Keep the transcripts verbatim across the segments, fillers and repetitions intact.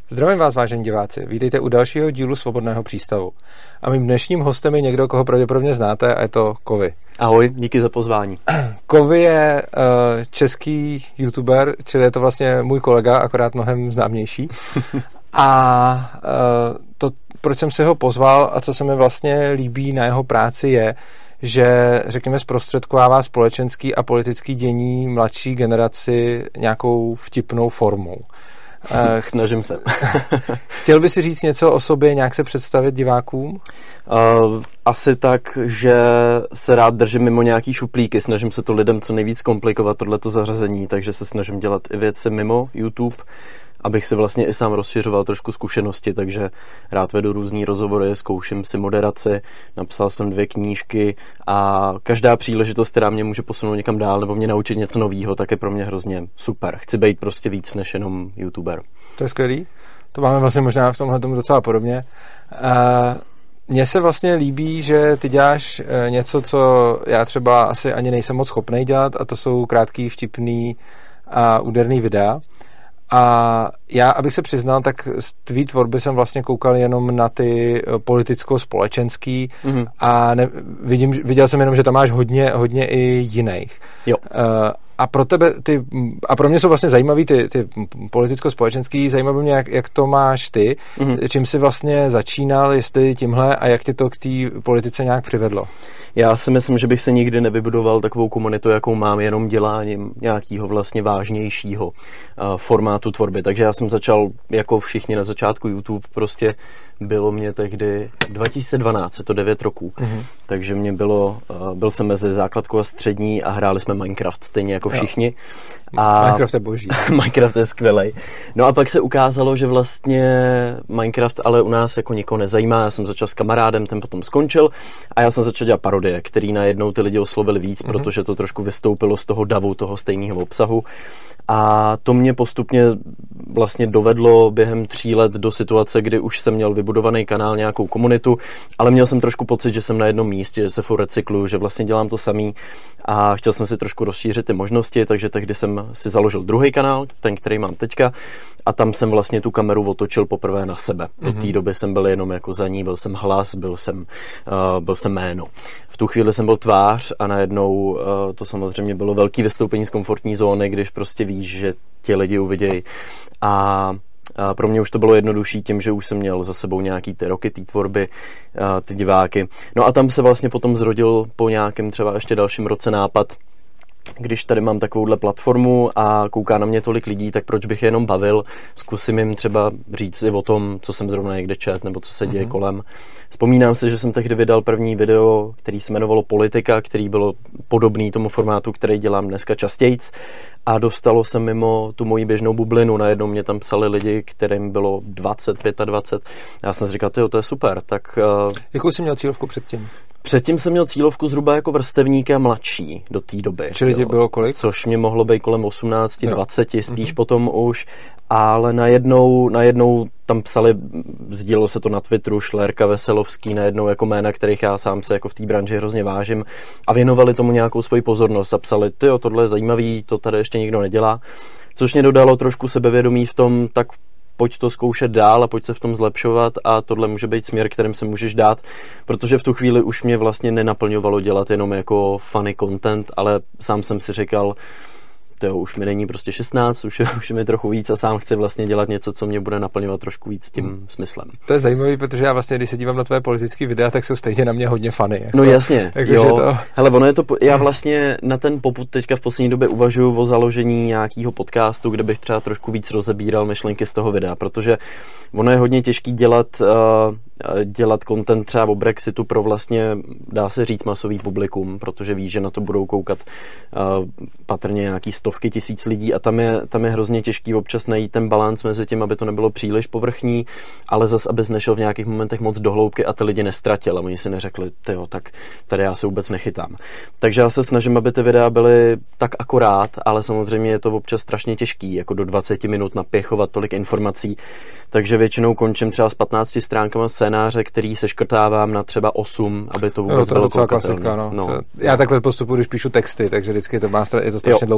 Zdravím vás, vážení diváci. Vítejte u dalšího dílu Svobodného přístavu. A mým dnešním hostem je někdo, koho pravděpodobně znáte, a je to Kovy. Ahoj, díky za pozvání. Kovy je uh, český youtuber, čili je to vlastně můj kolega, akorát mnohem známější. A uh, to, proč jsem si ho pozval a co se mi vlastně líbí na jeho práci je, že, řekněme, zprostředkovává společenský a politický dění mladší generaci nějakou vtipnou formou. Uh, Snažím se. Chtěl by si říct něco o sobě, nějak se představit divákům? Uh, asi tak, že se rád držím mimo nějaký šuplíky. Snažím se to lidem co nejvíc komplikovat, tohleto zařazení, takže se snažím dělat i věci mimo YouTube, abych si vlastně i sám rozšiřoval trošku zkušenosti, takže rád vedu různý rozhovory, zkouším si moderaci, napsal jsem dvě knížky a každá příležitost, která mě může posunout někam dál nebo mě naučit něco nového, tak je pro mě hrozně super. Chci být prostě víc než jenom YouTuber. To je skvělý. To máme vlastně možná v tomhle tomu docela podobně. Uh... Mně se vlastně líbí, že ty děláš něco, co já třeba asi ani nejsem moc schopnej dělat, a to jsou krátký, vtipný a úderný videa. A já, abych se přiznal, tak z tvý tvorby jsem vlastně koukal jenom na ty politicko-společenský mm-hmm. a ne, vidím, viděl jsem jenom, že tam máš hodně, hodně i jiných. Jo. Uh, a pro tebe, ty, a pro mě jsou vlastně zajímavý ty, ty politicko-společenský, zajímavé mě, jak, jak to máš ty, mm-hmm. čím jsi vlastně začínal, jestli tímhle a jak tě to k té politice nějak přivedlo. Já si myslím, že bych se nikdy nevybudoval takovou komunitu, jakou mám, jenom děláním nějakého vlastně vážnějšího uh, formátu tvorby. Takže já jsem začal jako všichni na začátku YouTube, prostě bylo mě tehdy dva tisíce dvanáct, je to devět roků, mm-hmm. takže mě bylo, uh, byl jsem mezi základkou a střední a hráli jsme Minecraft stejně jako všichni. A Minecraft je boží. Minecraft je skvělej. No a pak se ukázalo, že vlastně Minecraft ale u nás jako nikoho nezajímá. Já jsem začal s kamarádem, ten potom skončil a já jsem začal dělat parodie, který najednou ty lidi oslovili víc, mm-hmm. protože to trošku vystoupilo z toho davu, toho stejného obsahu. A to mě postupně vlastně dovedlo během tří let do situace, kdy už jsem měl vybudovaný kanál, nějakou komunitu, ale měl jsem trošku pocit, že jsem na jednom místě, že se furt recykluju, že vlastně dělám to samý a chtěl jsem si trošku rozšířit ty možnosti, takže tehdy jsem si založil druhý kanál, ten, který mám teďka, a tam jsem vlastně tu kameru otočil poprvé na sebe. Mm-hmm. Od té doby jsem byl jenom jako za ní, byl jsem hlas, byl jsem, uh, byl jsem jméno. V tu chvíli jsem byl tvář a najednou uh, to samozřejmě bylo velký vystoupení z komfortní zóny, když prostě víš, že ti lidi uvidějí. A A pro mě už to bylo jednodušší tím, že už jsem měl za sebou nějaký ty roky, ty tvorby, ty diváky. No a tam se vlastně potom zrodil po nějakém třeba ještě dalším roce nápad, když tady mám takovouhle platformu a kouká na mě tolik lidí, tak proč bych je jenom bavil, zkusím jim třeba říct i o tom, co jsem zrovna někde čet, nebo co se děje mm-hmm. kolem. Vzpomínám si, že jsem tehdy vydal první video, který se jmenovalo Politika, který bylo podobný tomu formátu, který dělám dneska častějc, a dostalo se mimo tu moji běžnou bublinu. Najednou mě tam psali lidi, kterým bylo dvacet, dvacet pět. Já jsem si říkal, tyjo, to je super. Tak, uh... Jakou jsi měl cílovku předtím? Předtím jsem měl cílovku zhruba jako vrstevník a mladší do té doby. Čili ti bylo kolik? Což mě mohlo být kolem osmnáct, dvacet, spíš mm-hmm. potom už. Ale najednou, najednou tam psali, sdílelo se to na Twitteru, Šlerka, Veselovský, najednou jako jména, kterých já sám se jako v té branži hrozně vážím, a věnovali tomu nějakou svoji pozornost a psali, tyjo, tohle je zajímavý, to tady ještě nikdo nedělá. Což mě dodalo trošku sebevědomí v tom, tak pojď to zkoušet dál a pojď se v tom zlepšovat, a tohle může být směr, kterým se můžeš dát, protože v tu chvíli už mě vlastně nenaplňovalo dělat jenom jako funny content, ale sám jsem si říkal, to už mi není prostě šestnáct, už je, už je mi trochu víc a sám chci vlastně dělat něco, co mě bude naplňovat trošku víc tím hmm. smyslem. To je zajímavý, protože já vlastně, když se dívám na tvoje politické videa, tak jsou stejně na mě hodně funny. Jako, no jasně, jako, jo. To... Hele, ono je to, já vlastně na ten popud teďka v poslední době uvažuji o založení nějakého podcastu, kde bych třeba trošku víc rozebíral myšlenky z toho videa, protože ono je hodně těžký dělat, uh, dělat content třeba o Brexitu pro vlastně, dá se říct, masový publikum, protože víš, že na to budou koukat uh, patrně nějaký stovky tisíc lidí, a tam je, tam je hrozně těžký občas najít ten balans mezi tím, aby to nebylo příliš povrchní, ale zas, abys nešel v nějakých momentech moc do hloubky a ty lidi nestratil a oni si neřekli, tyjo, tak tady já se vůbec nechytám. Takže já se snažím, aby ty videa byly tak akorát, ale samozřejmě je to občas strašně těžký, jako do dvacet minut napěchovat tolik informací, takže většinou končím třeba s patnácti stránkama scénáře, který se škrtávám na třeba osm, aby to vůbec jo, to bylo koukatelné. Klasika, no. No. To, já takhle postupuji, když píšu texty, takže vždycky to má, je to strašně jo. dlouhý a pak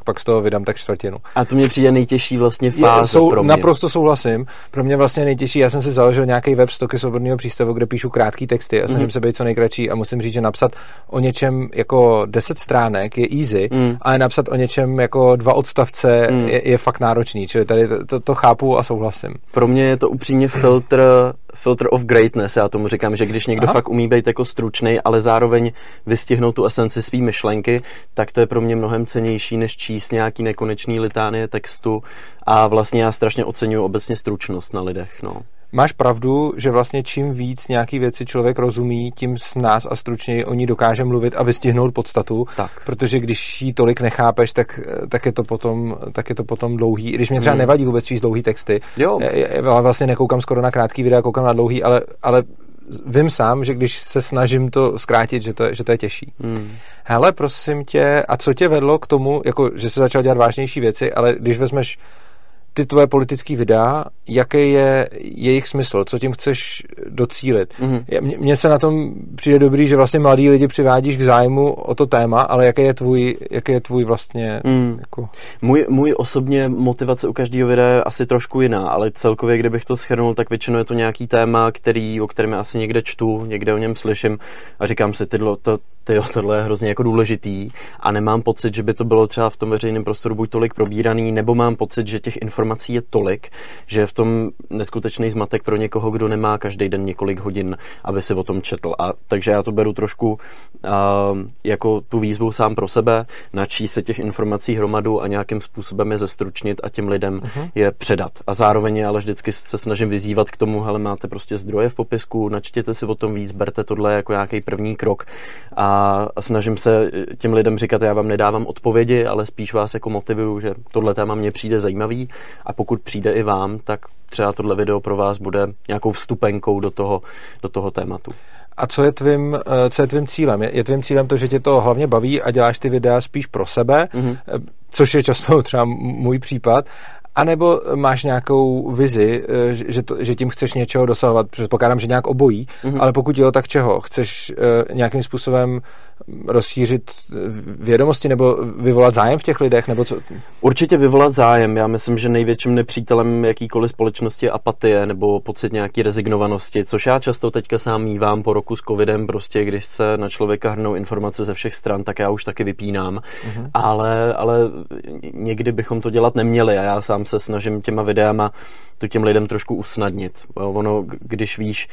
tak pak z toho vydám tak čtvrtinu. A to mě přijde nejtěžší vlastně fáze je, sou, pro mě. Naprosto souhlasím. Pro mě vlastně nejtěžší, já jsem si založil nějaký web Stoky svobodného přístavu, kde píšu krátký texty a snažím mm. se být co nejkratší a musím říct, že napsat o něčem jako deset stránek je easy, mm. ale napsat o něčem jako dva odstavce mm. je, je fakt náročný, čili tady to, to, to chápu a souhlasím. Pro mě je to upřímně filtr, filtr of greatness, já tomu říkám, že když někdo Aha. fakt umí být jako stručnej, ale zároveň vystihnout tu esenci svý myšlenky, tak to je pro mě mnohem cennější, než číst nějaký nekonečný litánie textu a vlastně já strašně oceňuji obecně stručnost na lidech, no. Máš pravdu, že vlastně čím víc nějaký věci člověk rozumí, tím s nás a stručněji o ní dokáže mluvit a vystihnout podstatu, tak. Protože když jí tolik nechápeš, tak, tak, je to potom, tak je to potom dlouhý. I když mě třeba hmm. nevadí vůbec číst dlouhý texty, jo. Já vlastně nekoukám skoro na krátký videa, koukám na dlouhý, ale, ale vím sám, že když se snažím to zkrátit, že to, že to je těžší. Hmm. Hele, prosím tě, a co tě vedlo k tomu, jako, že jsi začal dělat vážnější věci, ale když vezmeš ty tvoje politické videa, jaký je jejich smysl, co tím chceš docílit. Mm-hmm. Mně se na tom přijde dobrý, že vlastně mladí lidi přivádíš k zájmu o to téma, ale jaký je tvůj, jaký je tvůj vlastně... Mm. Jako... Můj, můj osobně motivace u každého videa je asi trošku jiná, ale celkově, kdybych to shrnul, tak většinou je to nějaký téma, který, o kterém já asi někde čtu, někde o něm slyším a říkám si, tyhle, to, tyjo, tohle je hrozně jako důležitý a nemám pocit, že by to bylo třeba v tom veřejném prostoru buď tolik probíraný, nebo mám pocit, že těch informací je tolik, že je v tom neskutečný zmatek pro někoho, kdo nemá každý den několik hodin, aby si o tom četl. A takže já to beru trošku uh, jako tu výzvu sám pro sebe, načíst se těch informací hromadu a nějakým způsobem je zestručnit a těm lidem uh-huh. je předat. A zároveň ale vždycky se snažím vyzývat k tomu, hele, máte prostě zdroje v popisku, načtěte si o tom víc, berte tohle jako nějaký první krok a, a snažím se těm lidem říkat, já vám nedávám odpovědi, ale spíš vás jako motivuju, že tohle téma mně přijde zajímavý a pokud přijde i vám, tak třeba tohle video pro vás bude nějakou vstupenkou do toho, do toho tématu. A co je tvým, co je tvým cílem? Je, je tvým cílem to, že tě to hlavně baví a děláš ty videa spíš pro sebe, mm-hmm. což je často třeba můj případ, anebo máš nějakou vizi, že, to, že tím chceš něčeho dosahovat? Předpokládám, že nějak obojí, mm-hmm. ale pokud jo, tak čeho? Chceš uh, nějakým způsobem rozšířit vědomosti nebo vyvolat zájem v těch lidech? Nebo co? Určitě vyvolat zájem. Já myslím, že největším nepřítelem jakýkoliv společnosti je apatie nebo pocit nějaký rezignovanosti, což já často teďka sám mívám po roku s covidem, prostě když se na člověka hrnou informace ze všech stran, tak já už taky vypínám. Mm-hmm. Ale, ale někdy bychom to dělat neměli a já sám se snažím těma videama to těm lidem trošku usnadnit. Ono, když víš,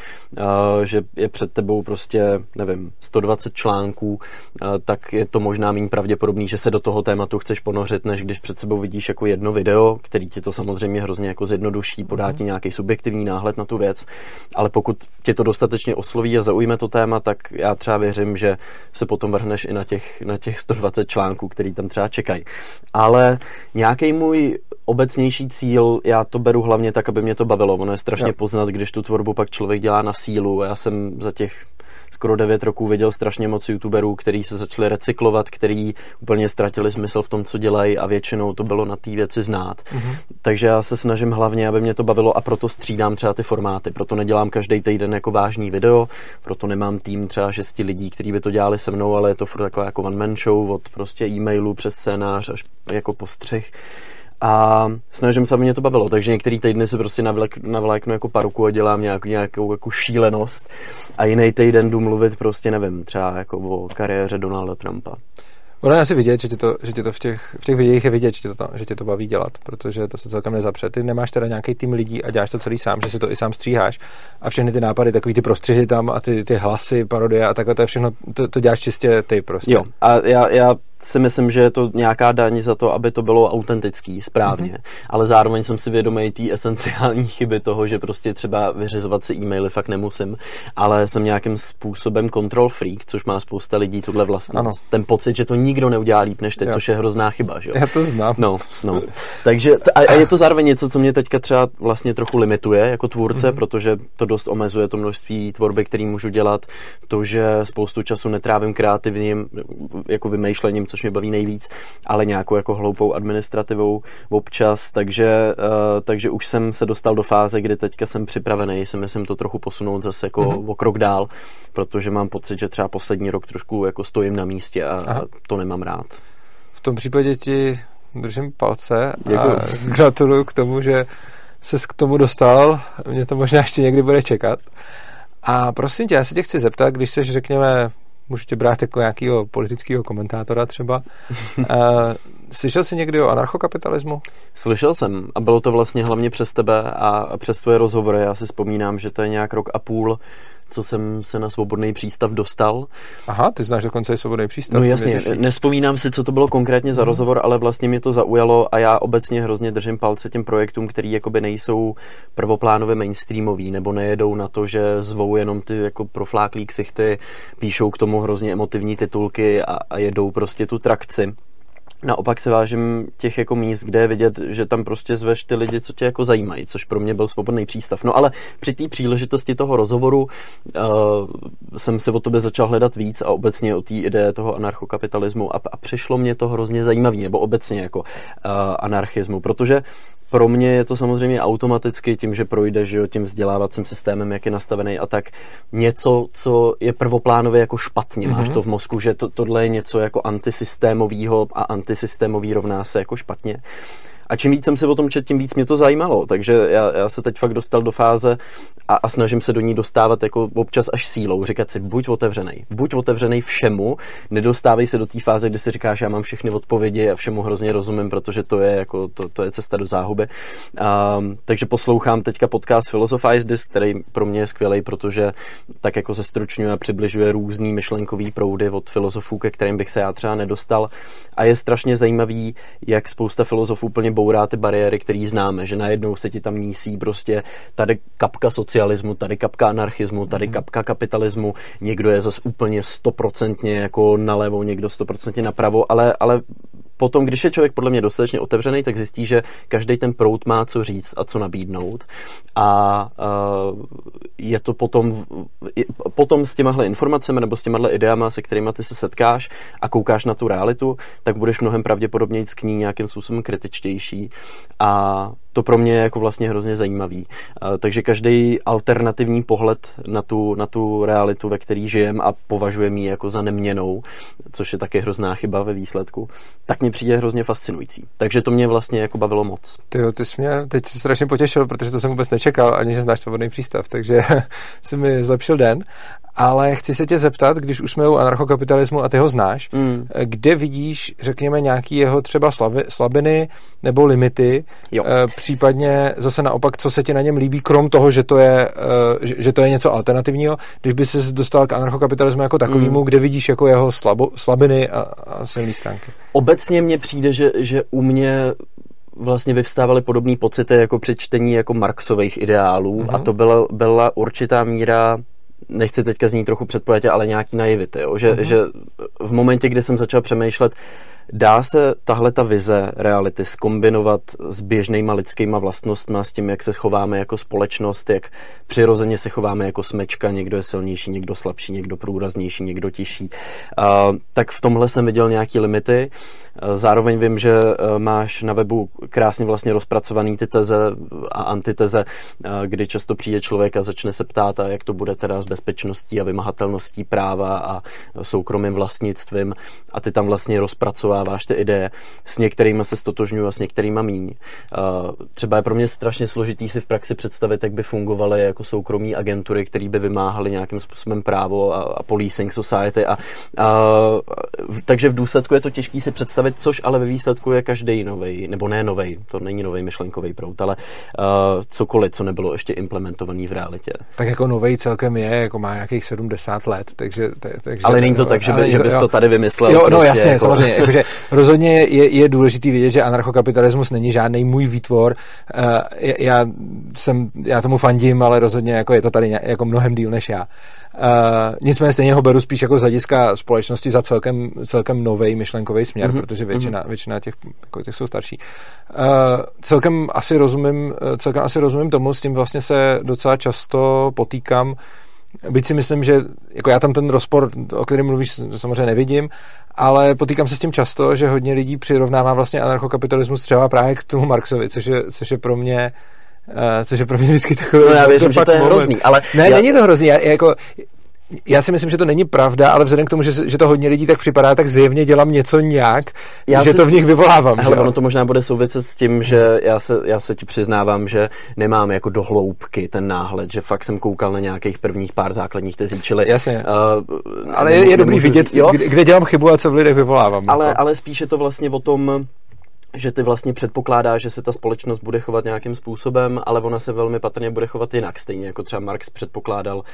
že je před tebou prostě, nevím, sto dvacet článků, tak je to možná méně pravděpodobný, že se do toho tématu chceš ponořit, než když před sebou vidíš jako jedno video, který ti to samozřejmě hrozně jako zjednoduší, podá ti nějaký subjektivní náhled na tu věc, ale pokud tě to dostatečně osloví a zaujme to téma, tak já třeba věřím, že se potom vrhneš i na těch, na těch sto dvacet článků, který tam třeba čekají. Ale nějaký můj obecnější cíl, já to beru hlavně tak, aby mě to bavilo. Ono je strašně jo. poznat, když tu tvorbu pak člověk dělá na sílu. Já jsem za těch skoro devět roků viděl strašně moc youtuberů, kteří se začali recyklovat, kteří úplně ztratili smysl v tom, co dělají a většinou to bylo na té věci znát. Mm-hmm. Takže já se snažím hlavně, aby mě to bavilo a proto střídám třeba ty formáty. Proto nedělám každý týden jako vážný video, proto nemám tým třeba šesti lidí, kteří by to dělali se mnou, ale je to furt taková jako one man show od prostě e-mailu přes scénář až jako postřih. A snažím se, aby mě to bavilo, takže některý týdny se prostě navléknu jako paruku a dělám nějakou, nějakou jako šílenost a jiný týden jdu mluvit prostě, nevím, třeba jako o kariéře Donalda Trumpa. Ono je asi vidět, že tě to, že tě to v těch, v těch videích je vidět, že tě, to, že tě to baví dělat, protože to se celkem nezapře. Ty nemáš teda nějaký tým lidí a děláš to celý sám, že si to i sám stříháš a všechny ty nápady, takový ty prostřihy tam a ty, ty hlasy, parodie a takhle, to je všechno, to, to děláš čistě ty prostě. Jo, a já, já si myslím, že je to nějaká daň za to, aby to bylo autentický, správně, mm-hmm. ale zároveň jsem si vědomý té esenciální chyby toho, že prostě třeba vyřizovat si e-maily fakt nemusím, ale jsem nějakým způsobem control freak, což má spousta lidí tuhle vlastnost. Ano. Ten pocit, že to nikdo neudělá líp než ty, jo. což je hrozná chyba, že jo? Já to znám. No, no. Takže a, a je to zároveň něco, co mě teďka třeba vlastně trochu limituje jako tvůrce, mm-hmm. protože to dost omezuje to množství tvorby, který můžu dělat, to, že spoustu času netrávím kreativním jako vymýšlením, což mě baví nejvíc, ale nějakou jako hloupou administrativou občas, takže, uh, takže už jsem se dostal do fáze, kdy teďka jsem připravený, si myslím to trochu posunout zase jako mm-hmm. o krok dál, protože mám pocit, že třeba poslední rok trošku jako stojím na místě a, a to nemám rád. V tom případě ti držím palce Děkuju. a gratuluju k tomu, že ses k tomu dostal. Mě to možná ještě někdy bude čekat. A prosím tě, já se tě chci zeptat, když seš, řekněme, můžu tě brát jako nějakého politického komentátora třeba. Uh, slyšel jsi někdy o anarchokapitalismu? Slyšel jsem a bylo to vlastně hlavně přes tebe a přes tvoje rozhovory. Já si vzpomínám, že to je nějak rok a půl, co jsem se na Svobodný přístav dostal. Aha, ty znáš dokonce i Svobodný přístav. No jasně, nevzpomínám si, co to bylo konkrétně za rozhovor, ale vlastně mě to zaujalo a já obecně hrozně držím palce těm projektům, který jakoby nejsou prvoplánově mainstreamový, nebo nejedou na to, že zvou jenom ty jako profláklí ksichty, píšou k tomu hrozně emotivní titulky a, a jedou prostě tu trakci. Naopak se vážím těch jako míst, kde je vidět, že tam prostě zveš ty lidi, co tě jako zajímají, což pro mě byl Svobodný přístav. No ale při té příležitosti toho rozhovoru uh, jsem se o tobě začal hledat víc a obecně o té ideje toho anarchokapitalismu a, a přišlo mě to hrozně zajímavý, nebo obecně jako uh, anarchismu, protože pro mě je to samozřejmě automaticky tím, že projdeš že jo, tím vzdělávacím systémem, jak je nastavený a tak něco, co je prvoplánově jako špatně. Mm-hmm. Máš to v mozku, že to, tohle je něco jako antisystémovýho a antisystémový rovná se jako špatně. A čím víc jsem si o tom četl, tím víc mě to zajímalo. Takže já, já se teď fakt dostal do fáze a, a snažím se do ní dostávat jako občas až sílou. Říkat si, buď otevřenej. Buď otevřenej všemu. Nedostávej se do té fáze, kdy si říkáš, já mám všechny odpovědi a všemu hrozně rozumím, protože to je, jako, to, to je cesta do záhuby. Um, takže poslouchám teďka podcast Philosophize This, který pro mě je skvělej, protože tak jako se stručňuje a přibližuje různý myšlenkový proudy od filozofů, ke kterým bych se já třeba nedostal. A je strašně zajímavý, jak spousta filozofů úplně bourá ty bariéry, které známe, že najednou se ti tam mísí prostě tady kapka socialismu, tady kapka anarchismu, tady kapka kapitalismu, někdo je zas úplně stoprocentně jako nalevo, někdo stoprocentně napravo, ale, ale potom, když je člověk podle mě dostatečně otevřený, tak zjistí, že každý ten proud má co říct a co nabídnout a uh, je to potom je, potom s těmahle informacemi nebo s těmahle ideama, se kterými ty se setkáš a koukáš na tu realitu, tak budeš mnohem pravděpodobněji k ní nějakým způsobem kritičtější a to pro mě je jako vlastně hrozně zajímavý. Uh, takže každý alternativní pohled na tu, na tu realitu, ve který žijem a považujem ji jako za neměnnou, což je taky hrozná chyba ve výsledku, tak mě přijde hrozně fascinující. Takže to mě vlastně jako bavilo moc. Tyjo, ty jsi mě teď strašně potěšil, protože to jsem vůbec nečekal, ani že znáš Svobodný přístav, takže si mi zlepšil den. Ale chci se tě zeptat, když už jsme u anarchokapitalismu a ty ho znáš, mm. kde vidíš, řekněme, nějaký jeho třeba slaby, slabiny nebo limity, jo. E, případně zase naopak, co se ti na něm líbí, krom toho, že to je, e, že, že to je něco alternativního, když by ses dostal k anarchokapitalismu jako takovému, mm. kde vidíš jako jeho slabo, slabiny a, a silné stránky? Obecně mně přijde, že, že u mě vlastně vyvstávaly podobné pocity jako při čtení jako Marxových ideálů mm-hmm. a to byla, byla určitá míra, nechci teďka znít trochu předpojatě, ale nějaký naivity, jo? Že, mm-hmm. že v momentě, kdy jsem začal přemýšlet, dá se tahle ta vize reality zkombinovat s běžnýma lidskýma vlastnostma, s tím, jak se chováme jako společnost, jak přirozeně se chováme jako smečka, někdo je silnější, někdo slabší, někdo průraznější, někdo tišší. Uh, tak v tomhle jsem viděl nějaký limity. Uh, zároveň vím, že uh, máš na webu krásně vlastně rozpracovaný ty teze a antiteze, uh, kdy často přijde člověk a začne se ptát, a jak to bude teda s bezpečností a vymahatelností práva a soukromým vlastnictvím a ty tam vlastně rozpracováváš ty ideje. S některými se stotožňuji a s některými míň. Uh, třeba je pro mě strašně složitý si v praxi představit, jak by fungovaly jako soukromí agentury, které by vymáhaly nějakým způsobem právo a, a policing society. A, a, takže v důsledku je to těžký si představit, což ale ve výsledku je každý novej, nebo ne novej, to není novej myšlenkový proud, ale uh, cokoliv, co nebylo ještě implementovaný v realitě. Tak jako novej celkem je, jako má nějakých sedmdesát let, takže... takže ale není to tak, že, by, že bys jo, to tady vymyslel. Jo, no prostě, jasně, jako... samozřejmě. Jakože rozhodně je, je důležitý vidět, že anarchokapitalismus není žádný můj výtvor. Uh, já, jsem, já tomu fandím, ale rozhodně jako je to tady jako mnohem díl než já. Uh, nicméně stejně ho beru spíš jako z hlediska společnosti za celkem, celkem novej myšlenkový směr, mm-hmm. protože většina, většina těch, jako těch jsou starší. Uh, celkem asi rozumím, celkem asi rozumím tomu, s tím vlastně se docela často potýkám. Byť si myslím, že jako já tam ten rozpor, o kterém mluvíš, samozřejmě nevidím, ale potýkám se s tím často, že hodně lidí přirovnává vlastně anarchokapitalismus třeba právě k tomu Marxovi, což je, což je pro mě Uh, což je pro mě vždycky takový... No já věřím, že to je moment. Hrozný, ale... Ne, já... není to hrozný, já, jako... Já si myslím, že to není pravda, ale vzhledem k tomu, že, že to hodně lidí tak připadá, tak zjevně dělám něco nějak, já že si... to v nich vyvolávám. Hele, ono to možná bude souviset s tím, že já se, já se ti přiznávám, že nemám jako do hloubky ten náhled, že fakt jsem koukal na nějakých prvních pár základních tezí, čili... Jasně, uh, ale je, je dobrý vidět, říct, kde, kde dělám chybu a co v lidech vyvolávám. Ale, jako. ale spíš je to vlastně o tom, že ty vlastně předpokládáš, že se ta společnost bude chovat nějakým způsobem, ale ona se velmi patrně bude chovat jinak. Stejně jako třeba Marx předpokládal, uh,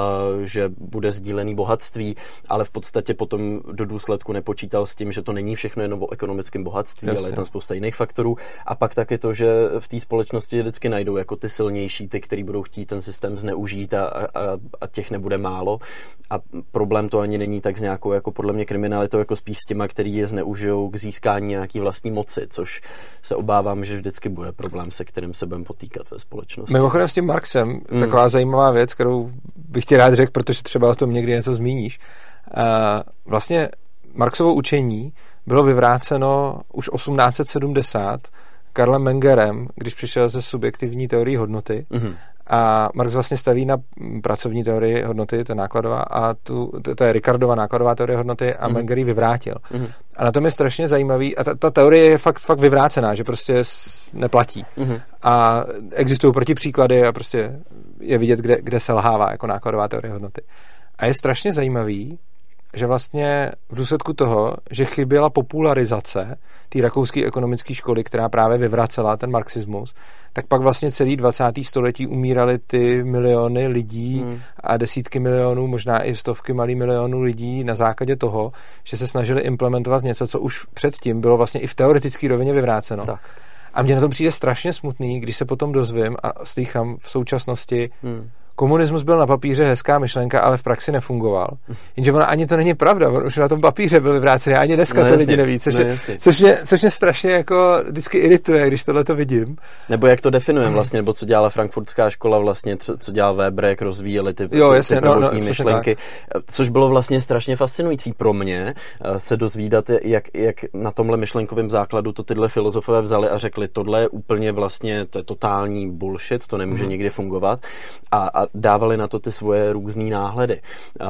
že bude sdílený bohatství, ale v podstatě potom do důsledku nepočítal s tím, že to není všechno jenom o ekonomickém bohatství, Jasně. ale je tam spousta jiných faktorů. A pak taky to, že v té společnosti vždycky najdou jako ty silnější, ty, kteří budou chtít ten systém zneužít a, a, a těch nebude málo. A problém to ani není tak s nějakou jako podle mě kriminalitou, jako spíš s těma, který je zneužijou k získání nějaký vlastní moci, což se obávám, že vždycky bude problém, se kterým se budeme potýkat ve společnosti. Mimochodem s tím Marxem, mm. taková zajímavá věc, kterou bych ti rád řekl, protože třeba o tom někdy něco zmíníš. Uh, vlastně Marxovo učení bylo vyvráceno už osmnáct set sedmdesát Karlem Mengerem, když přišel ze subjektivní teorii hodnoty. Mm. A Marx vlastně staví na pracovní teorii hodnoty, to je nákladová, a tu, to je Ricardova nákladová teorie hodnoty a mm. Menger ji vyvrátil. Mm. A na tom je strašně zajímavý, a ta, ta teorie je fakt, fakt vyvrácená, že prostě neplatí. Mm. A existují protipříklady a prostě je vidět, kde, kde selhává jako nákladová teorie hodnoty. A je strašně zajímavý, že vlastně v důsledku toho, že chyběla popularizace té rakouské ekonomické školy, která právě vyvracela ten marxismus, tak pak vlastně celý dvacátého století umíraly ty miliony lidí hmm. a desítky milionů, možná i stovky malých milionů lidí na základě toho, že se snažili implementovat něco, co už předtím bylo vlastně i v teoretické rovině vyvráceno. Tak. A mně na to přijde strašně smutný, když se potom dozvím a slýchám v současnosti, hmm. komunismus byl na papíře hezká myšlenka, ale v praxi nefungoval. Jenže ona ani to není pravda, on už na tom papíře byl vyvrácený, ani dneska no, to lidi neví, což, no, je, což, mě, což mě strašně jako vždycky irituje, když tohle to vidím. Nebo jak to definujeme vlastně, nebo co dělala frankfurtská škola vlastně, co, co dělal Weber, jak rozvíjeli ty, jo, jasně, ty prvotní no, no, myšlenky, což bylo vlastně strašně fascinující pro mě se dozvídat, jak, jak na tomhle myšlenkovém základu to tyhle filozofové vzali a řekli, tohle je úplně vlastně, to je totální bullshit, to nemůže hmm. nikdy fungovat. A, a dávali na to ty svoje různý náhledy. Uh,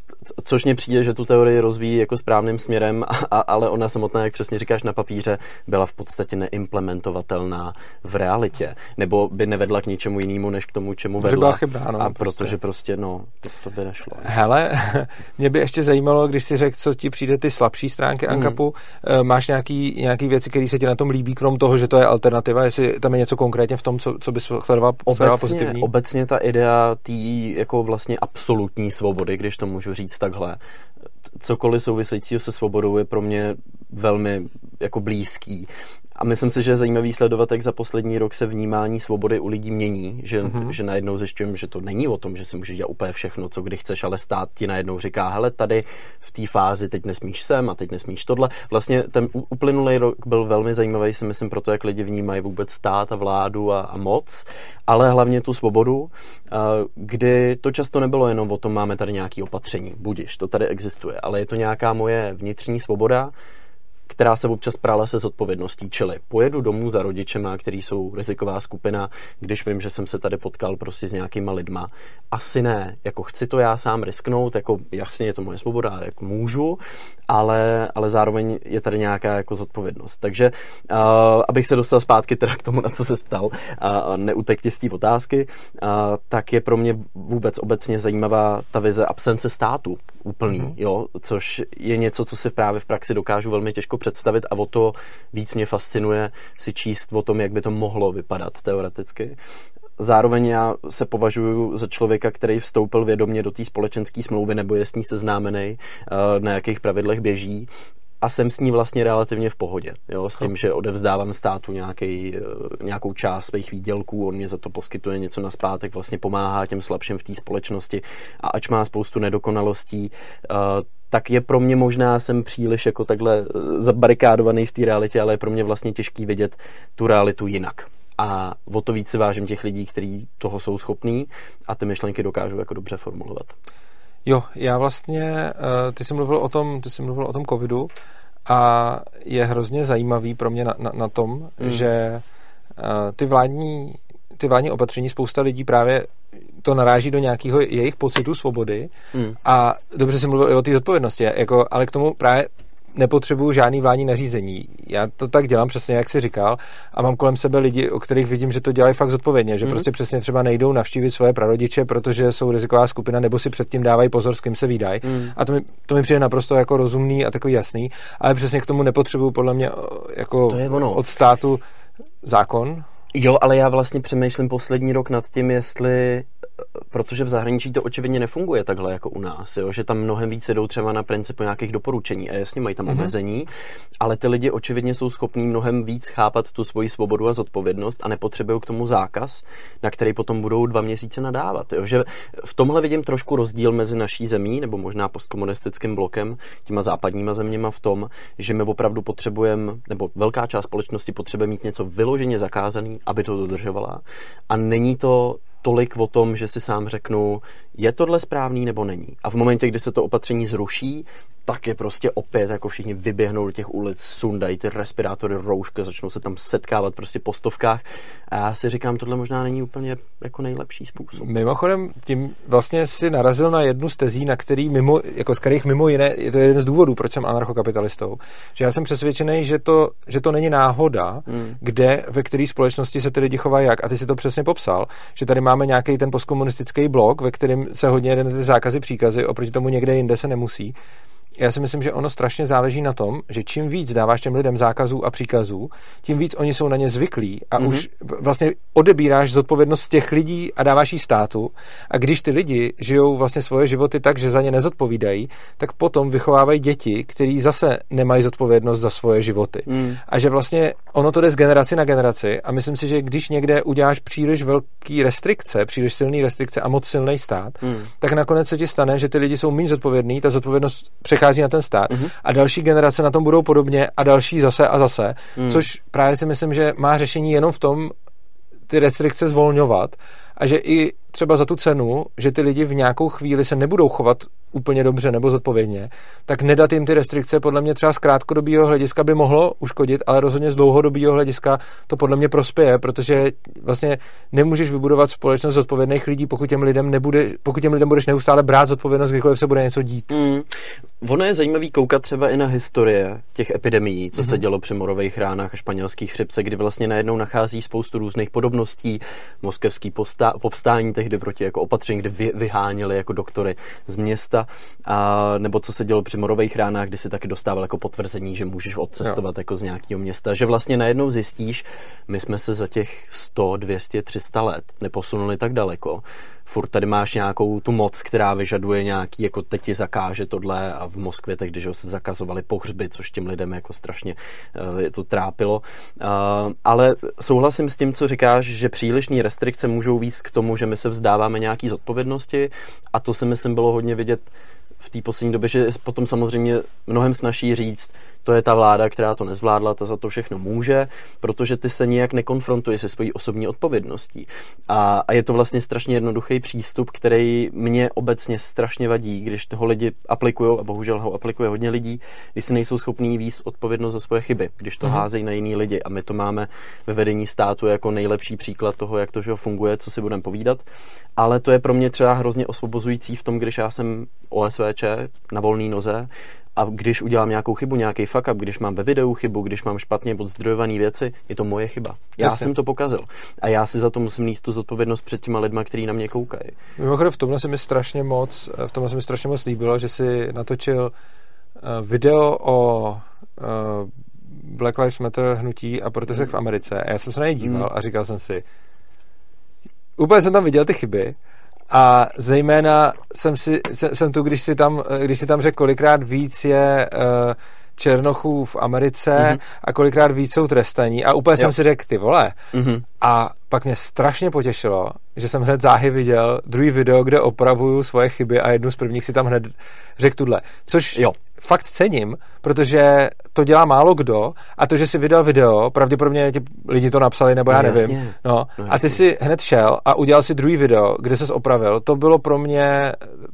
což mně přijde, že tu teorii rozvíjí jako správným směrem, a, a, ale ona samotná, jak přesně říkáš, na papíře byla v podstatě neimplementovatelná v realitě. Nebo by nevedla k ničemu jinému, než k tomu, čemu vedla. Byla chybná, no, a prostě. Protože prostě, no, to, to by nešlo. Hele, mě by ještě zajímalo, když si řekl, co ti přijde ty slabší stránky hmm. ANCAPu, máš nějaký, nějaký věci, které se ti na tom líbí, krom toho, že to je alternativa, jestli tam je něco konkrétně v tom, co, co bys sledoval pozitivní? Obecně ta idea té jako vlastně absolutní svobody, když to můžu říct takhle. Cokoliv souvisejícího se svobodou je pro mě velmi jako blízký. A myslím si, že je zajímavý sledovat, jak za poslední rok se vnímání svobody u lidí mění, že, mm-hmm. že najednou zjišťujeme, že to není o tom, že si můžeš dělat úplně všechno, co kdy chceš, ale stát ti najednou říká, hele, tady v té fázi teď nesmíš sem a teď nesmíš tohle. Vlastně ten uplynulý rok byl velmi zajímavý, si myslím, pro to, jak lidi vnímají vůbec stát a vládu a, a moc, ale hlavně tu svobodu, kdy to často nebylo jenom o tom, máme tady nějaké opatření, budiš, to tady existuje, ale je to nějaká moje vnitřní svoboda, která se občas prála se zodpovědností, čili pojedu domů za rodičema, který jsou riziková skupina, když vím, že jsem se tady potkal prostě s nějakýma lidma. Asi ne, jako chci to já sám risknout, jako jasně je to moje svoboda, jako můžu, ale, ale zároveň je tady nějaká jako zodpovědnost. Takže uh, abych se dostal zpátky teda k tomu, na co se ptal, uh, neutek ti z té otázky, uh, tak je pro mě vůbec obecně zajímavá ta vize absence státu úplný, mm. jo, což je něco, co si právě v praxi dokážu velmi těžko představit a o to víc mě fascinuje si číst o tom, jak by to mohlo vypadat teoreticky. Zároveň já se považuji za člověka, který vstoupil vědomě do té společenské smlouvy nebo je s ní seznámený, na jakých pravidlech běží a jsem s ní vlastně relativně v pohodě. Jo? S tím, že odevzdávám státu nějaký, nějakou část svých výdělků, on mě za to poskytuje něco nazpátek, vlastně pomáhá těm slabším v té společnosti a ač má spoustu nedokonalostí, tak je pro mě možná, jsem příliš jako takhle zabarikádovaný v té realitě, ale je pro mě vlastně těžký vidět tu realitu jinak. A o to víc si vážím těch lidí, kteří toho jsou schopní a ty myšlenky dokážou jako dobře formulovat. Jo, já vlastně, ty jsi mluvil o tom, ty jsi mluvil o tom covidu a je hrozně zajímavý pro mě na, na, na tom, mm. že ty vládní, ty vládní opatření spousta lidí právě to naráží do nějakého jejich pocitu svobody hmm. a dobře jsem mluvil i o té zodpovědnosti, jako, ale k tomu právě nepotřebuju žádný vládní nařízení. Já to tak dělám přesně, jak jsi říkal, a mám kolem sebe lidi, o kterých vidím, že to dělají fakt zodpovědně, že mm-hmm. prostě přesně třeba nejdou navštívit svoje prarodiče, protože jsou riziková skupina, nebo si předtím dávají pozor, s kým se vídají. Mm. A to mi, to mi přijde naprosto jako rozumný a takový jasný, ale přesně k tomu nepotřebuju podle mě jako od státu zákon. Jo, ale já vlastně přemýšlím poslední rok nad tím, jestli, protože v zahraničí to očividně nefunguje takhle jako u nás, jo? Že tam mnohem víc jdou třeba na principu nějakých doporučení a jasně mají tam mm-hmm. omezení, ale ty lidi očividně jsou schopní mnohem víc chápat tu svoji svobodu a zodpovědnost a nepotřebují k tomu zákaz, na který potom budou dva měsíce nadávat. Jo? Že v tomhle vidím trošku rozdíl mezi naší zemí, nebo možná postkomunistickým blokem, těma západníma zeměma v tom, že my opravdu potřebujeme, nebo velká část společnosti potřebuje mít něco vyloženě zakázaný, aby to dodržovala. A není to tolik o tom, že si sám řeknu, je tohle správný nebo není. A v momentě, kdy se to opatření zruší, tak je prostě opět jako všichni vyběhnou do těch ulic, sundají ty respirátory, roušky, začnou se tam setkávat prostě po stovkách. A já si říkám, tohle možná není úplně jako nejlepší způsob. Mimochodem, tím vlastně si narazil na jednu z tezí, na který mimo, jako z kterých mimo jiné, je to jeden z důvodů, proč jsem anarchokapitalistou, že já jsem přesvědčený, že to, že to není náhoda, hmm. kde, ve které společnosti se ty lidi chovají jak. A ty si to přesně popsal, že tady máme nějaký ten postkomunistický blok, ve kterém se hodně jeden ty zákazy, příkazy, oproti tomu někde jinde se nemusí. Já si myslím, že ono strašně záleží na tom, že čím víc dáváš těm lidem zákazů a příkazů, tím víc oni jsou na ně zvyklí a mm-hmm. už vlastně odebíráš zodpovědnost těch lidí a dáváš jí státu. A když ty lidi žijou vlastně svoje životy tak, že za ně nezodpovídají, tak potom vychovávají děti, kteří zase nemají zodpovědnost za svoje životy. Mm. A že vlastně ono to jde z generaci na generaci a myslím si, že když někde uděláš příliš velký restrikce, příliš silný restrikce a moc silný stát, mm. tak nakonec se ti stane, že ty lidi jsou méně zodpovědní, ta zodpovědnost přechází na ten stát mm-hmm. a další generace na tom budou podobně a další zase a zase, mm. což právě si myslím, že má řešení jenom v tom ty restrikce zvolňovat a že i třeba za tu cenu, že ty lidi v nějakou chvíli se nebudou chovat úplně dobře nebo zodpovědně, tak nedat jim ty restrikce podle mě třeba z krátkodobého hlediska by mohlo uškodit, ale rozhodně z dlouhodobého hlediska to podle mě prospěje, protože vlastně nemůžeš vybudovat společnost zodpovědných lidí, pokud těm lidem nebude, pokud těm lidem budeš neustále brát zodpovědnost, kdykoliv se bude něco dít. Mm. Ono je zajímavý koukat třeba i na historie těch epidemií, co mm-hmm. se dělo při morových ránách a španělských chřipce, kdy vlastně najednou nachází spoustu různých podobností, moskevský postá- povstání tehdy proti jako opatření, kdy vy, vyháněli jako doktory z města, a nebo co se dělo při morových ránách, kdy si taky dostával jako potvrzení, že můžeš odcestovat jo. jako z nějakého města, že vlastně najednou zjistíš, my jsme se za těch sto, dvě stě, tři sta let neposunuli tak daleko. Furt tady máš nějakou tu moc, která vyžaduje nějaký, jako teď ti zakáže tohle a v Moskvě tak, když se zakazovali pohřby, což těm lidem jako strašně uh, je to trápilo. Uh, ale souhlasím s tím, co říkáš, že přílišní restrikce můžou víc k tomu, že my se vzdáváme nějaký zodpovědnosti a to si myslím bylo hodně vidět v té poslední době, že potom samozřejmě mnohem snazší říct, to je ta vláda, která to nezvládla, ta za to všechno může, protože ty se nijak nekonfrontuješ se svojí osobní odpovědností. A, a je to vlastně strašně jednoduchý přístup, který mě obecně strašně vadí, když toho lidi aplikujou, a bohužel ho aplikuje hodně lidí, když si nejsou schopní víc odpovědnost za svoje chyby, když to mm-hmm. házejí na jiný lidi. A my to máme ve vedení státu jako nejlepší příklad toho, jak to že funguje, co si budeme povídat. Ale to je pro mě třeba hrozně osvobozující v tom, když já jsem O S V Č na volný noze, a když udělám nějakou chybu, nějaký fuck up, když mám ve videu chybu, když mám špatně podzdrojované věci, je to moje chyba. Já Jasně. jsem to pokazil. A já si za to musím nést tu zodpovědnost před těma lidma, kteří na mě koukají. Mimochodem v tomhle se mi strašně moc, v tomhle se mi strašně moc líbilo, že si natočil video o Black Lives Matter hnutí a protestech v Americe. A já jsem se na něj díval hmm. a říkal jsem si, úplně jsem tam viděl ty chyby, a zejména jsem, si, jsem tu, když si tam, když si tam řekl, kolikrát víc je uh, černochů v Americe mm-hmm. a kolikrát víc jsou trestaní a úplně jo. jsem si řekl, ty vole. Mm-hmm. A pak mě strašně potěšilo, že jsem hned záhy viděl druhý video, kde opravuju svoje chyby a jednu z prvních si tam hned řekl tuhle. Což jo. fakt cením, protože to dělá málo kdo a to, že si vydal video, pravděpodobně ti lidi to napsali, nebo já no, nevím. Jasně. No. No, a ty si hned šel a udělal si druhý video, kde ses opravil. To bylo pro mě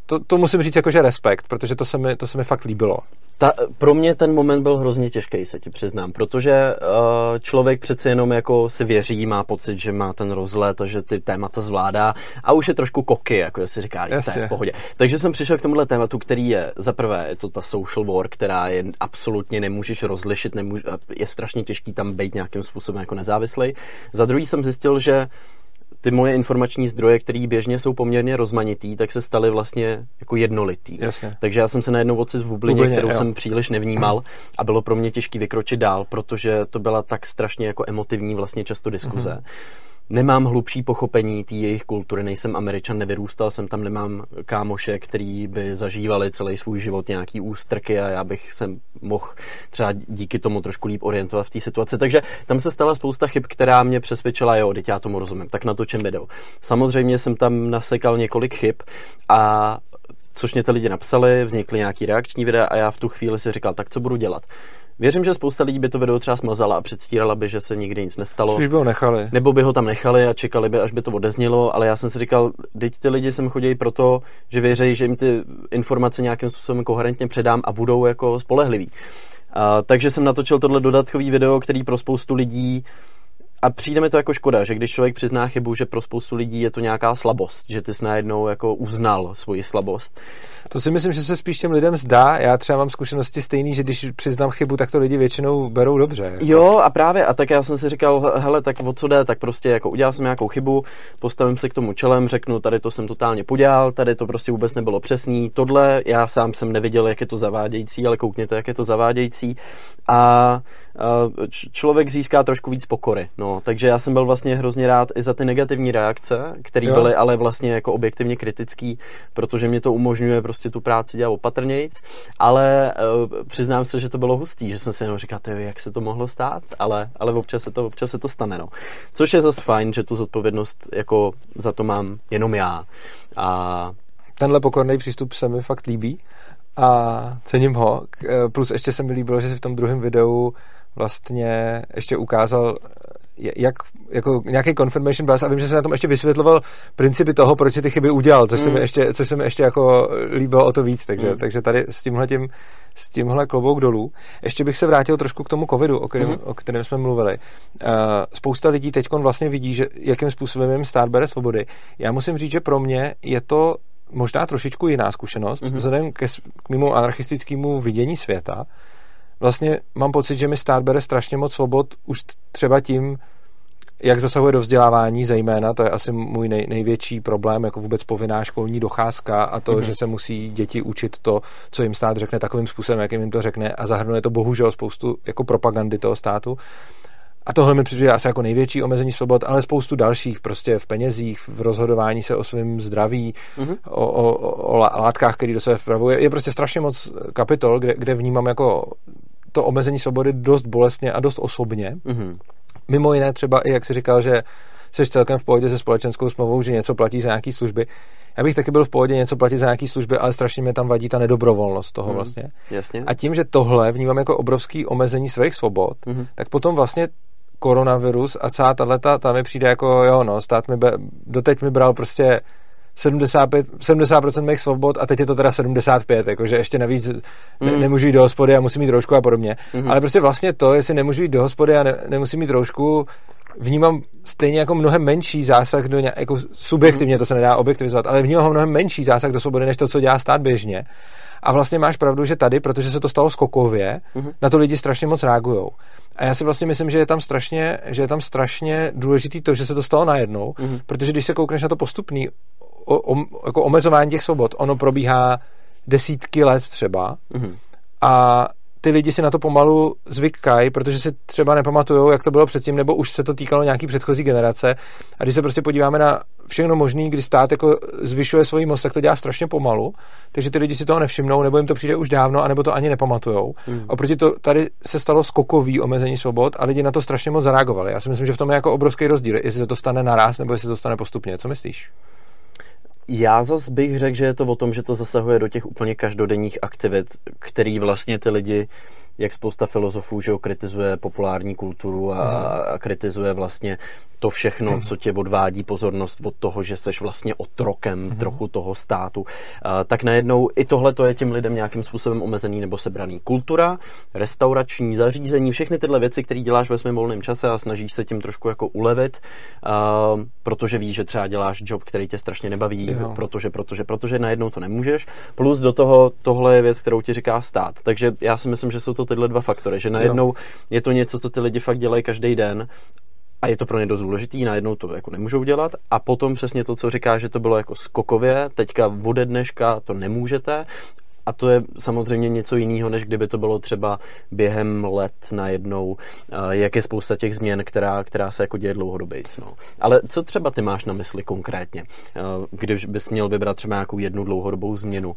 to, to musím říct jakože respekt, protože to se mi, to se mi fakt líbilo. Ta, pro mě ten moment byl hrozně těžký, se ti přiznám, protože uh, člověk přece jenom jako si věří, má pocit, že má ten rozlet a že ty témata zvládá a už je trošku koky, jako si říká, že to je v pohodě. Takže jsem přišel k tomuhle tématu, který je za prvé, je to ta social war, která je absolutně nemůžeš rozlišit, nemůž, je strašně těžký tam být nějakým způsobem jako nezávislej. Za druhý jsem zjistil, že ty moje informační zdroje, které běžně jsou poměrně rozmanitý, tak se staly vlastně jako jednolitý. Jasně. Takže já jsem se najednou ocit v bublině, bublině kterou jo. jsem příliš nevnímal a bylo pro mě těžké vykročit dál, protože to byla tak strašně jako emotivní vlastně často diskuze. Mm-hmm. Nemám hlubší pochopení té jejich kultury, nejsem Američan, nevyrůstal jsem tam, nemám kámoše, který by zažívali celý svůj život nějaký ústrky a já bych se mohl třeba díky tomu trošku líp orientovat v té situaci. Takže tam se stala spousta chyb, která mě přesvědčila, jo, teď já tomu rozumím, tak natočím video. Samozřejmě jsem tam nasekal několik chyb a což mě ty lidi napsali, vznikly nějaký reakční videa a já v tu chvíli si říkal, tak co budu dělat? Věřím, že spousta lidí by to video třeba smazala a předstírala by, že se nikdy nic nestalo. Spíš by ho nechali. Nebo by ho tam nechali a čekali by, až by to odeznělo, ale já jsem si říkal, teď ty lidi sem chodí proto, že věří, že jim ty informace nějakým způsobem koherentně předám a budou jako spolehliví. A, takže jsem natočil tohle dodatkový video, který pro spoustu lidí a přijde mi to jako škoda, že když člověk přizná chybu, že pro spoustu lidí je to nějaká slabost, že ty jsi najednou jako uznal svoji slabost. To si myslím, že se spíš těm lidem zdá. Já třeba mám zkušenosti stejný, že když přiznám chybu, tak to lidi většinou berou dobře. Jako. Jo, a právě, a tak já jsem si říkal, hele, tak o co jde, tak prostě jako udělal jsem nějakou chybu, postavím se k tomu čelem, řeknu, tady to jsem totálně podělal, tady to prostě vůbec nebylo přesný, tohle já sám jsem neviděl, jak je to zavádějící, ale koukněte, jak je to zavádějící a člověk získá trošku víc pokory. No, takže já jsem byl vlastně hrozně rád i za ty negativní reakce, které byly ale vlastně jako objektivně kritický, protože mě to umožňuje prostě tu práci dělat opatrnějc, ale uh, přiznám se, že to bylo hustý, že jsem si jenom říkal, tyjo, jak se to mohlo stát, ale, ale občas se to, občas se to stane. No. Což je zase fajn, že tu zodpovědnost jako za to mám jenom já. A tenhle pokorný přístup se mi fakt líbí a cením ho. Plus ještě se mi líbilo, že si v tom druhém videu vlastně ještě ukázal jak, jako nějaký confirmation bias a vím, že se na tom ještě vysvětloval principy toho, proč si ty chyby udělal, což, mm. se mi ještě, což se mi ještě jako líbilo o to víc, takže, mm. takže tady s tímhletím, s tímhle klobouk dolů. Ještě bych se vrátil trošku k tomu covidu, o kterém, mm. o kterém jsme mluvili. Uh, spousta lidí teďkon vlastně vidí, že jakým způsobem jim stát bere svobody. Já musím říct, že pro mě je to možná trošičku jiná zkušenost, mm. vzhledem ke, k mému anarchistickému vidění světa. Vlastně mám pocit, že mi stát bere strašně moc svobod už třeba tím, jak zasahuje do vzdělávání zejména, to je asi můj nej, největší problém, jako vůbec povinná školní docházka a to, mm-hmm. že se musí děti učit to, co jim stát řekne takovým způsobem, jakým jim to řekne a zahrnuje to bohužel spoustu jako propagandy toho státu. A tohle mi přijde asi jako největší omezení svobod, ale spoustu dalších, prostě v penězích, v rozhodování se o svém zdraví, mm-hmm. o, o, o látkách, který do sebe vpravuje. Je prostě strašně moc kapitol, kde, kde vnímám jako to omezení svobody dost bolestně a dost osobně. Mm-hmm. Mimo jiné třeba i, jak jsi říkal, že jsi celkem v pohodě se společenskou smlouvou, že něco platí za nějaký služby. Já bych taky byl v pohodě něco platit za nějaký služby, ale strašně mě tam vadí ta nedobrovolnost toho vlastně. Mm, jasně. A tím, že tohle vnímám jako obrovský omezení svých svobod, mm-hmm. tak potom vlastně koronavirus a celá tahleta, tam mi přijde jako, jo no, stát mi, be, doteď mi bral prostě sedmdesát pět, sedmdesát procent mých svobod a teď je to teda sedmdesát pět, jakože ještě navíc mm. ne, nemůžu jít do hospody a musím mít roušku a podobně. Mm. Ale prostě vlastně to, jestli nemůžu jít do hospody a ne, nemusím mít roušku, vnímám stejně jako mnohem menší zásah do nějak, jako subjektivně, to se nedá objektivizovat, ale vnímám ho mnohem menší zásah do svobody, než to, co dělá stát běžně. A vlastně máš pravdu, že tady, protože se to stalo skokově, mm. na to lidi strašně moc reagujou. A já si vlastně myslím, že je tam strašně, že je tam strašně důležitý to, že se to stalo najednou, mm. protože když se koukneš na to postupný o, o, jako omezování těch svobod, ono probíhá desítky let třeba mm. a ty lidi si na to pomalu zvykají, protože si třeba nepamatujou, jak to bylo předtím, nebo už se to týkalo nějaký předchozí generace. A když se prostě podíváme na všechno možný, kdy stát jako zvyšuje svoji moc, tak to dělá strašně pomalu, takže ty lidi si toho nevšimnou, nebo jim to přijde už dávno, anebo to ani nepamatujou. Hmm. Oproti to tady se stalo skokový omezení svobod a lidi na to strašně moc zareagovali. Já si myslím, že v tom je jako obrovský rozdíl, jestli se to stane naraz, nebo jestli to stane postupně. Co myslíš? Já zas bych řekl, že je to o tom, že to zasahuje do těch úplně každodenních aktivit, který vlastně ty lidi jak spousta filozofů, že ho kritizuje populární kulturu a, a kritizuje vlastně to všechno, co tě odvádí pozornost od toho, že seš vlastně otrokem mm. trochu toho státu. A, tak najednou i tohle to je těm lidem nějakým způsobem omezený nebo sebraný. Kultura, restaurační zařízení, všechny tyhle věci, které děláš ve svém volném čase a snažíš se tím trošku jako ulevit, a, protože víš, že třeba děláš job, který tě strašně nebaví, jo. protože, protože, protože najednou to nemůžeš. Plus do toho tohle je věc, kterou ti říká stát. Takže já si myslím, že jsou to tyhle dva faktory, že najednou jo. je to něco, co ty lidi fakt dělají každý den a je to pro ně dost důležitý, najednou to jako nemůžou dělat a potom přesně to, co říká, že to bylo jako skokově, teďka ode dneška to nemůžete. A to je samozřejmě něco jiného, než kdyby to bylo třeba během let najednou, jak je spousta těch změn, která, která se jako děje dlouhodobě. No. Ale co třeba ty máš na mysli konkrétně, když bys měl vybrat třeba nějakou jednu dlouhodobou změnu,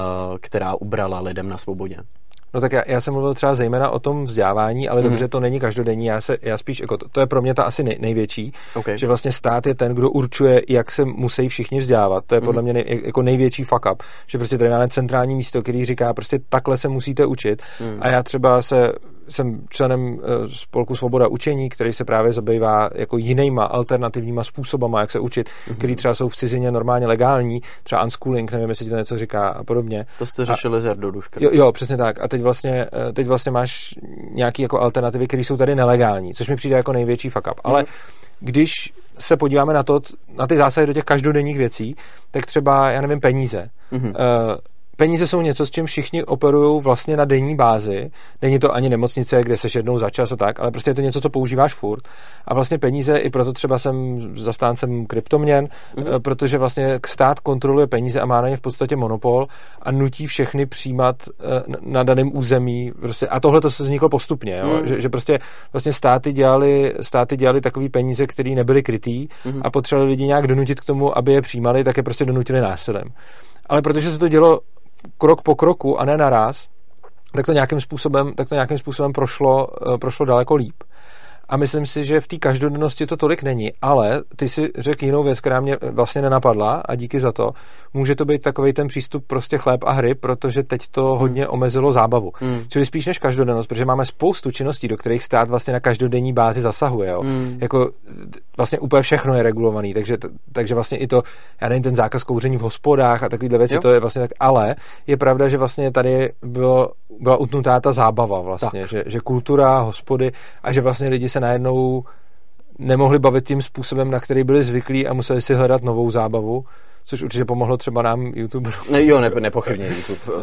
která ubrala lidem na svobodě? No tak já, já jsem mluvil třeba zejména o tom vzdělávání, ale mm. dobře, to není každodenní, já, se, já spíš, jako to, to je pro mě ta asi nej, největší, okay. že vlastně stát je ten, kdo určuje, jak se musí všichni vzdělávat, to je podle mm. mě nej, jako největší fuck up, že prostě tady máme centrální místo, který říká, prostě takhle se musíte učit mm. a já třeba se jsem členem spolku Svoboda učení, který se právě zabývá jako jinýma alternativníma způsobama, jak se učit, mm-hmm. který třeba jsou v cizině normálně legální, třeba unschooling, nevím, jestli ti to něco říká a podobně. To jste řešili s Jardou Duškem. Jo, jo, přesně tak. A teď vlastně, teď vlastně máš nějaký jako alternativy, které jsou tady nelegální, což mi přijde jako největší fuck up. Mm-hmm. Ale když se podíváme na to, na ty zásahy do těch každodenních věcí, tak třeba, já nevím, peníze. Mm-hmm. Uh, Peníze jsou něco, s čím všichni operují vlastně na denní bázi. Není to ani nemocnice, kde seš jednou za čas a tak, ale prostě je to něco, co používáš furt. A vlastně peníze, i proto třeba jsem zastáncem kryptoměn, mm-hmm. protože vlastně stát kontroluje peníze a má na ně v podstatě monopol a nutí všechny přijímat na daném území. Prostě, a tohle to se vzniklo postupně, jo? Mm-hmm. Že, že prostě vlastně státy dělali, státy dělali takový peníze, které nebyly krytý mm-hmm. a potřebovali lidi nějak donutit k tomu, aby je přijímali, tak je prostě donutili násilím. Ale protože se to dělo krok po kroku a ne naraz, tak to nějakým způsobem, tak to nějakým způsobem prošlo, prošlo daleko líp. A myslím si, že v té každodennosti to tolik není, ale ty si řekl jinou věc, která mě vlastně nenapadla a díky za to. Může to být takovej ten přístup prostě chléb a hry, protože teď to hodně hmm. omezilo zábavu. Hmm. Čili spíš než každodennost, protože máme spoustu činností, do kterých stát vlastně na každodenní bázi zasahuje. Jo? Hmm. Jako vlastně úplně všechno je regulovaný, takže, takže vlastně i to, já nevím, ten zákaz kouření v hospodách a takovýhle věci, jo. to je vlastně tak, ale je pravda, že vlastně tady bylo, byla utnutá ta zábava vlastně, že, že kultura, hospody a že vlastně lidi se najednou nemohli bavit tím způsobem, na který byli zvyklí a museli si hledat novou zábavu, což určitě pomohlo třeba nám YouTube. No, jo, ne, nepochybně YouTube.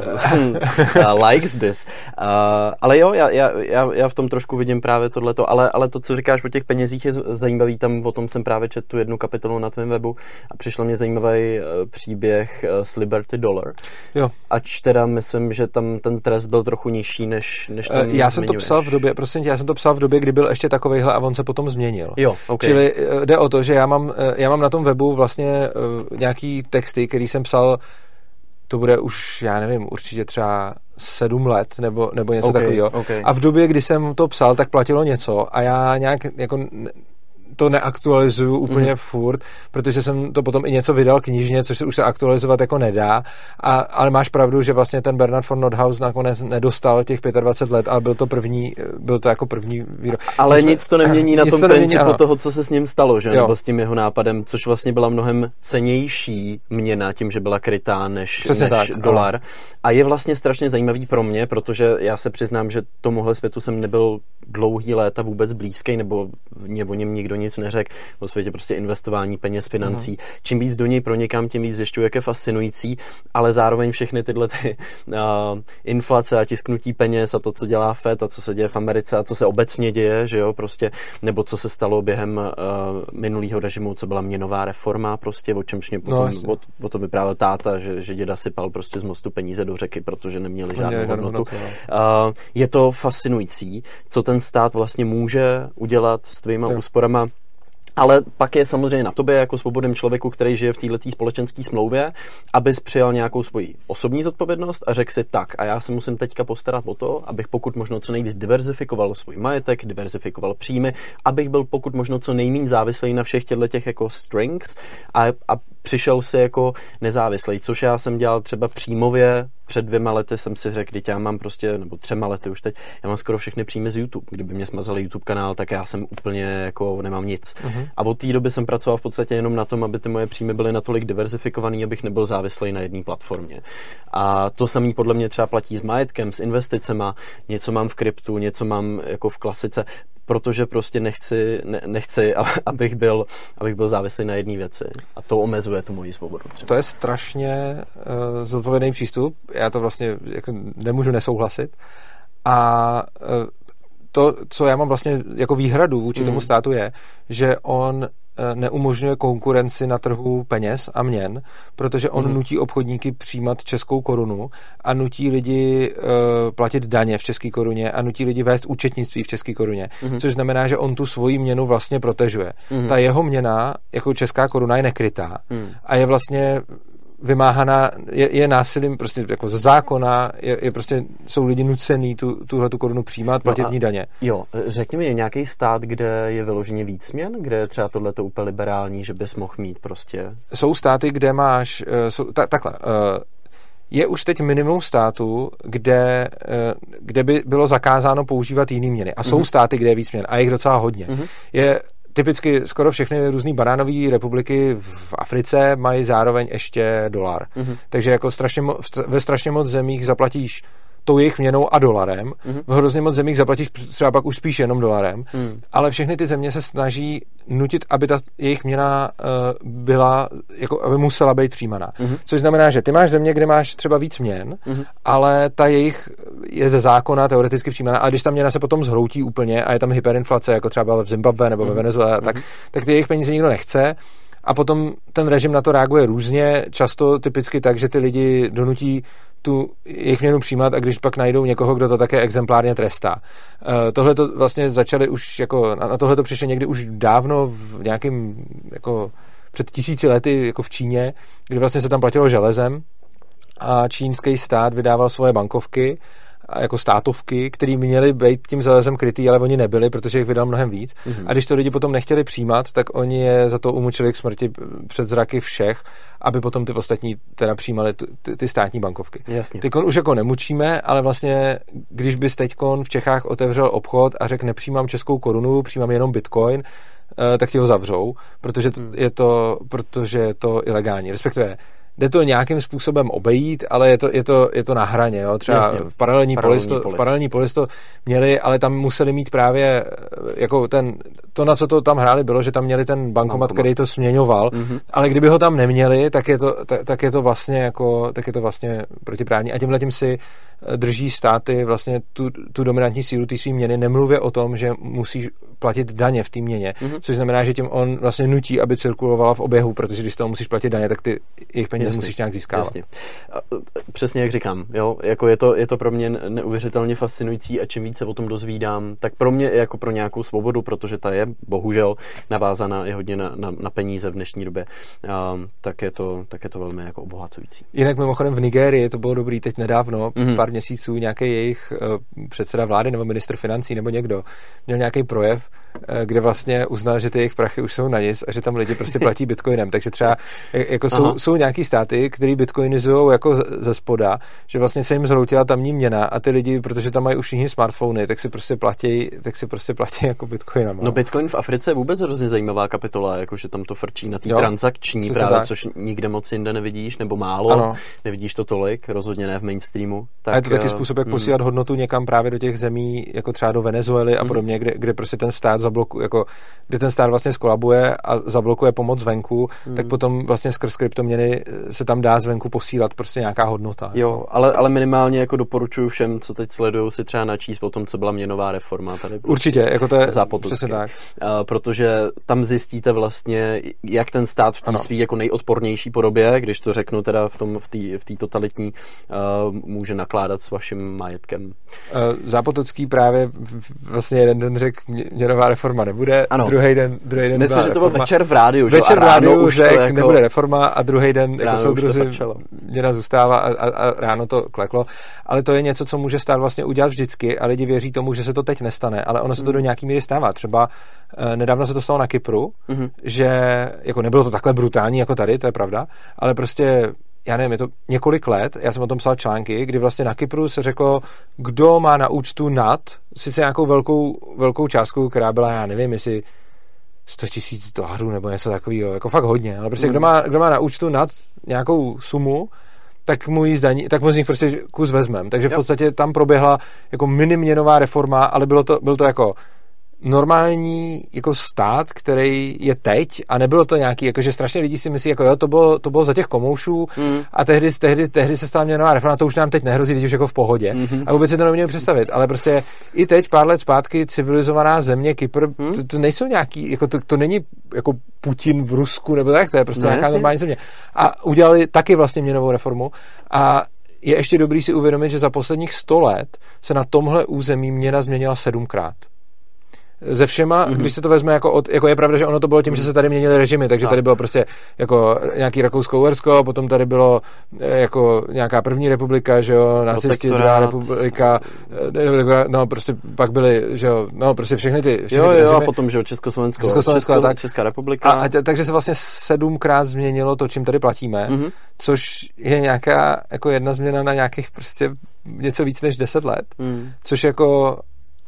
uh, likes this. Uh, ale jo, já, já, já v tom trošku vidím právě tohleto, ale, ale to, co říkáš o těch penězích, je zajímavý. Tam o tom jsem právě četl tu jednu kapitolu na tvém webu a přišlo mě zajímavý uh, příběh uh, s Liberty Dollar. Jo. Ač teda myslím, že tam ten trest byl trochu nižší, než, než tam uh, Já jsem zmiňuješ. to psal v době, prosím tě, já jsem to psal v době, kdy byl ještě takovejhle a on se potom změnil. Jo, okay. Čili uh, jde o to, že já mám, uh, já mám na tom webu vlastně uh, nějaký texty, který jsem psal, to bude už, já nevím, určitě třeba sedm let, nebo, nebo něco okay, takového. Okay. A v době, kdy jsem to psal, tak platilo něco a já nějak jako to neaktualizuju úplně mm. furt, protože jsem to potom i něco vydal knižně, což se už se aktualizovat jako nedá, a, ale máš pravdu, že vlastně ten Bernard von Nothaus nakonec nedostal těch dvacet pět let, ale byl to první, byl to jako první výrok. Ale jsme, nic to nemění na tom principu toho, co se s ním stalo, že? Nebo s tím jeho nápadem, což vlastně byla mnohem cennější měna tím, že byla krytá než, než tak, dolar. Ano. A je vlastně strašně zajímavý pro mě, protože já se přiznám, že tomuhle světu jsem nebyl dlouhý léta vůbec blízký, nebo mě o něm nikdo nic neřekl. O světě prostě investování peněz, financí. Uh-huh. Čím víc do něj pronikám, tím víc zjišťuji, jak je fascinující, ale zároveň všechny tyhle ty, uh, inflace a tisknutí peněz a to, co dělá Fed a co se děje v Americe a co se obecně děje, že jo, prostě, nebo co se stalo během uh, minulého režimu, co byla měnová reforma, prostě, o čemž mě potom, no, o, o tom vyprávěl táta, že, že děda sypal prostě z mostu peníze do řeky, protože neměli žádnou hodnotu. hodnotu uh, je to fascinující, co ten stát vlastně může udělat s tvýma jo. úsporama. Ale pak je samozřejmě na tobě jako svobodném člověku, který žije v této společenské smlouvě, abys přijal nějakou svoji osobní zodpovědnost a řekl si tak, a já se musím teďka postarat o to, abych pokud možno co nejvíc diverzifikoval svůj majetek, diverzifikoval příjmy, abych byl pokud možno co nejméně závislý na všech těchto těch jako strings a, a přišel si jako nezávislý, což já jsem dělal třeba příjmově. Před dvěma lety jsem si řekl, když já mám prostě, nebo třema lety už teď, já mám skoro všechny příjmy z YouTube. Kdyby mě smazali YouTube kanál, tak já jsem úplně jako nemám nic. Uh-huh. A od té doby jsem pracoval v podstatě jenom na tom, aby ty moje příjmy byly natolik diverzifikovaný, abych nebyl závislý na jedné platformě. A to samý podle mě třeba platí s majetkem, s investicema, něco mám v kryptu, něco mám jako v klasice, protože prostě nechci, ne, nechci abych, byl, abych byl závislý na jedné věci. A to omezuje tu moji svobodu. Třeba. To je strašně uh, zodpovědný přístup. Já to vlastně jako nemůžu nesouhlasit. A uh, to, co já mám vlastně jako výhradu vůči mm. tomu státu je, že on neumožňuje konkurenci na trhu peněz a měn, protože on mm. nutí obchodníky přijímat českou korunu a nutí lidi uh, platit daně v české koruně a nutí lidi vést účetnictví v české koruně, mm. což znamená, že on tu svoji měnu vlastně protežuje. Mm. Ta jeho měna jako česká koruna je nekrytá mm. a je vlastně vymáhaná, je, je násilím prostě jako z zákona, je, je prostě, jsou lidi nucený tu, tuhle tu korunu přijímat, platit no v ní daně. Jo, řekni mi, je nějaký stát, kde je vyloženě víc měn, kde je třeba tohleto úplně liberální, že bys mohl mít prostě? Jsou státy, kde máš, jsou, ta, takhle, je už teď minimum států, kde, kde by bylo zakázáno používat jiný měny. A jsou mm-hmm. státy, kde je víc měn a je jich docela hodně. Mm-hmm. Je typicky skoro všechny různý banánové republiky v Africe mají zároveň ještě dolar. Mm-hmm. Takže jako strašně mo- ve strašně moc zemích zaplatíš tou jejich měnou a dolarem. Mm-hmm. V hrozně moc zemích zaplatíš třeba pak už spíš jenom dolarem. Mm. Ale všechny ty země se snaží nutit, aby ta jejich měna uh, byla, jako aby musela být přijímaná. Mm-hmm. Což znamená, že ty máš země, kde máš třeba víc měn, mm-hmm. ale ta jejich je ze zákona teoreticky přijímaná, a když ta měna se potom zhroutí úplně a je tam hyperinflace, jako třeba v Zimbabwe nebo mm-hmm. ve Venezuele, tak, tak ty jejich peníze nikdo nechce. A potom ten režim na to reaguje různě, často typicky tak, že ty lidi donutí tu jejich měnu přijímat, a když pak najdou někoho, kdo to také exemplárně trestá. Uh, tohle to vlastně začali už, jako, na tohle to přišlo někdy už dávno v nějakým, jako před tisíci lety, jako v Číně, kdy vlastně se tam platilo železem a čínský stát vydával svoje bankovky jako státovky, které měly být tím železem krytý, ale oni nebyli, protože jich vydal mnohem víc. Mm-hmm. A když to lidi potom nechtěli přijímat, tak oni je za to umučili k smrti před zraky všech, aby potom ty ostatní teda přijímali ty, ty státní bankovky. Jasně. Tykon už jako nemučíme, ale vlastně, když bys teďkon v Čechách otevřel obchod a řekl, nepřijímám českou korunu, přijímám jenom bitcoin, tak ti ho zavřou, protože mm. je to, protože je to ilegální. Respektive jde to nějakým způsobem obejít, ale je to, je to, je to na hraně. Jo? Třeba Jasně. v paralelní, paralelní polis, to, polis. v paralelní polis to měli, ale tam museli mít právě jako ten, to, na co to tam hráli, bylo, že tam měli ten bankomat, bankomat. který to směňoval, mm-hmm. ale kdyby ho tam neměli, tak je to, tak, tak je to vlastně jako, tak je to vlastně protiprávní. A tímhletím si drží státy vlastně tu, tu dominantní sílu té svý měny, nemluvě o tom, že musíš platit daně v té měně, mm-hmm. což znamená, že tím on vlastně nutí, aby cirkulovala v oběhu, protože když z toho musíš platit daně, tak ty jejich peníze Jasně. musíš nějak získávat. Jasně. Přesně jak říkám, jo, jako je to, je to pro mě neuvěřitelně fascinující, a čím více o tom dozvídám, tak pro mě jako pro nějakou svobodu, protože ta je bohužel navázaná i hodně na, na, na peníze v dnešní době, um, tak, je to, tak je to velmi jako obohacující. Jinak mimochodem v Nigérii to bylo dobrý teď nedávno, mm-hmm. pár měsíců, nějaký jejich uh, předseda vlády nebo ministr financí nebo někdo měl nějaký projev, uh, kde vlastně uznal, že ty jejich prachy už jsou na nic a že tam lidi prostě platí bitcoinem. Takže třeba jako jsou, jsou nějaký státy, který bitcoinizujou jako ze spoda, že vlastně se jim zhroutila tamní měna a ty lidi, protože tam mají už všichni smartfony, tak si prostě platí, tak si prostě platí jako bitcoinem. No bitcoin v Africe je vůbec hrozně zajímavá kapitola, jakože tam to frčí na té transakční právě, tak. Což nikde moc jinde nevidíš, nebo málo, ano. Nevidíš to tolik, rozhodně ne v mainstreamu. Tak, a je to taky způsob, jak posílat mm. hodnotu někam právě do těch zemí, jako třeba do Venezuely a mm. podobně, kde, kde prostě ten stát zablokuje, jako kde ten stát vlastně skolabuje a zablokuje pomoc venku, mm. tak potom vlastně skrz kryptoměny se tam dá zvenku posílat prostě nějaká hodnota. Jo, jako. ale, ale minimálně jako doporučuji všem, co teď sledují, si třeba načíst o tom, co byla měnová reforma tady. Prostě určitě, jako to je přesně tak. Uh, protože tam zjistíte vlastně, jak ten stát v té svý jako nejodpornější podobě, když to řeknu teda v tom v té v té totalitní, uh, může nakládat nakládat s vaším majetkem. Zápotocký právě vlastně jeden den řekl, měnová reforma nebude, druhý den, druhý den Myslím, že to byl večer v rádiu, večer v rádiu řekl, jako... nebude reforma a druhý den jako soudruzi měna zůstává a, a, a ráno to kleklo. Ale to je něco, co může stát vlastně udělat vždycky a lidi věří tomu, že se to teď nestane, ale ono se to do nějaký míry stává. Třeba nedávno se to stalo na Kypru, mm-hmm. že jako nebylo to takhle brutální jako tady, to je pravda, ale prostě já nevím, je to několik let, já jsem o tom psal články, kdy vlastně na Kypru se řeklo, kdo má na účtu nad, sice nějakou velkou, velkou částku, která byla, já nevím, jestli sto tisíc dolarů nebo něco takového, jako fakt hodně, ale prostě mm. kdo, má, kdo má na účtu nad nějakou sumu, tak mu jí zdaní, tak mu z nich prostě kus vezmem. Takže v podstatě tam proběhla jako miniměnová reforma, ale bylo to, bylo to jako normální jako stát, který je teď a nebylo to nějaký, jakože strašně lidí si myslí, jako jo, to bylo, to bylo za těch komoušů mm. a tehdy, tehdy, tehdy se stala měnová reforma, to už nám teď nehrozí, teď už jako v pohodě. Mm-hmm. A vůbec si to neumím představit, ale prostě i teď pár let zpátky civilizovaná země Kypr, mm. to, to nejsou nějaký, jako to, to není jako Putin v Rusku nebo tak, to je prostě no, nějaká jasně. normální země. A udělali taky vlastně měnovou reformu a je ještě dobrý si uvědomit, že za posledních sto let se na tomhle území měna změnila sedmkrát. Ze všema, mm-hmm. když se to vezme jako od, jako je pravda, že ono to bylo tím, že se tady měnily režimy, takže tady bylo prostě jako nějaký Rakousko-Uhersko, potom tady bylo jako nějaká první republika, že jo, nacisti, druhá republika, no prostě pak byly, že jo, no prostě všechny ty, všechny jo, ty režimy. Jo, a potom, že jo, Československo, Československo Česko, a tak. Česká republika. A, a t- takže se vlastně sedmkrát změnilo to, čím tady platíme, mm-hmm. což je nějaká jako jedna změna na nějakých prostě něco víc než deset let, mm. což jako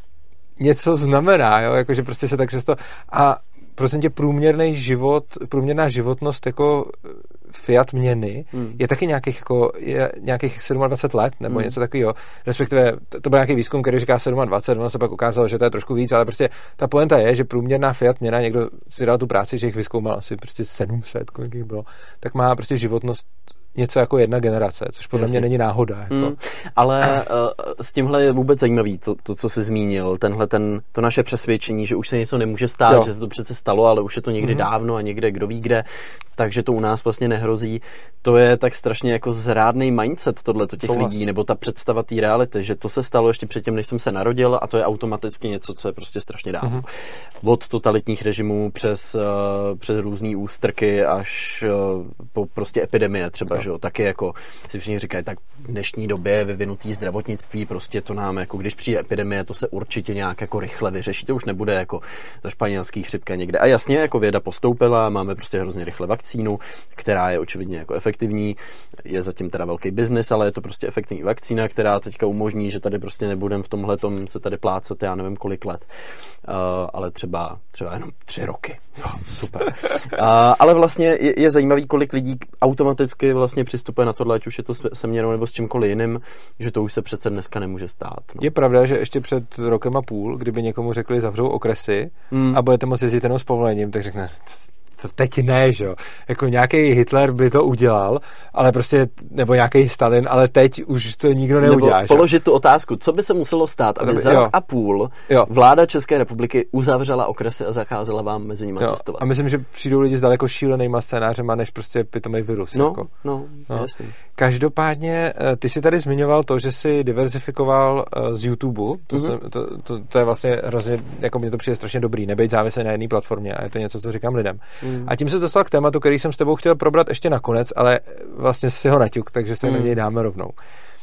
něco znamená, jo, jakože prostě se tak často a prostě průměrný život, průměrná životnost jako fiat měny hmm. je taky nějakých jako je nějakých dvacet sedm let nebo hmm. něco takového, respektive to, to byl nějaký výzkum, který říká dvacet sedm, ono se pak ukázalo, že to je trošku víc, ale prostě ta pointa je, že průměrná fiat měna, někdo si dal tu práci, že jich vyzkoumal asi prostě sedm set, kolik jich bylo, tak má prostě životnost něco jako jedna generace, což podle Jasně. mě není náhoda. Jako. Hmm. Ale uh, s tímhle je vůbec zajímavý, to, to, co jsi zmínil, tenhle ten, to naše přesvědčení, že už se něco nemůže stát, jo. že se to přece stalo, ale už je to někdy hmm. dávno a někde kdo ví kde, takže to u nás vlastně nehrozí. To je tak strašně jako zrádný mindset tohleto těch Souhlas. lidí, nebo ta představa té reality, že to se stalo ještě předtím, než jsem se narodil a to je automaticky něco, co je prostě strašně dávno. Hmm. Od totalitních režimů přes, uh, přes různý ústrky až uh, po prostě epidemie třeba, jo. že jo, taky jako si všichni říkají, tak v dnešní době vyvinutý zdravotnictví, prostě to nám, jako když přijde epidemie, to se určitě nějak jako rychle vyřeší, to už nebude jako ta španělský chřipka někde. A jasně, jako věda postoupila, máme prostě hrozně rychle vakcínu, která je očividně jako efektivní, je zatím teda velký biznis, ale je to prostě efektivní vakcína, která teďka umožní, že tady prostě nebudeme v tomhletom se tady plácet, já nevím kolik let, uh, ale třeba, třeba jenom tři roky. Oh, super. uh, ale vlastně je, je zajímavý, kolik lidí automaticky vlastně přistupuje na tohle, ať už je to se měnou nebo s čímkoliv jiným, že to už se přece dneska nemůže stát. No. Je pravda, že ještě před rokem a půl, kdyby někomu řekli zavřou okresy hmm. a budete moct jezdit jenom s povolením, tak řekne, to teď ne, že jo. Jako nějaký Hitler by to udělal, ale prostě, nebo nějaký Stalin, ale teď už to nikdo neudělá. Nebo položit tu otázku, co by se muselo stát, aby za rok a půl jo. vláda České republiky uzavřela okresy a zakázala vám mezi nimi cestovat. A myslím, že přijdou lidi s daleko šílenýma scénářema, než prostě pitomej virus. No, jako. no, no, jasně. Každopádně, ty jsi tady zmiňoval to, že jsi diverzifikoval z YouTube. To, mm-hmm. jsem, to, to, to je vlastně hrozně, jako mně to přijde strašně dobrý, nebejt závislý na jedné platformě a je to něco, co říkám lidem. Mm. A tím se dostal k tématu, který jsem s tebou chtěl probrat ještě nakonec, ale vlastně si ho naťuk, takže se mm. na něj dáme rovnou.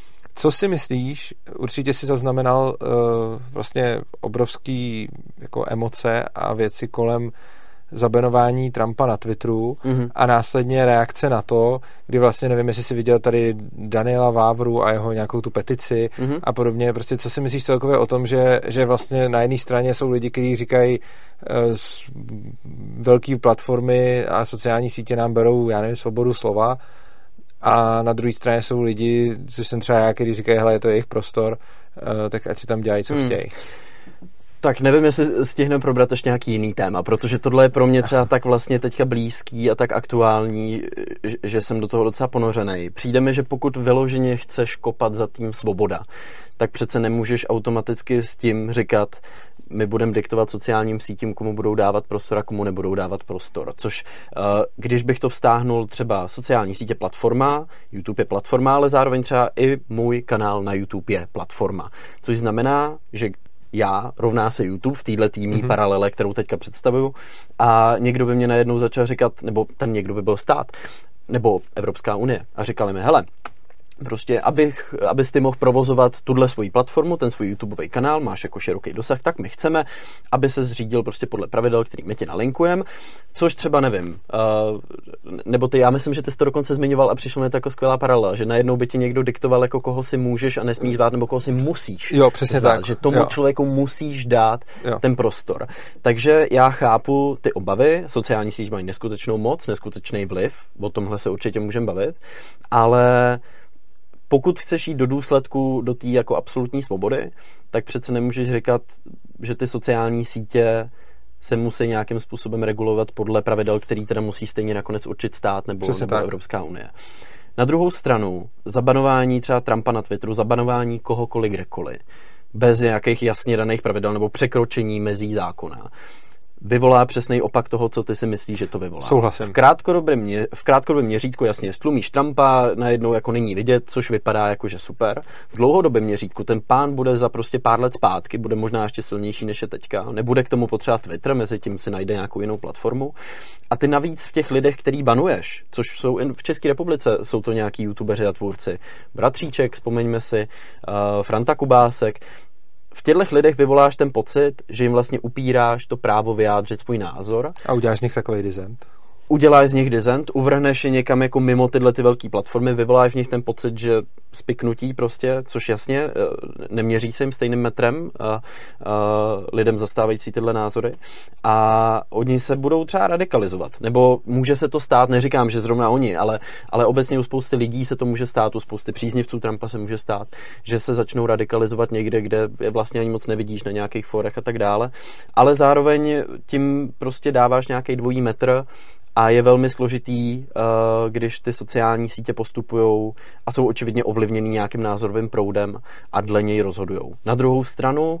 Co si myslíš, určitě si zaznamenal uh, vlastně obrovský jako emoce a věci kolem zabenování Trumpa na Twitteru mm-hmm. a následně reakce na to, kdy vlastně nevím, jestli jsi viděl tady Daniela Vávru a jeho nějakou tu petici mm-hmm. a podobně. Prostě co si myslíš celkově o tom, že, že vlastně na jedné straně jsou lidi, kteří říkají uh, velké platformy a sociální sítě nám berou, já nevím, svobodu slova a na druhé straně jsou lidi, což jsem třeba já, kteří říkají, hele, je to jejich prostor, uh, tak ať si tam dělají, co mm. chtějí. Tak nevím, jestli stihneme probrat ještě nějaký jiný téma, protože tohle je pro mě třeba tak vlastně teďka blízký a tak aktuální, že jsem do toho docela ponořenej. Přijde mi, že pokud vyloženě chceš kopat za tým Svoboda, tak přece nemůžeš automaticky s tím říkat, my budeme diktovat sociálním sítím, komu budou dávat prostor a komu nebudou dávat prostor. Což, když bych to vztáhnul třeba sociální sítě platforma, YouTube je platforma, ale zároveň třeba i můj kanál na YouTube je platforma. Což znamená, že já rovná se YouTube v této týmí mm-hmm. paralele, kterou teďka představuju, a někdo by mě najednou začal říkat, nebo ten někdo by byl stát, nebo Evropská unie, a říkali mi, hele, prostě, abych, abys ty mohl provozovat tuhle svoji platformu, ten svůj YouTubeový kanál, máš jako široký dosah, tak my chceme, aby se zřídil prostě podle pravidel, který my ti nalinkujeme, což třeba nevím, uh, nebo ty, já myslím, že ty jsi to dokonce zmiňoval a přišlo mi to jako skvělá paralela, že najednou by ti někdo diktoval, jako koho si můžeš a nesmíš zvát, nebo koho si musíš jo, přesně zvát, tak. Že tomu jo. člověku musíš dát jo. ten prostor. Takže já chápu ty obavy, sociální síť mají neskutečnou moc, neskutečný vliv, o tomhle se určitě můžeme bavit, ale pokud chceš jít do důsledku do té jako absolutní svobody, tak přece nemůžeš říkat, že ty sociální sítě se musí nějakým způsobem regulovat podle pravidel, který teda musí stejně nakonec určit stát nebo, nebo Evropská unie. Na druhou stranu, zabanování třeba Trumpa na Twitteru, zabanování kohokoliv kdekoliv, bez nějakých jasně daných pravidel nebo překročení mezí zákona, vyvolá přesný opak toho, co ty si myslíš, že to vyvolá. Souhlasím. V krátkodobém, mě, v krátkodobém měřítku jasně stlumíš Trumpa, najednou jako není vidět, což vypadá jako, že super. V dlouhodobém měřítku ten pán bude za prostě pár let zpátky, bude možná ještě silnější, než je teďka. Nebude k tomu potřeba Twitter, mezi tím si najde nějakou jinou platformu. A ty navíc v těch lidech, který banuješ, což jsou v České republice, jsou to nějaký youtubeři a tvůrci. Bratříček, vzpomeňme si, uh, Franta Kubásek. V těchto lidech vyvoláš ten pocit, že jim vlastně upíráš to právo vyjádřit svůj názor. A uděláš z nich takový dizent. Uděláš z nich dizent, uvrhneš je někam jako mimo tyhle ty velké platformy, vyvoláš v nich ten pocit, že spiknutí prostě, což jasně neměří se jim stejným metrem a, a lidem zastávající tyhle názory, a oni se budou třeba radikalizovat, nebo může se to stát, neříkám, že zrovna oni, ale, ale obecně u spousty lidí se to může stát, u spousty příznivců Trumpa se může stát, že se začnou radikalizovat někde, kde je vlastně ani moc nevidíš na nějakých forech a tak dále, ale zároveň tím prostě dáváš nějaký dvojí metr. A je velmi složitý, když ty sociální sítě postupujou a jsou očividně ovlivněný nějakým názorovým proudem a dle něj rozhodujou. Na druhou stranu,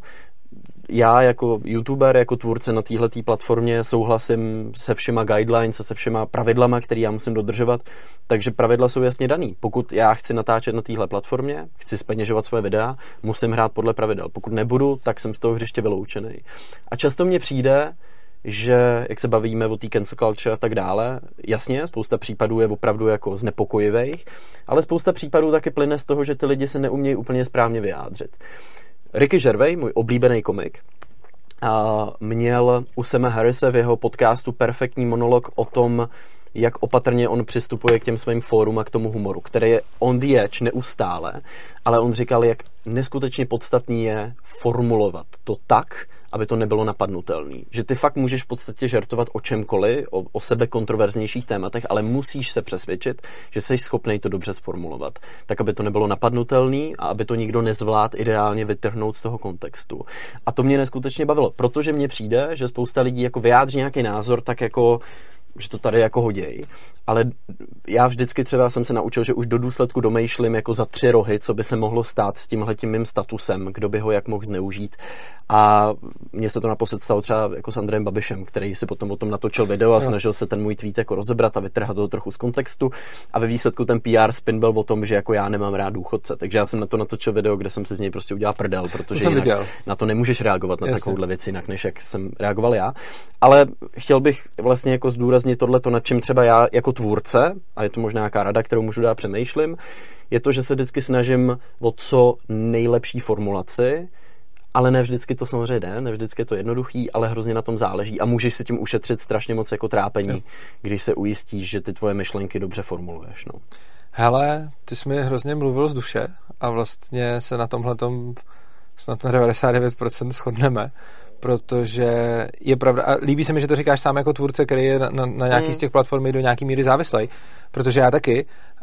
já jako youtuber, jako tvůrce na téhletý platformě souhlasím se všema guidelines, se všema pravidlama, které já musím dodržovat, takže pravidla jsou jasně daný. Pokud já chci natáčet na téhle platformě, chci zpeněžovat svoje videa, musím hrát podle pravidel. Pokud nebudu, tak jsem z toho hřiště vyloučený. A často mně přijde, že, jak se bavíme o té cancel culture a tak dále, jasně, spousta případů je opravdu jako znepokojivých, ale spousta případů taky plyne z toho, že ty lidi se neumějí úplně správně vyjádřit. Ricky Gervais, můj oblíbený komik, a měl u Sama Harrise v jeho podcastu perfektní monolog o tom, jak opatrně on přistupuje k těm svým fórům a k tomu humoru, který je on the edge neustále, ale on říkal, jak neskutečně podstatný je formulovat to tak, aby to nebylo napadnutelný. Že ty fakt můžeš v podstatě žertovat o čemkoliv, o, o sebe kontroverznějších tématech, ale musíš se přesvědčit, že jsi schopnej to dobře sformulovat. Tak, aby to nebylo napadnutelný a aby to nikdo nezvlád ideálně vytrhnout z toho kontextu. A to mě neskutečně bavilo, protože mně přijde, že spousta lidí jako vyjádří nějaký názor, tak jako že to tady jako hoděj, ale já vždycky třeba jsem se naučil, že už do důsledku domýšlím jako za tři rohy, co by se mohlo stát s tímhletím mým statusem, kdo by ho jak mohl zneužít. A mně se to naposled stalo třeba jako s Andrejem Babišem, který si potom o tom natočil video a snažil se ten můj tweet jako rozebrat a vytrhat to trochu z kontextu, a ve výsledku ten P R spin byl o tom, že jako já nemám rád důchodce. Takže já jsem na to natočil video, kde jsem si z něj prostě udělal prdel, protože to jinak na to nemůžeš reagovat na takovouhle věc jinak, než jak jsem reagoval já. Ale chtěl bych vlastně jako zdůraznit tohleto, nad čím třeba já jako tvůrce, a je to možná nějaká rada, kterou můžu dát, přemýšlím, je to, že se vždycky snažím o co nejlepší formulaci, ale ne vždycky to samozřejmě jde, ne vždycky je to jednoduchý, ale hrozně na tom záleží a můžeš si tím ušetřit strašně moc jako trápení, jo. Když se ujistíš, že ty tvoje myšlenky dobře formuluješ. No. Hele, ty jsi mi hrozně mluvil z duše a vlastně se na tomhletom snad na devadesát devět procent shodneme, protože je pravda, a líbí se mi, že to říkáš sám jako tvůrce, který je na, na, na nějaký mm. z těch platform do nějaký míry závislej, protože já taky,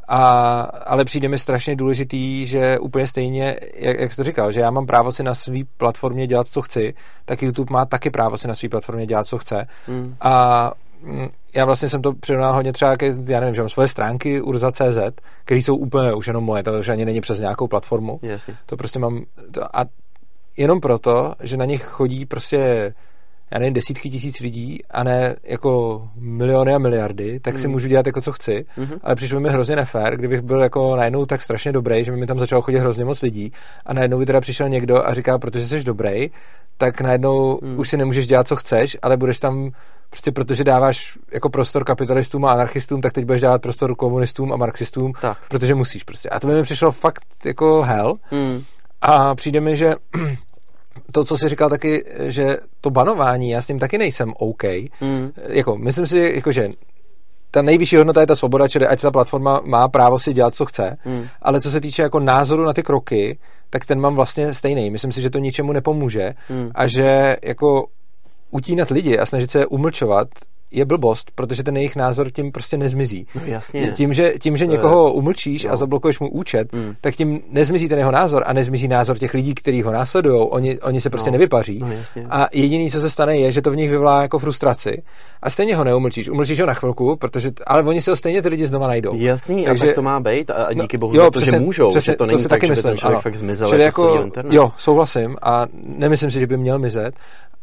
A, ale přijde mi strašně důležitý, že úplně stejně, jak, jak jsi to říkal, že já mám právo si na své platformě dělat, co chci, tak YouTube má taky právo si na své platformě dělat, co chce. Mm. A já vlastně jsem to přirovnal hodně třeba, ke, já nevím, že mám svoje stránky urza tečka cé zet, které jsou úplně už jenom moje, to už ani není přes nějakou platformu. Jasně. To prostě mám, to, a jenom proto, že na nich chodí prostě, já nevím, desítky tisíc lidí a ne jako miliony a miliardy, tak mm. si můžu dělat jako co chci, mm-hmm. ale přišlo mi hrozně nefér, kdybych byl jako najednou tak strašně dobrý, že by mi tam začalo chodit hrozně moc lidí a najednou by teda přišel někdo a říká, protože jsi dobrý, tak najednou mm. už si nemůžeš dělat, co chceš, ale budeš tam prostě protože dáváš jako prostor kapitalistům a anarchistům, tak teď budeš dávat prostor komunistům a marxistům, tak. protože musíš prostě. A to by mi přišlo fakt jako hell. Mm. A přijde mi, že to, co jsi říkal taky, že to banování, já s tím taky nejsem OK. Mm. Jako, myslím si, jako, že ta nejvyšší hodnota je ta svoboda, čili ať ta platforma má právo si dělat, co chce, mm. ale co se týče jako názoru na ty kroky, tak ten mám vlastně stejný. Myslím si, že to ničemu nepomůže mm. a že jako utínat lidi a snažit se je umlčovat je blbost, protože ten jejich názor tím prostě nezmizí. No jasně. Tím, že, tím, že někoho umlčíš no. a zablokuješ mu účet, mm. tak tím nezmizí ten jeho názor a nezmizí názor těch lidí, kteří ho následujou. Oni, oni se prostě no. nevypaří. No, a jediný, co se stane, je, že to v nich vyvolá jako frustraci. A stejně ho neumlčíš. Umlčíš ho na chvilku, protože, ale oni si ho stejně ty lidi znova najdou. Jasný, takže, a tak to má být a díky bohu no, jo, za to, přesně, že můžou. Přesně, že to, to není si tak, taky že myslím. ten člověk ano. fakt zmizel Čili jako, jako internet. Jo, souhlasím a nemyslím si, že by měl mizet.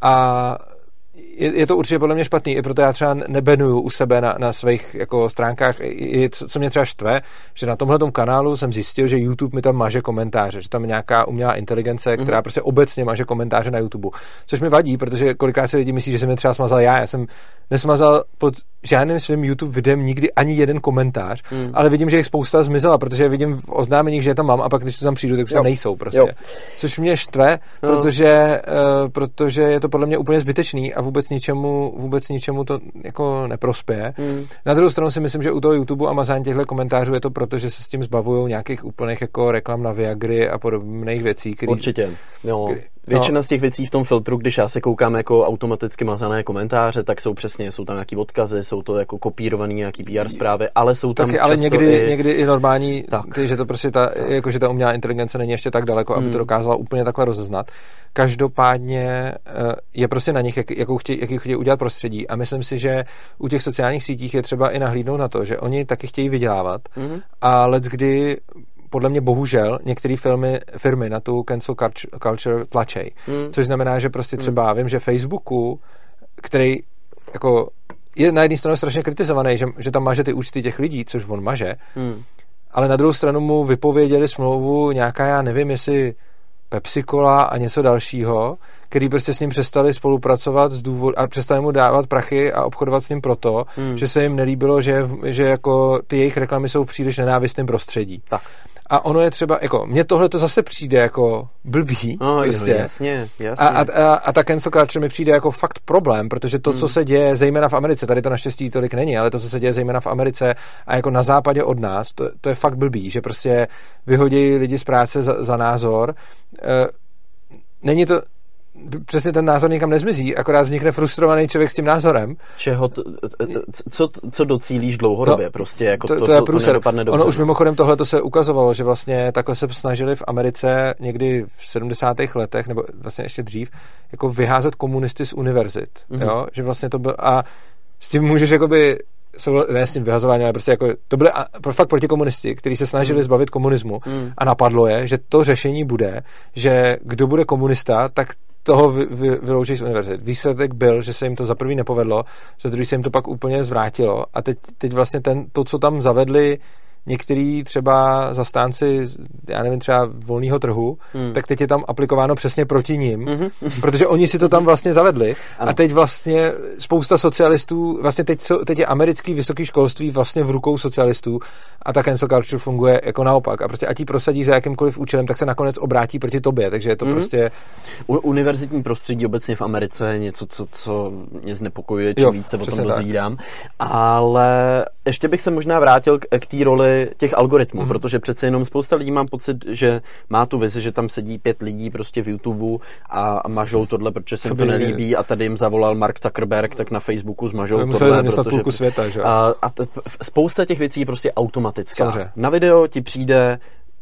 A Je, je to určitě podle mě špatný, i proto já třeba nebenuju u sebe na, na svých jako stránkách, i, co, co mě třeba štve, že na tomhletom kanálu jsem zjistil, že YouTube mi tam maže komentáře, že tam je nějaká umělá inteligence, která mm-hmm. prostě obecně maže komentáře na YouTube, což mi vadí, protože kolikrát si lidi myslí, že jsem je třeba smazal já, já jsem nesmazal pod žádným svým YouTube videem nikdy ani jeden komentář, mm. ale vidím, že jich spousta zmizela, protože vidím v oznámeních, že je tam mám a pak když to tam přijdu, tak už tam nejsou prostě. Jo. Což mě štve, no. protože, uh, protože je to podle mě úplně zbytečný a vůbec ničemu, vůbec ničemu to jako neprospěje. Mm. Na druhou stranu si myslím, že u toho YouTube a mazání těchto komentářů je to proto, že se s tím zbavují nějakých úplných jako reklam na Viagry a podobných věcí. Který, Určitě. Jo. Který, Většina no. z těch věcí v tom filtru, když já se koukám jako automaticky mazané komentáře, tak jsou přesně, jsou tam nějaký odkazy, jsou to jako kopírovaný nějaký P R zprávy, ale jsou tam taky, ale někdy, i... někdy i normální, ty, že to prostě ta, jako, že ta umělá inteligence není ještě tak daleko, aby hmm. to dokázala úplně takhle rozeznat. Každopádně je prostě na nich, jak, jakou chtějí, jaký chtějí udělat prostředí a myslím si, že u těch sociálních sítích je třeba i nahlídnout na to, že oni taky chtějí vydělávat hmm. a leckdy podle mě bohužel některé firmy, firmy na tu cancel culture tlačej. Mm. Což znamená, že prostě třeba mm. vím, že Facebooku, který jako je na jedné straně strašně kritizovaný, že, že tam maže ty účty těch lidí, což on maže, mm. ale na druhou stranu mu vypověděli smlouvu nějaká, já nevím, jestli Pepsi Cola a něco dalšího, který prostě s ním přestali spolupracovat z důvodu a přestali mu dávat prachy a obchodovat s ním proto, mm. že se jim nelíbilo, že, že jako ty jejich reklamy jsou příliš nenávistným prostředí. Tak. A ono je třeba, jako, mně tohle to zase přijde jako blbý, no, prostě. Jo, jasně, jasně. A, a, a ta cancel culture mi přijde jako fakt problém, protože to, hmm. co se děje zejména v Americe, tady to naštěstí tolik není, ale to, co se děje zejména v Americe a jako na západě od nás, to, to je fakt blbý, že prostě vyhodí lidi z práce za, za názor. E, není to přesně ten názor nikam nezmizí, akorát vznikne frustrovaný člověk s tím názorem. Čeho, t, t, t, co, co docílíš dlouhodobě, no, prostě jako to, to, to, je to, to nedopadne dobře. Ono už mimochodem tohle to se ukazovalo, že vlastně takhle se snažili v Americe někdy v sedmdesátých letech, nebo vlastně ještě dřív, jako vyházet komunisty z univerzit, mm-hmm. jo, že vlastně to byl, a s tím můžeš jakoby jsou, ne s tím vyhazováním, ale prostě jako, to byly fakt protikomunisti, kteří se snažili mm. zbavit komunismu mm. a napadlo je, že to řešení bude, že kdo bude komunista, tak toho vy, vy, vyloučí z univerzit. Výsledek byl, že se jim to za prvý nepovedlo, za druhý se jim to pak úplně zvrátilo a teď, teď vlastně ten, to, co tam zavedli některý třeba zastánci, já nevím, třeba volného trhu, hmm. tak teď je tam aplikováno přesně proti nim, mm-hmm. protože oni si to tam vlastně zavedli ano. a teď vlastně spousta socialistů, vlastně teď, teď je americký vysoký školství vlastně v rukou socialistů a ta cancel culture funguje jako naopak a prostě ať ji prosadí za jakýmkoliv účelem, tak se nakonec obrátí proti tobě, takže je to mm-hmm. prostě... U, univerzitní prostředí obecně v Americe je něco, co, co mě znepokojuje, čím jo, víc se o tom dozvídám, tak. Ale ještě bych se možná vrátil k, k té roli kvůli těch algoritmů, mm. protože přece jenom spousta lidí mám pocit, že má tu vizi, že tam sedí pět lidí prostě v YouTube a, a mažou tohle, protože se jim to nelíbí a tady jim zavolal Mark Zuckerberg, tak na Facebooku zmažou to tohle, protože půlku světa, že? A, a t, spousta těch věcí je prostě automatická. Samozřejmě. Na video ti přijde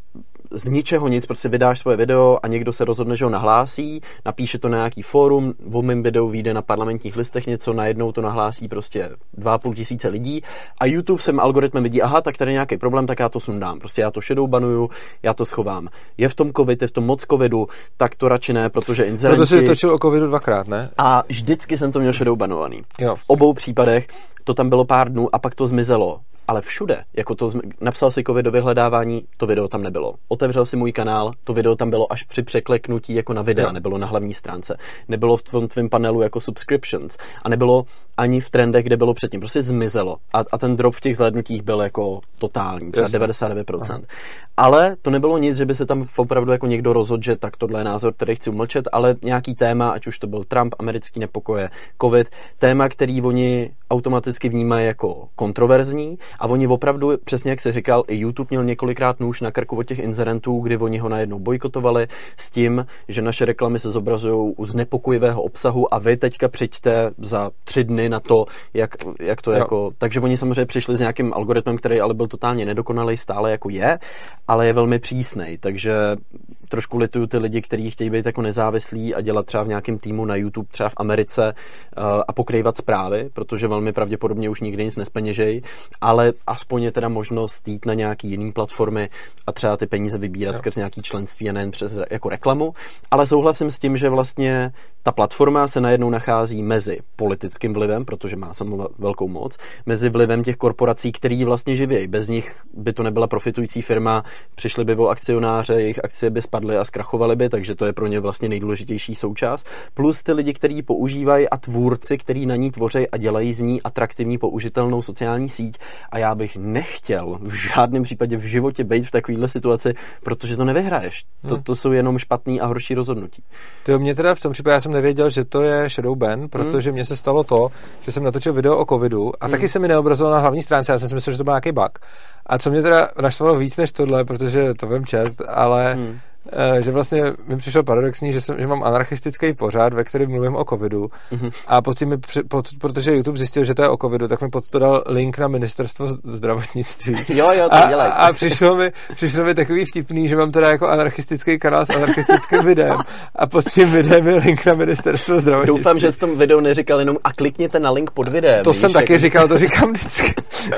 z ničeho nic, prostě vydáš svoje video a někdo se rozhodne, že ho nahlásí, napíše to na nějaký fórum, v mém videu vyjde na Parlamentních listech něco, najednou to nahlásí prostě dva a půl tisíce lidí a YouTube sem algoritmem vidí, aha, tak tady je nějaký problém, tak já to sundám, prostě já to shadowbanuju, já to schovám. Je v tom covid, je v tom moc covidu, tak to radši ne, protože inzerenti... Proto jsi točil o covidu dvakrát, ne? A vždycky jsem to měl shadowbanovaný. Jo. V obou případech to tam bylo pár dnů a pak to zmizelo. Ale všude, jako to napsal si covid do vyhledávání, to video tam nebylo. Otevřel si můj kanál, to video tam bylo až při překleknutí jako na videa, no. Nebylo na hlavní stránce. Nebylo v tvém, tvém panelu jako subscriptions a nebylo ani v trendech, kde bylo předtím. Prostě zmizelo. A, a ten drop v těch zhlédnutích byl jako totální, třeba Jasne. devadesát devět procent. Aha. Ale to nebylo nic, že by se tam opravdu jako někdo rozhodl, že tak tohle je názor, který chci umlčet, ale nějaký téma, ať už to byl Trump, americký nepokoje, covid, téma, který oni automaticky vnímají jako kontroverzní a oni opravdu, přesně jak jsi říkal, i YouTube měl několikrát nůž na krku od těch inzerentů, kdy oni ho najednou bojkotovali s tím, že naše reklamy se zobrazují u znepokojivého obsahu a vy teďka přijďte za tři dny na to, jak, jak to jo. jako... Takže oni samozřejmě přišli s nějakým algoritmem, který ale byl totálně nedokonalý, stále jako je, ale je velmi přísnej, takže trošku lituju ty lidi, kteří chtějí být jako nezávislí a dělat třeba v nějakém týmu na YouTube, třeba v Americe uh, a pokrývat zprávy, protože velmi pravděpodobně už nikdy nic nespeněžej, ale aspoň je teda možnost jít na nějaký jiný platformy a třeba ty peníze vybírat jo. skrz nějaký členství a nejen přes jako reklamu, ale souhlasím s tím, že vlastně ta platforma se najednou nachází mezi politickým vlivem, protože má samozřejmě velkou moc, mezi vlivem těch korporací, který vlastně živějí. Bez nich by to nebyla profitující firma, přišli by o akcionáře, jejich akcie by spadly a zkrachovaly by, takže to je pro ně vlastně nejdůležitější součást. Plus ty lidi, kteří používají a tvůrci, kteří na ní tvoří a dělají z ní atraktivní použitelnou sociální síť. A já bych nechtěl v žádném případě v životě být v takovéhle situaci, protože to nevyhraješ. To, to jsou jenom špatný a horší rozhodnutí. To mě teda v tom případě, já jsem nevěděl, že to je shadow ban, protože hmm. mně se stalo to, že jsem natočil video o covidu a hmm. taky se mi neobrazilo na hlavní stránce, já jsem si myslel, že to byl nějaký bug. A co mě teda naštvalo víc než tohle, protože to vím čet, ale hmm. že vlastně mi přišlo paradoxní, že, jsem, že mám anarchistický pořad, ve kterém mluvím o covidu mm-hmm. a potom mi, pod, protože YouTube zjistil, že to je o covidu, tak mi pod to dal link na ministerstvo zdravotnictví. Jo, jo, to a, dělej. A přišlo mi, přišlo mi takový vtipný, že mám teda jako anarchistický kanál s anarchistickým videem a pod tím videem je link na ministerstvo zdravotnictví. Doufám, že jsi tom videu neříkal jenom a klikněte na link pod videem. To jsem taky jak... říkal, to říkám vždycky.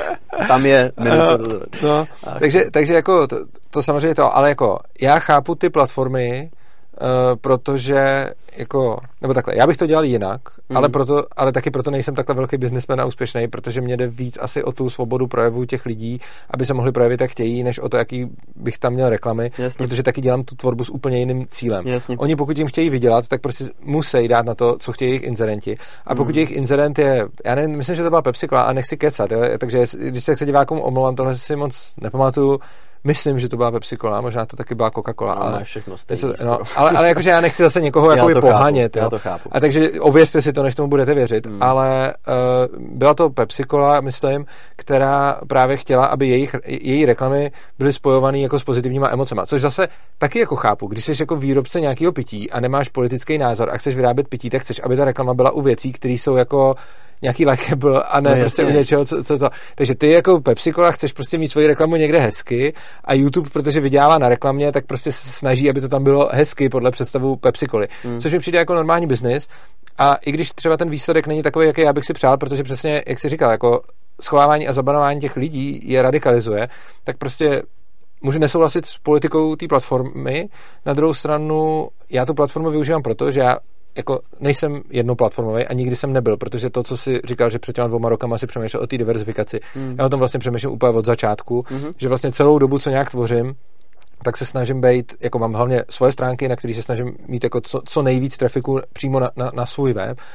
Tam je ministerstvo no, no, takže, takže jako to, to samozřejmě to, ale jako já chápu ty platformy, uh, protože jako, nebo takhle, já bych to dělal jinak, mm. ale, proto, ale taky proto nejsem takhle velký biznismen a úspěšný, protože mě jde víc asi o tu svobodu projevu těch lidí, aby se mohli projevit jak chtějí, než o to, jaký bych tam měl reklamy, Jasně. protože taky dělám tu tvorbu s úplně jiným cílem. Jasně. Oni pokud jim chtějí vydělat, tak prostě musí dát na to, co chtějí jejich inzerenti. A pokud mm. jejich inzerent je, já nevím, myslím, že to byla Pepsi Cola a nechci kecat, jo? Takže když se divákům omlouvám, tohle si moc nepamatuju. Myslím, že to byla Pepsi Cola, možná to taky byla Coca-Cola. No, ale všechno stejný, no, ale, ale jakože já nechci zase někoho jakoby pohánět. Já to chápu. A takže ověřte si to, než tomu budete věřit. Hmm. Ale uh, byla to Pepsi Cola, myslím, která právě chtěla, aby jejich, její reklamy byly spojované jako s pozitivníma emocema. Což zase taky jako chápu. Když jsi jako výrobce nějakého pití a nemáš politický názor a chceš vyrábět pití, tak chceš, aby ta reklama byla u věcí, které jsou jako nějaký likeable a ne no, prostě u něčeho, co, co to. Takže ty jako Pepsi Cola chceš prostě mít svoji reklamu někde hezky a YouTube, protože vydělává na reklamě, tak prostě se snaží, aby to tam bylo hezky podle představu Pepsi Coly. Hmm. Což mi přijde jako normální biznis a i když třeba ten výsledek není takový, jaký já bych si přál, protože přesně, jak jsi říkal, jako schovávání a zabanování těch lidí je radikalizuje, tak prostě můžu nesouhlasit s politikou té platformy. Na druhou stranu já tu platformu využívám proto, že já jako nejsem jednoplatformový a nikdy jsem nebyl, protože to, co si říkal, že před těma dvouma rokama si přemýšlel o té diverzifikaci, mm. já o tom vlastně přemýšlím úplně od začátku, mm-hmm. že vlastně celou dobu, co nějak tvořím, tak se snažím být, jako mám hlavně svoje stránky, na kterých se snažím mít jako co, co nejvíc trafiku přímo na, na, na svůj web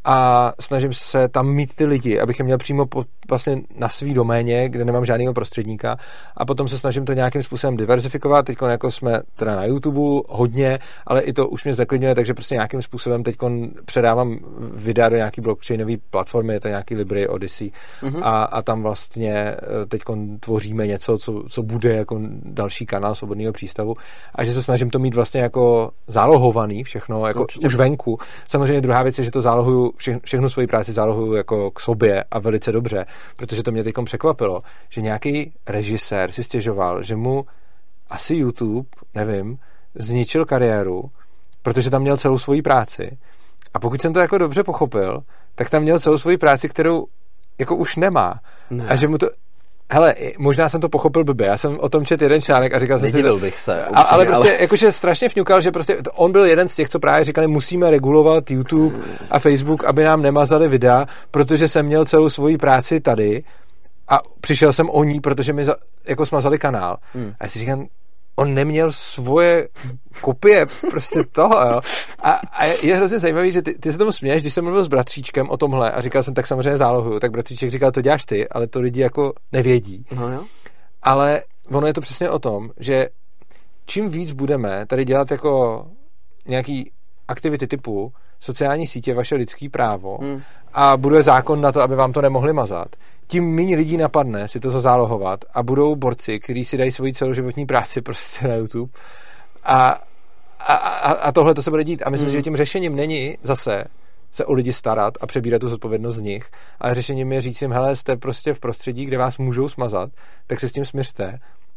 a snažím se tam mít ty lidi, abych je měl přímo po, vlastně na svý doméně, kde nemám žádného prostředníka a potom se snažím to nějakým způsobem diverzifikovat. Teď jako jsme teda na YouTube hodně, ale i to už mě zneklidňuje, takže prostě nějakým způsobem teď předávám videa do nějaký blockchainové platformy, je to nějaký Libry, Odyssey mm-hmm. a, a tam vlastně teď tvoříme něco, co, co bude jako další kanál Svobodného přístavu a že se snažím to mít vlastně jako zálohovaný všechno, jako Určitě. Už venku. Samozřejmě druhá věc je, že to zálohuju, vše, všechnu svoji práci zálohuju jako k sobě a velice dobře, protože to mě teďkom překvapilo, že nějaký režisér si stěžoval, že mu asi YouTube, nevím, zničil kariéru, protože tam měl celou svoji práci. A pokud jsem to jako dobře pochopil, tak tam měl celou svoji práci, kterou jako už nemá. Ne. A že mu to... Hele, možná jsem to pochopil blbě. Já jsem o tom četl jeden článek a říkal jsem si... Nedivil bych se. A, ale prostě ale... jakože strašně vňukal, že prostě on byl jeden z těch, co právě říkali, musíme regulovat YouTube a Facebook, aby nám nemazali videa, protože jsem měl celou svoji práci tady a přišel jsem o ní, protože mi za, jako smazali kanál. Hmm. A já si říkám, on neměl svoje kopie prostě toho, jo. A, a je hrozně zajímavý, že ty, ty se tomu směješ, když jsem mluvil s bratříčkem o tomhle a říkal jsem, tak samozřejmě zálohuju, tak bratříček říkal, to děláš ty, ale to lidi jako nevědí. No, jo. Ale ono je to přesně o tom, že čím víc budeme tady dělat jako nějaký aktivity typu sociální sítě, vaše lidský právo hmm. a bude zákon na to, aby vám to nemohli mazat, tím méně lidí napadne si to zazálohovat a budou borci, kteří si dají svoji celoživotní práci prostě na YouTube a, a, a, a tohle to se bude dít. A myslím, hmm. že tím řešením není zase se o lidi starat a přebírat tu zodpovědnost z nich, ale řešením je říct jim, hele, jste prostě v prostředí, kde vás můžou smazat, tak se s tím smiřte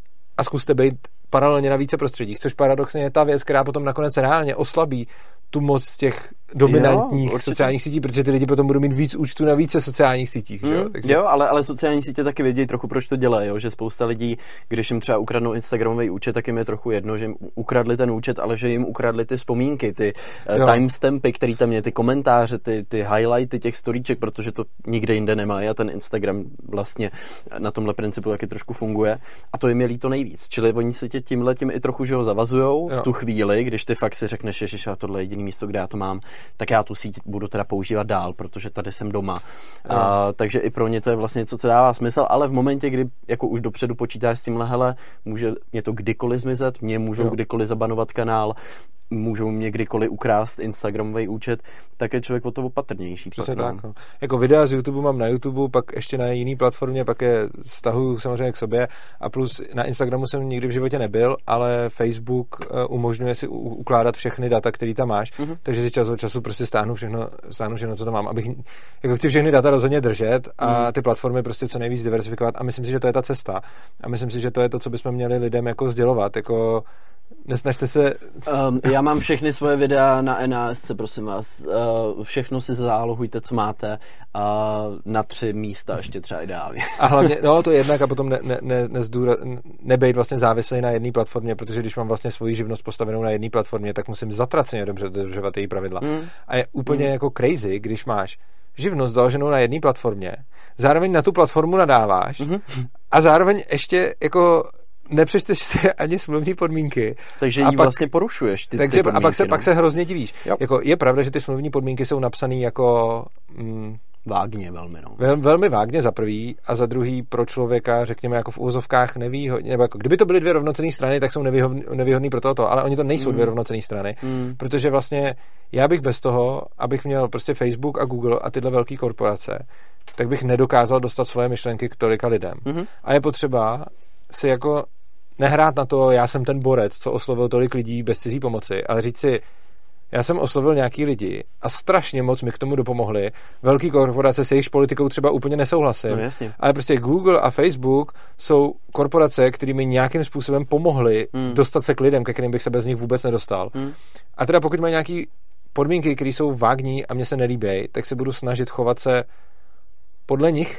a zkuste být paralelně na více prostředích, což paradoxně je ta věc, která potom nakonec reálně oslabí tu moc těch dominantních jo, sociálních sítí, protože ty lidi potom budou mít víc účtů na více sociálních sítích. Mm, jo, Takže... jo ale, ale sociální sítě taky vědí trochu, proč to dělají, jo? Že spousta lidí, když jim třeba ukradnou Instagramový účet, tak jim je trochu jedno, že jim ukradli ten účet, ale že jim ukradli ty vzpomínky, ty jo. timestampy, který tam je, ty komentáře, ty, ty highlighty těch storíček, protože to nikde jinde nemá a ten Instagram vlastně na tomhle principu taky trošku funguje a to jim je líto nejvíc. Čili oni si tě tímhle tím i trochu, že ho zavazujou v tu chvíli, když ty fakt si řekneš, že a tohle je jediný místo, kde já to mám, tak já tu síť budu teda používat dál, protože tady jsem doma. A, takže i pro ně to je vlastně něco, co dává smysl, ale v momentě, kdy jako už dopředu počítáš s tímhle, hele, může mě to kdykoliv zmizet, mě můžou jo. kdykoliv zabanovat kanál, můžou mě kdykoliv ukrást Instagramový účet, tak je člověk o to opatrnější. Přesně tak. No. Jako videa z YouTube mám na YouTube, pak ještě na jiný platformě, pak je stahuju samozřejmě k sobě a plus na Instagramu jsem nikdy v životě nebyl, ale Facebook umožňuje si ukládat všechny data, které tam máš, mm-hmm. takže si čas od času prostě stáhnu všechno, stáhnu všechno, co tam mám, abych jako chci všechny data rozhodně držet a ty platformy prostě co nejvíc diversifikovat a myslím si, že to je ta cesta. A myslím si, že to je to, co bychom měli lidem jako sdělovat, jako nesnažte se... Um, já mám všechny svoje videa na N A S C, prosím vás. Uh, všechno si zálohujte, co máte uh, na tři místa ještě třeba ideálně. A hlavně, no to jednak a potom ne, ne, ne, nezdůra, nebejt vlastně závislý na jedné platformě, protože když mám vlastně svoji živnost postavenou na jedné platformě, tak musím zatraceně dobře dodržovat její pravidla. Mm. A je úplně mm. jako crazy, když máš živnost založenou na jedné platformě, zároveň na tu platformu nadáváš mm-hmm. a zároveň ještě jako nepřečteš si ani smluvní podmínky. Takže ji vlastně porušuješ. Ty, takže ty podmínky, a pak se, no. pak se hrozně divíš. Jako, je pravda, že ty smluvní podmínky jsou napsané jako... Mm, vágně velmi, no. Vel, velmi vágně za prvý a za druhý pro člověka, řekněme, jako v úvozovkách nevýhodný, nebo jako kdyby to byly dvě rovnocenné strany, tak jsou nevýhodný, nevýhodný pro toto, ale oni to nejsou mm. dvě rovnocenné strany, mm. protože vlastně já bych bez toho, abych měl prostě Facebook a Google a tyhle velké korporace, tak bych nedokázal dostat svoje myšlenky k tolika lidem. Mm. A je potřeba si jako nehrát na to, já jsem ten borec, co oslovil tolik lidí bez cizí pomoci, ale říct si, já jsem oslovil nějaký lidi a strašně moc mi k tomu dopomohli. Velký korporace s jejich politikou třeba úplně nesouhlasím. No, jasně. Ale prostě Google a Facebook jsou korporace, které mi nějakým způsobem pomohly mm. dostat se k lidem, ke kterým bych se bez nich vůbec nedostal. Mm. A teda pokud mají nějaký podmínky, které jsou vágní a mně se nelíbí, tak se budu snažit chovat se podle nich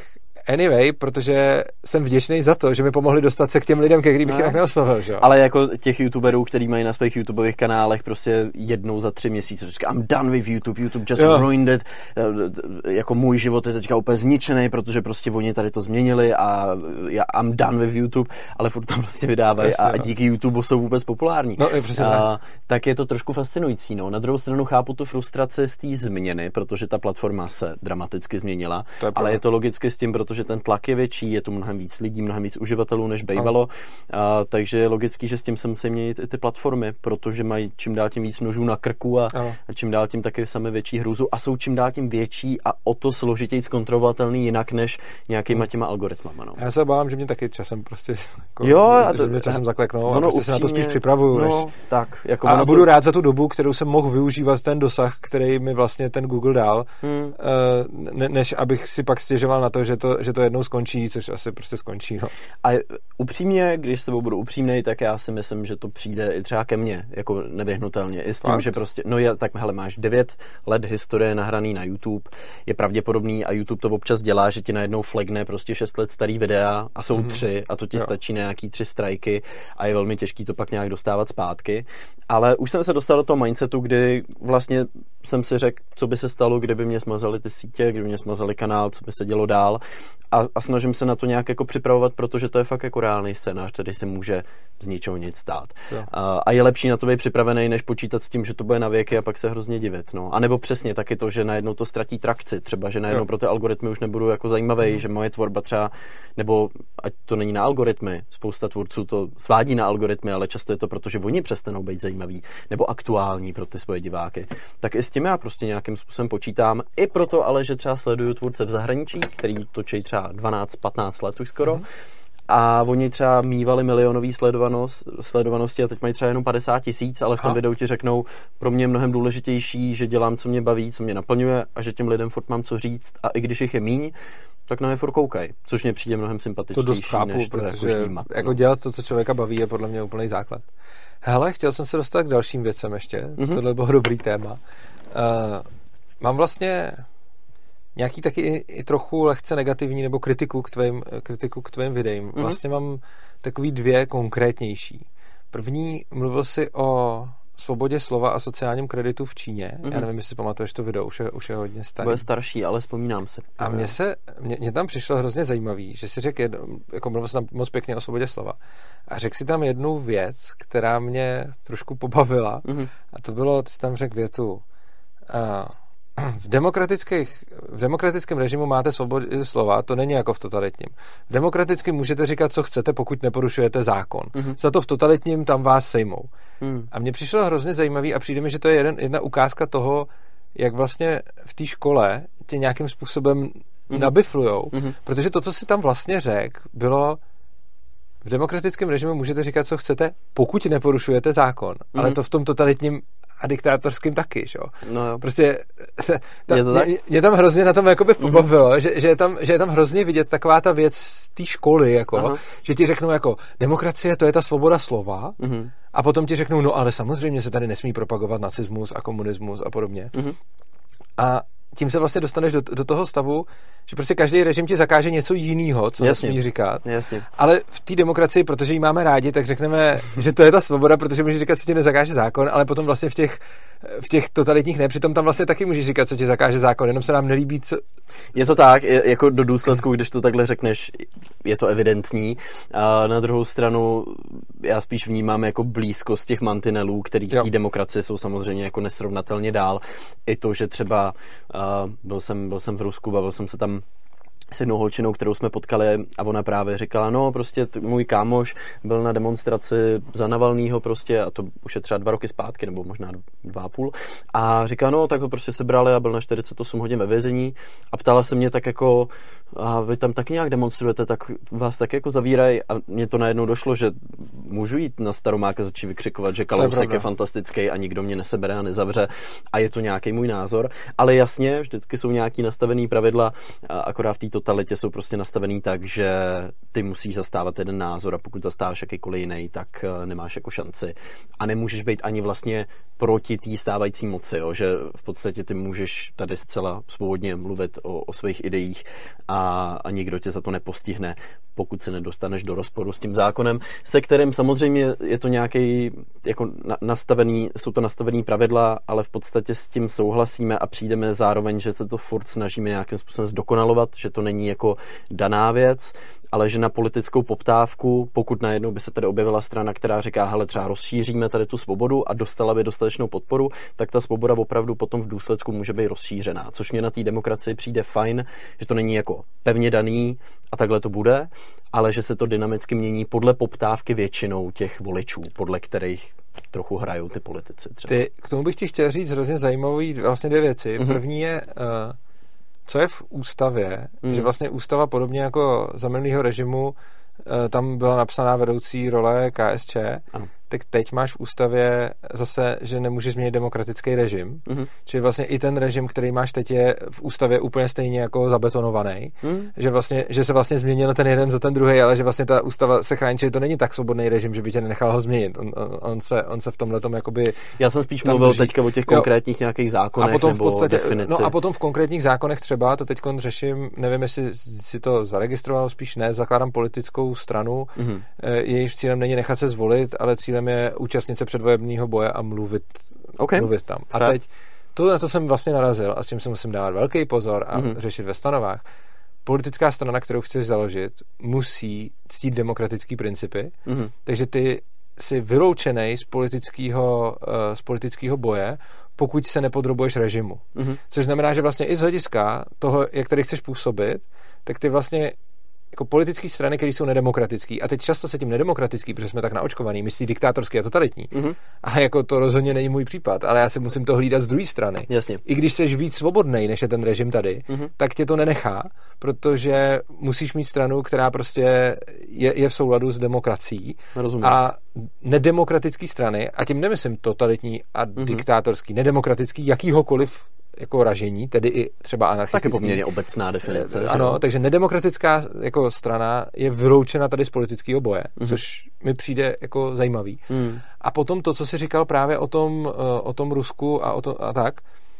anyway, protože jsem vděčný za to, že mi pomohli dostat se k těm lidem, ke kterým bych no. jinak neoslovil, že jo. Ale jako těch youtuberů, který mají na svých YouTubeových kanálech prostě jednou za tři měsíce, říká, I'm done with YouTube, YouTube just jo. ruined it, jako můj život je teďka úplně zničený, protože prostě oni tady to změnili a já I'm done with YouTube, ale furt tam vlastně vydávají a, a díky YouTube jsou vůbec populární. No, je přesně a, tak je to trošku fascinující. No. Na druhou stranu chápu tu frustraci z té změny, protože ta platforma se dramaticky změnila, je ale je to logicky s tím, protože ten tlak je větší, je tu mnohem víc lidí, mnohem víc uživatelů, než bejvalo, a, takže je logický, že s tím se musí měnit i ty platformy, protože mají čím dál tím víc nožů na krku a, a čím dál tím taky sami větší hrůzu a jsou čím dál tím větší a o to složitěji zkontrolovatelný jinak než nějakýma těma algoritmama. No. Já se obávám, že mě taky časem prostě jako, jo, že, to, že mě časem zakleknou a prostě upřímně, se na to spíš připravuju. No, než... tak, jako a to... budu rád za tu dobu, kterou jsem mohl využívat ten dosah, který mi vlastně ten Google dal, hmm. ne, než abych si pak stěžoval na to, že to, že to jednou skončí, což asi prostě skončí. No. A upřímně, když s tebou budu upřímnej, tak já si myslím, že to přijde i třeba ke mně, jako nevyhnutelně. I s tím, Fakt? že prostě, no já, tak hele, máš devět let historie nahraný na YouTube, je pravděpodobný a YouTube to občas dělá, že ti najednou flagne prostě šest let starý videa a jsou mm-hmm. tři a to ti jo. stačí na nějaký tři strajky a je velmi těžký to pak nějak dostávat zpátky. Ale už jsem se dostal do toho mindsetu, kdy vlastně jsem si řekl, co by se stalo, kdyby mě smazali ty sítě, kdyby mě smazali kanál, co by se dělo dál a, a snažím se na to nějak jako připravovat, protože to je fakt jako reálný scénář, který se může z ničeho nic stát. A, a je lepší na to být připravený, než počítat s tím, že to bude na věky a pak se hrozně divit. No. A nebo přesně taky to, že najednou to ztratí trakci, třeba, že najednou jo. pro ty algoritmy už nebudu jako zajímavý, mm. že moje tvorba třeba, nebo ať to není na algoritmy, spousta tvůrců to svádí na algoritmy, ale často je to proto, že oni přestanou být zajímaví nebo aktuální pro ty svoje diváky. Tak i s tím já prostě nějakým způsobem počítám. I proto ale, že třeba sleduju tvůrce v zahraničí, který točí třeba dvanáct patnáct let už skoro. Mm. A oni třeba mívali milionový sledovanost, sledovanosti a teď mají třeba jenom padesát tisíc, ale v tom ha. videu ti řeknou, pro mě je mnohem důležitější, že dělám, co mě baví, co mě naplňuje a že těm lidem furt mám co říct a i když jich je míň, tak na mě furt koukaj, což mě přijde mnohem sympatičtější. To dost chápu, než protože jako, ždímat, jako no. dělat to, co člověka baví, je podle mě úplný základ. Hele, chtěl jsem se dostat k dalším věcem ještě, mm-hmm. tohle bylo dobrý téma. Uh, mám vlastně nějaký taky i, i trochu lehce negativní nebo kritiku k tvým, kritiku k tvým videím. Mm-hmm. Vlastně mám takový dvě konkrétnější. První, mluvil jsi o svobodě slova a sociálním kreditu v Číně. Mm-hmm. Já nevím, jestli si pamatuješ to video, už je, už je hodně starý. Bude starší, ale vzpomínám se. A mně se, mě, mě tam přišlo hrozně zajímavý, že si řekl, jedno, jako mluvil jsem tam moc pěkně o svobodě slova. A řekl si tam jednu věc, která mě trošku pobavila. Mm-hmm. A to bylo, ty jsi tam řekl větu, uh, v, demokratických, v demokratickém režimu máte svobodu slova, to není jako v totalitním. V demokratickém můžete říkat, co chcete, pokud neporušujete zákon. Mm-hmm. Za to v totalitním tam vás sejmou. Mm. A mně přišlo hrozně zajímavý a přijde mi, že to je jeden, jedna ukázka toho, jak vlastně v té škole tě nějakým způsobem mm-hmm. nabiflujou. Mm-hmm. Protože to, co si tam vlastně řekl, bylo v demokratickém režimu můžete říkat, co chcete, pokud neporušujete zákon. Mm-hmm. Ale to v tom totalitním a diktátorským taky, že jo. No jo. Prostě ta, mě, mě tam hrozně na tom jakoby pobavilo, mm-hmm. že, že, je tam, že je tam hrozně vidět taková ta věc z té školy, jako, Aha. že ti řeknou jako demokracie, to je ta svoboda slova mm-hmm. a potom ti řeknou, no ale samozřejmě se tady nesmí propagovat nacismus a komunismus a podobně. Mm-hmm. A tím se vlastně dostaneš do, do toho stavu, že prostě každý režim ti zakáže něco jiného, co nesmí říkat. Jasně. Ale v té demokracii, protože ji máme rádi, tak řekneme, že to je ta svoboda, protože můžeš říkat, co ti nezakáže zákon, ale potom vlastně v těch, v těch totalitních ne, přitom tam vlastně taky můžeš říkat, co ti zakáže zákon, jenom se nám nelíbí, co... Je to tak, je, jako do důsledku, když to takhle řekneš, je to evidentní. A na druhou stranu já spíš vnímám jako blízkost těch mantinelů, který v té demokracii jsou samozřejmě jako nesrovnatelně dál. I to, že třeba uh, byl, jsem, byl jsem v Rusku, bavil jsem se tam s jednou holčinou, kterou jsme potkali a ona právě říkala, no prostě t- můj kámoš byl na demonstraci za Navalnýho prostě a to už je třeba dva roky zpátky, nebo možná dva a půl a říká, no tak ho prostě sebrali a byl na čtyřicet osm hodin ve vězení a ptala se mě tak jako, a vy tam taky nějak demonstrujete, tak vás taky jako zavírají a mně to najednou došlo, že můžu jít na Staromáka začít vykřikovat, že Kalousek je, je fantastický a nikdo mě nesebere a nezavře a je to nějaký můj názor, ale jasně, vždycky jsou nějaký nastavený pravidla, akorát v té totalitě jsou prostě nastavený tak, že ty musíš zastávat jeden názor a pokud zastáváš jakýkoliv jiný, tak nemáš jako šanci a nemůžeš být ani vlastně proti té stávající moci, jo? Že v podstatě ty můžeš tady zcela svobodně mluvit o, o svých ideích a, a nikdo tě za to nepostihne, pokud se nedostaneš do rozporu s tím zákonem, se kterým samozřejmě je to nějaký jako nastavený, jsou to nastavený pravidla, ale v podstatě s tím souhlasíme a přijdeme zároveň, že se to furt snažíme nějakým způsobem zdokonalovat, že to není jako daná věc, ale že na politickou poptávku, pokud najednou by se tady objevila strana, která říká, hele, třeba rozšíříme tady tu svobodu a dostala by dostatečnou podporu, tak ta svoboda opravdu potom v důsledku může být rozšířená, což mě na té demokracii přijde fajn, že to není jako pevně daný a takhle to bude, ale že se to dynamicky mění podle poptávky většinou těch voličů, podle kterých trochu hrajou ty politici. Třeba. Ty, k tomu bych ti chtěl říct hrozně zajímavý vlastně dvě věci. Mm-hmm. První je, uh, co je v ústavě, mm. že vlastně ústava podobně jako za minulého režimu, uh, tam byla napsaná vedoucí role K S Č, ano. Tak teď máš v ústavě zase, že nemůžeš změnit demokratický režim. Mm-hmm. Čili vlastně i ten režim, který máš teď, je v ústavě úplně stejně jako zabetonovaný. Mm. Že, vlastně, že se vlastně změnil ten jeden za ten druhý, ale že vlastně ta ústava se chrání, že to není tak svobodný režim, že by tě nenechal ho změnit. On, on, on, se, on se v tomhletom jakoby... Já jsem spíš mluvil drží. teďka o těch konkrétních jo. nějakých zákonech a potom nebo v podstatě, definici. No a potom v konkrétních zákonech třeba, to teďkon řeším, nevím, jestli si to zaregistrovalo, spíš ne, zakládám politickou stranu, mm. jejíž cílem není nechat se zvolit, ale cílem je účastnit se předvolebního boje a mluvit, okay. mluvit tam. A Fred. teď, tohle na to jsem vlastně narazil a s tím si musím dávat velký pozor a mm-hmm. řešit ve stanovách. Politická strana, kterou chceš založit, musí ctít demokratické principy, mm-hmm. takže ty jsi vyloučenej z politického, uh, z politického boje, pokud se nepodrobuješ režimu. Mm-hmm. Což znamená, že vlastně i z hlediska toho, jak tady chceš působit, tak ty vlastně jako politické strany, které jsou nedemokratické. A teď často se tím nedemokratický, protože jsme tak naočkovaný, myslí diktátorský a totalitní. Mm-hmm. A jako to rozhodně není můj případ, ale já si musím to hlídat z druhé strany. Jasně. I když jsi víc svobodnej, než je ten režim tady, mm-hmm. tak tě to nenechá, protože musíš mít stranu, která prostě je, je v souladu s demokracií. Rozumím. A nedemokratické strany, a tím nemyslím totalitní a mm-hmm. diktátorský, nedemokratický jakýhokoliv jako ražení, tedy i třeba anarchistický. Tak je poměrně obecná definice. Ano, že? Takže nedemokratická jako strana je vyloučena tady z politického boje, mm-hmm. což mi přijde jako zajímavý. Mm. A potom to, co jsi říkal právě o tom, o tom Rusku a, o to, a tak,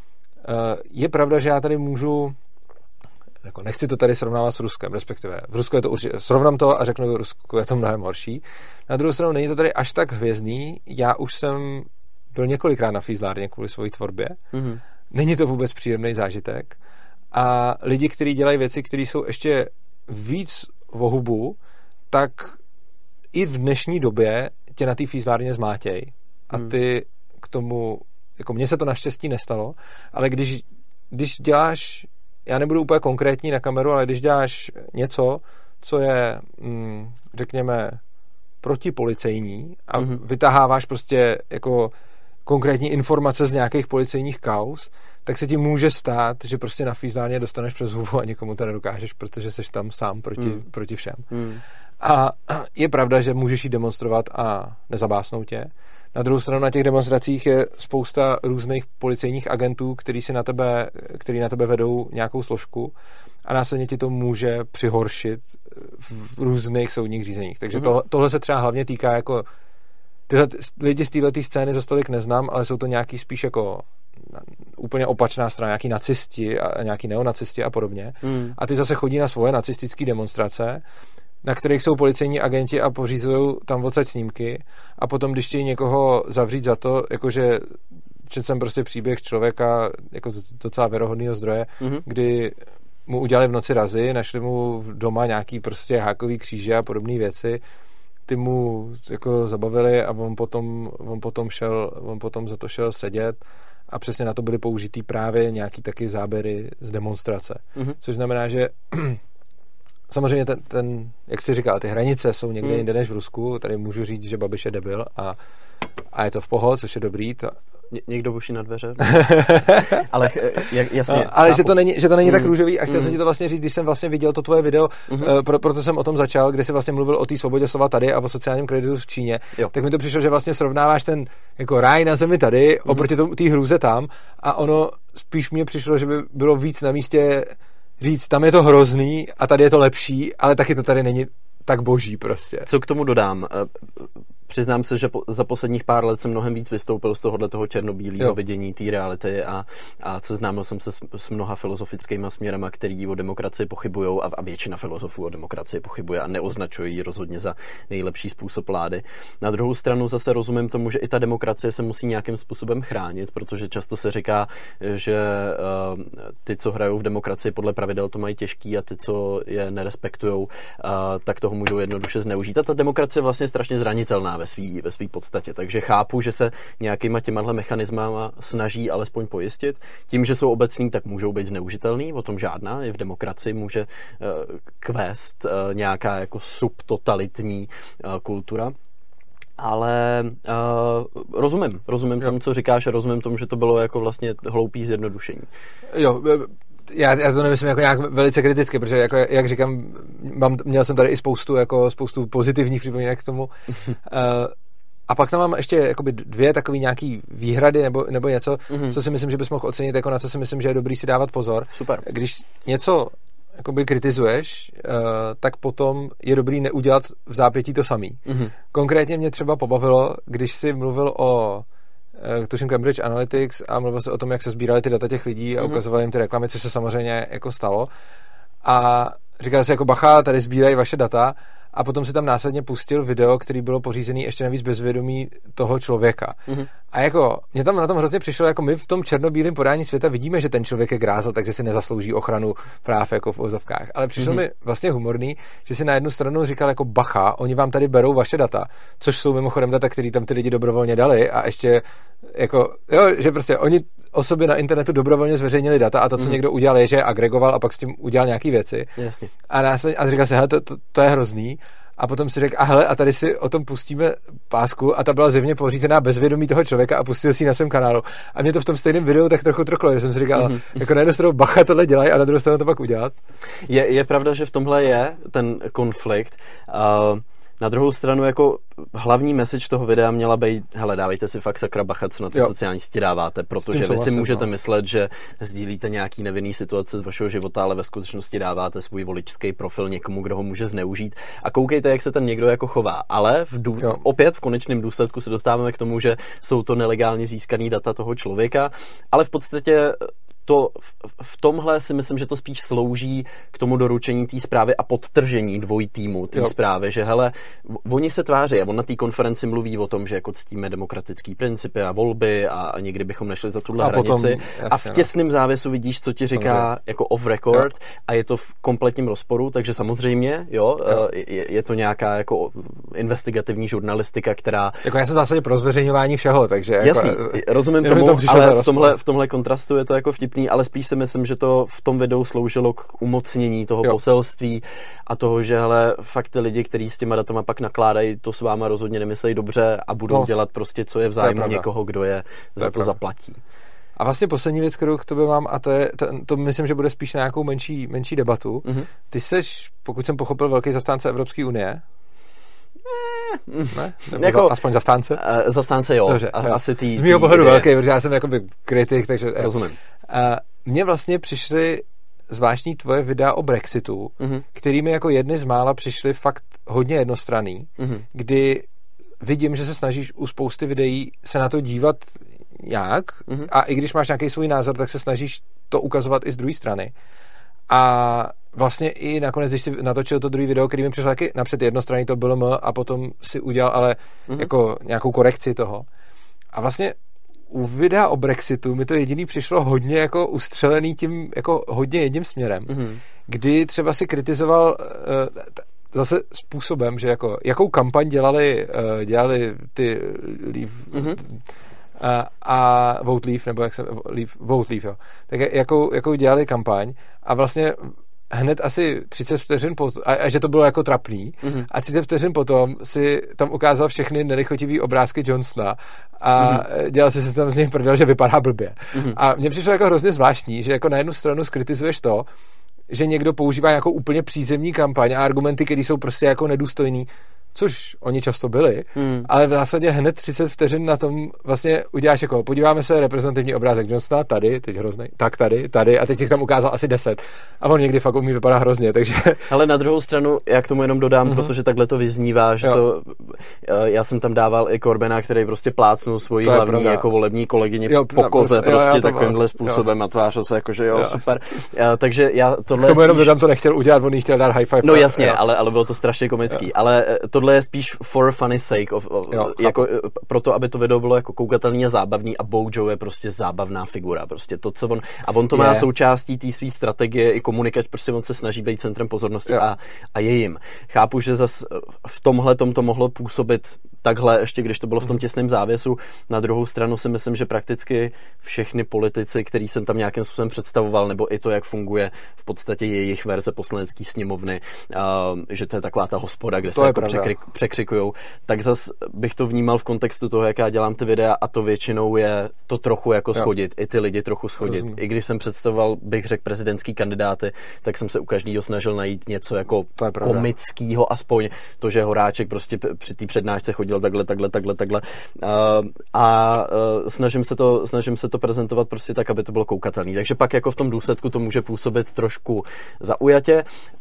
je pravda, že já tady můžu jako nechci to tady srovnávat s Ruskem, respektive v Rusku je to určitě, srovnám to a řeknu, že v Rusku je to mnohem horší. Na druhou stranu není to tady až tak hvězdný, já už jsem byl několikrát na Fízlárně kvůli své tvorbě. Mm-hmm. Není to vůbec příjemný zážitek. A lidi, kteří dělají věci, které jsou ještě víc v hubu, tak i v dnešní době tě na té Fízlárně zmátěj. A ty k tomu, jako mně se to naštěstí nestalo, ale když, když děláš, já nebudu úplně konkrétní na kameru, ale když děláš něco, co je, mm, řekněme, protipolicejní a mm-hmm. vytaháváš prostě jako konkrétní informace z nějakých policejních kauz, tak se ti může stát, že prostě na Fízlárně dostaneš přes hubu a nikomu to nedokážeš, protože seš tam sám proti, mm. proti všem. Mm. A je pravda, že můžeš jít demonstrovat a nezabásnou tě. Na druhou stranu na těch demonstracích je spousta různých policejních agentů, který si na tebe, který na tebe vedou nějakou složku a následně ti to může přihoršit v různých soudních řízeních. Takže mm. to, tohle se třeba hlavně týká jako tyhle lidi z této scény za stolik neznám, ale jsou to nějaký spíš jako úplně opačná strana, nějaký nacisti a nějaký neonacisti a podobně. Mm. A ty zase chodí na svoje nacistické demonstrace, na kterých jsou policejní agenti a pořizují tam odsaď snímky a potom, když chtějí někoho zavřít za to, jakože četl jsem prostě příběh člověka jako docela věrohodného zdroje, mm-hmm. kdy mu udělali v noci razy, našli mu doma nějaký prostě hákový kříže a podobné věci, ty mu jako zabavili a on potom, on potom šel, on potom za to šel sedět a přesně na to byly použitý právě nějaký taky záběry z demonstrace. Mm-hmm. Což znamená, že samozřejmě ten, ten, jak jsi říkal, ty hranice jsou někde mm. jinde než v Rusku, tady můžu říct, že Babiš je debil a, a je to v pohodě, což je dobrý, to, Ně, někdo buší na dveře. ale jak, jasně. No, ale že to není, že to není mm. tak růžový a chtěl mm. jsem ti to vlastně říct, když jsem vlastně viděl to tvoje video, mm-hmm. uh, pro, proto jsem o tom začal, kde jsi vlastně mluvil o té svobodě slova tady a o sociálním kreditu v Číně, jo. Tak mi to přišlo, že vlastně srovnáváš ten jako ráj na zemi tady mm. oproti té hrůze tam a ono spíš mně přišlo, že by bylo víc na místě říct, tam je to hrozný a tady je to lepší, ale taky to tady není tak boží prostě. Co k tomu dodám? Přiznám se, že po, za posledních pár let jsem mnohem víc vystoupil z tohohle toho černobílého vidění té reality a, a seznámil jsem se s, s mnoha filozofickými směrama, který o demokracii pochybujou a, a většina filozofů o demokracii pochybuje a neoznačují ji rozhodně za nejlepší způsob vlády. Na druhou stranu zase rozumím tomu, že i ta demokracie se musí nějakým způsobem chránit, protože často se říká, že uh, ty, co hrajou v demokracii podle pravidel, to mají těžký a ty, co je nerespektujou, uh, tak toho můžou jednoduše zneužít. A ta demokracie je vlastně strašně zranitelná ve svý, ve svý podstatě. Takže chápu, že se nějakýma těmahle mechanismama snaží alespoň pojistit. Tím, že jsou obecní, tak můžou být zneužitelný, o tom žádná. I v demokracii může uh, kvést uh, nějaká jako subtotalitní uh, kultura. Ale uh, rozumím, rozumím tomu, co říkáš a rozumím tomu, že to bylo jako vlastně hloupý zjednodušení. Jo, Já, já to nemyslím jako nějak velice kriticky, protože jako, jak říkám, mám, měl jsem tady i spoustu, jako, spoustu pozitivních připomínek k tomu. uh, a pak tam mám ještě jakoby dvě takové nějaký výhrady nebo, nebo něco, mm-hmm. co si myslím, že bys mohl ocenit, jako na co si myslím, že je dobrý si dávat pozor. Super. Když něco jakoby kritizuješ, uh, tak potom je dobrý neudělat v zápětí to samý. Mm-hmm. Konkrétně mě třeba pobavilo, když jsi mluvil o tuším Cambridge Analytics a mluvil se o tom, jak se sbírali ty data těch lidí a mm-hmm. ukazovali jim ty reklamy, což se samozřejmě jako stalo. A říkal si jako bacha, tady sbírají vaše data a potom si tam následně pustil video, který bylo pořízený ještě navíc bez vědomí toho člověka. Mm-hmm. A jako, mě tam na tom hrozně přišlo, jako my v tom černobílém podání světa vidíme, že ten člověk je grázel, takže si nezaslouží ochranu práv jako v ozovkách. Ale přišlo mm-hmm. mi vlastně humorný, že si na jednu stranu říkal jako bacha, oni vám tady berou vaše data, což jsou mimochodem data, které tam ty lidi dobrovolně dali a ještě jako, jo, že prostě oni o sobě na internetu dobrovolně zveřejnili data a to, co mm-hmm. někdo udělal, je, že agregoval a pak s tím udělal nějaký věci. Jasně. A, následně, a říkal si, hele, to, to, to je hrozný. A potom si řekl, a hele, a tady si o tom pustíme pásku a ta byla zjevně pořízená bez vědomí toho člověka a pustil si ji na svém kanálu. A mě to v tom stejném videu tak trochu trklo, že jsem si říkal, mm-hmm. jako na jednu stranu bacha tohle dělají a na druhou stranu to pak udělat. Je, je pravda, že v tomhle je ten konflikt. Uh... Na druhou stranu jako hlavní message toho videa měla být, hele, dávejte si fakt sakra bacha, co na ty jo. sociální sítě dáváte, protože vy si můžete no. myslet, že sdílíte nějaký nevinný situace z vašeho života, ale ve skutečnosti dáváte svůj voličský profil někomu, kdo ho může zneužít a koukejte, jak se ten někdo jako chová. Ale v dů- opět v konečném důsledku se dostáváme k tomu, že jsou to nelegálně získaný data toho člověka, ale v podstatě to v tomhle si myslím, že to spíš slouží k tomu doručení té zprávy a podtržení dvojí týmu té zprávy, že hele, oni se tváří a on na té konferenci mluví o tom, že jako ctíme demokratický principy a volby a někdy bychom nešli za tuhle a hranici potom, jasně, a v těsném závěsu vidíš, co ti říká samozřejmě. Jako off record jo. a je to v kompletním rozporu, takže samozřejmě, jo, jo. Je, je to nějaká jako investigativní žurnalistika, která... Jako já jsem v zásadě pro zveřejňování všeho, takže... Jako, jasný, rozumím tomu, to ale v tomhle, v tomhle kontrastu je to jako vtipný, ale spíš si myslím, že to v tom videu sloužilo k umocnění toho jo. poselství a toho, že hele, fakt ty lidi, kteří s těma datama pak nakládají, to s váma rozhodně nemyslejí dobře a budou no. dělat prostě, co je v zájmu je někoho, kdo je to za je to pravda. Zaplatí. A vlastně poslední věc, kterou k tobě mám, a to je, to, to myslím, že bude spíš na nějakou menší, menší debatu. Mm-hmm. Ty seš, pokud jsem pochopil, velký zastánce Evropské unie. Ne? Jako, za, aspoň zastánce? Uh, zastánce jo. Dobře, a, jo. Asi tý, z mýho pohledu velký, protože já jsem jakoby kritik, takže... Rozumím. Uh, mně vlastně přišly zvláštní tvoje videa o Brexitu, mm-hmm. kterými jako jedny z mála přišly fakt hodně jednostranný, mm-hmm. kdy vidím, že se snažíš u spousty videí se na to dívat nějak mm-hmm. a i když máš nějaký svůj názor, tak se snažíš to ukazovat i z druhé strany. A vlastně i nakonec, když si natočil to druhý video, který mi přišel taky napřed jednostranný, to bylo M a potom si udělal ale mm-hmm. jako nějakou korekci toho. A vlastně u videa o Brexitu mi to jediný přišlo hodně jako ustřelený tím jako hodně jedním směrem, mm-hmm. kdy třeba si kritizoval uh, zase způsobem, že jako jakou kampaň dělali, uh, dělali ty Leave, mm-hmm. a, a Vote Leave, nebo jak se Leave, Vote Leave, jo. Tak jakou, jakou dělali kampaň a vlastně hned asi třicet vteřin potom, a, a že to bylo jako trapný, mm-hmm. a třicet vteřin potom si tam ukázal všechny nelichotivý obrázky Johnsona a mm-hmm. dělal si se tam z něj prdel, že vypadá blbě. Mm-hmm. A mně přišlo jako hrozně zvláštní, že jako na jednu stranu skritizuješ to, že někdo používá jako úplně přízemní kampaň a argumenty, které jsou prostě jako nedůstojný, což oni často byli, hmm. ale v zásadě hned třicet vteřin na tom vlastně uděláš jako, podíváme se, reprezentativní obrázek Johnsona, tady, teď hrozný, tak tady, tady a teď si tam ukázal asi deset. A on někdy fakt umí vypadá hrozně, takže... Ale na druhou stranu, já k tomu jenom dodám, mm-hmm. protože takhle to vyznívá, že jo. to... Já jsem tam dával i Corbina, který prostě plácnul svoji hlavní pravda. jako volební kolegyni jo, po koze, prostě, prostě jo, takovýmhle způsobem jo. a tvářil se jako, že jo, jo. super. Já, takže já tohle... K tomu jenom dodám, to nechtěl udělat, on jí chtěl dát high five. No jasně, ale, ale bylo to strašně komický, jo. ale tohle je spíš for funny sake, of, of, jo, jako, proto, aby to video bylo jako koukatelný a zábavný a Bojo je prostě zábavná figura, prostě to, co on, a on to je. má součástí té své strategie i komunikace, prostě on se snaží být centrem pozornosti a, a je jim. Chápu, že zas v tomhle tom to mohlo působit takhle, ještě když to bylo v tom těsném závěsu. Na druhou stranu si myslím, že prakticky všechny politici, který jsem tam nějakým způsobem představoval, nebo i to, jak funguje v podstatě jejich verze poslanecké sněmovny, uh, že to je taková ta hospoda, kde to se jako překrik, překřikujou, tak zas bych to vnímal v kontextu toho, jak já dělám ty videa a to většinou je to trochu jako schodit, jo. i ty lidi trochu schodit. Rozumím. I když jsem představoval, bych řekl, prezidentský kandidáty, tak jsem se u každého snažil najít něco jako komického, aspoň to, že Horáček prostě při té přednášce chodil takhle, takhle, takhle, takhle. Uh, a uh, snažím se to, snažím se to prezentovat prostě tak, aby to bylo koukatelný. Takže pak jako v tom důsledku to může působit trošku zaujatě.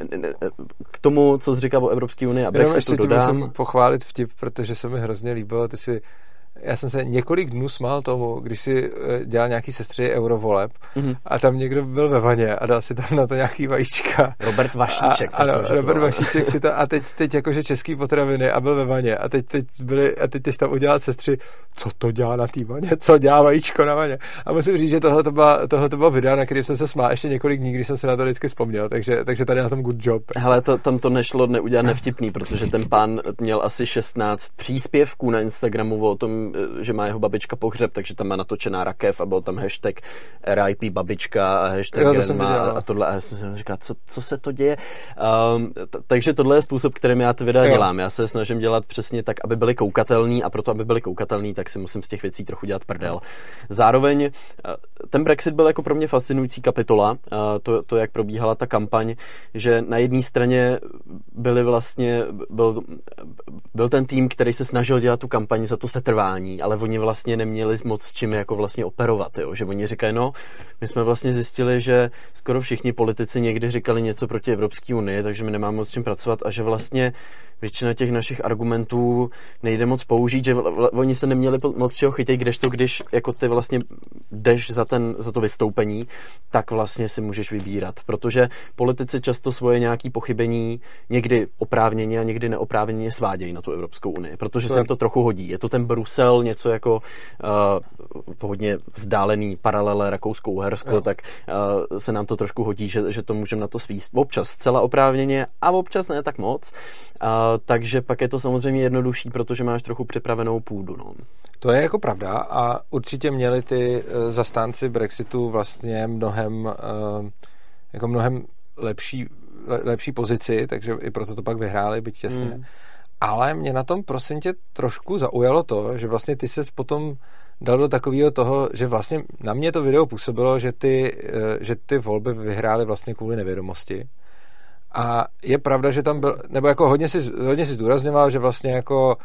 K tomu, co jsi říkal o Evropské unii a Brexitu, dodám. Musím pochválit vtip, protože se mi hrozně líbilo. Ty si Já jsem se několik dnů smál tomu, když si dělal nějaký sestři eurovoleb mm-hmm. a tam někdo byl ve vaně a dal si tam na to nějaký vajíčka. Robert Vašíček. A, ano, Robert Vašíček si to, a teď, teď jakože český potraviny a byl ve vaně a teď, teď byli, a teď ty jsi tam udělal sestři, co to dělá na té vaně, co dělá vajíčko na vaně. A musím říct, že tohle to byla, tohle to bylo video, na kterém jsem se smál ještě několik dní, když jsem se na to vždycky vzpomněl, takže, takže tady na tom good job. Hele, to, tam to nešlo neudělat nevtipný, protože ten pán měl asi šestnáct příspěvků na Instagramu o tom, že má jeho babička pohřeb, takže tam má natočená rakev a byl tam hashtag R I P babička a hashtag jo, grandma a tohle. A já jsem si říkal, co, co se to děje? Um, t- takže tohle je způsob, kterým já ty videa jo. dělám. Já se snažím dělat přesně tak, aby byly koukatelný a proto, aby byly koukatelný, tak si musím z těch věcí trochu dělat prdel. Zároveň ten Brexit byl jako pro mě fascinující kapitola, to, to jak probíhala ta kampaň, že na jedné straně byly vlastně, byl, byl ten tým, který se snažil dělat tu kampaň za to setrvání, ale oni vlastně neměli moc s čím jako vlastně operovat, jo? Že oni říkají, no, my jsme vlastně zjistili, že skoro všichni politici někdy říkali něco proti Evropské unii, takže my nemáme moc s čím pracovat a že vlastně většina těch našich argumentů nejde moc použít, že vl- oni se neměli moc čeho chytit, kdežto když jako ty vlastně jdeš za, ten, za to vystoupení, tak vlastně si můžeš vybírat, protože politici často svoje nějaké pochybení někdy oprávněně a někdy neoprávněně svádějí na tu Evropskou unii, protože se jim to trochu hodí. Je to ten Brusel, něco jako uh, hodně vzdálený paralele Rakousko-Uhersko, no. tak uh, se nám to trošku hodí, že, že to můžeme na to svíst. Občas zcela oprávněně a občas ne tak moc. Uh, takže pak je to samozřejmě jednodušší, protože máš trochu připravenou půdu. No. To je jako pravda a určitě měli ty uh, zastánci Brexitu vlastně mnohem uh, jako mnohem lepší, le, lepší pozici, takže i proto to pak vyhráli, byť těsně. Hmm. Ale mě na tom, prosím tě, trošku zaujalo to, že vlastně ty ses potom dal do takového toho, že vlastně na mě to video působilo, že ty, uh, že ty volby vyhrály vlastně kvůli nevědomosti. A je pravda, že tam byl, nebo jako hodně si, hodně si zdůrazňoval, že vlastně jako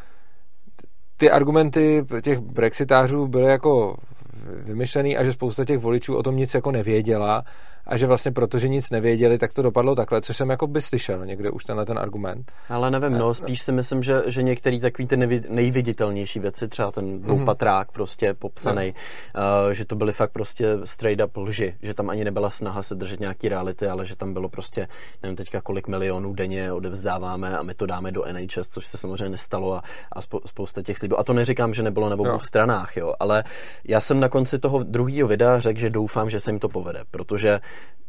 ty argumenty těch brexitářů byly jako vymyšlený a že spousta těch voličů o tom nic jako nevěděla a že vlastně protože nic nevěděli, tak to dopadlo takhle, což jsem jako by slyšel někde už tenhle ten argument. Ale nevím, no, spíš si myslím, že, že některý takový ty nevi, nejviditelnější věci, třeba ten dvoupatrák mm-hmm. prostě popsaný, no. uh, že to byly fakt prostě straight up lži, že tam ani nebyla snaha se držet nějaký reality, ale že tam bylo prostě, nevím teďka kolik milionů denně odevzdáváme a my to dáme do N H S, což se samozřejmě nestalo a, a spousta těch slibů. A to neříkám, že nebylo na obou stranách, jo, ale já jsem na konci toho druhého videa řekl, že doufám, že se jim to povede, protože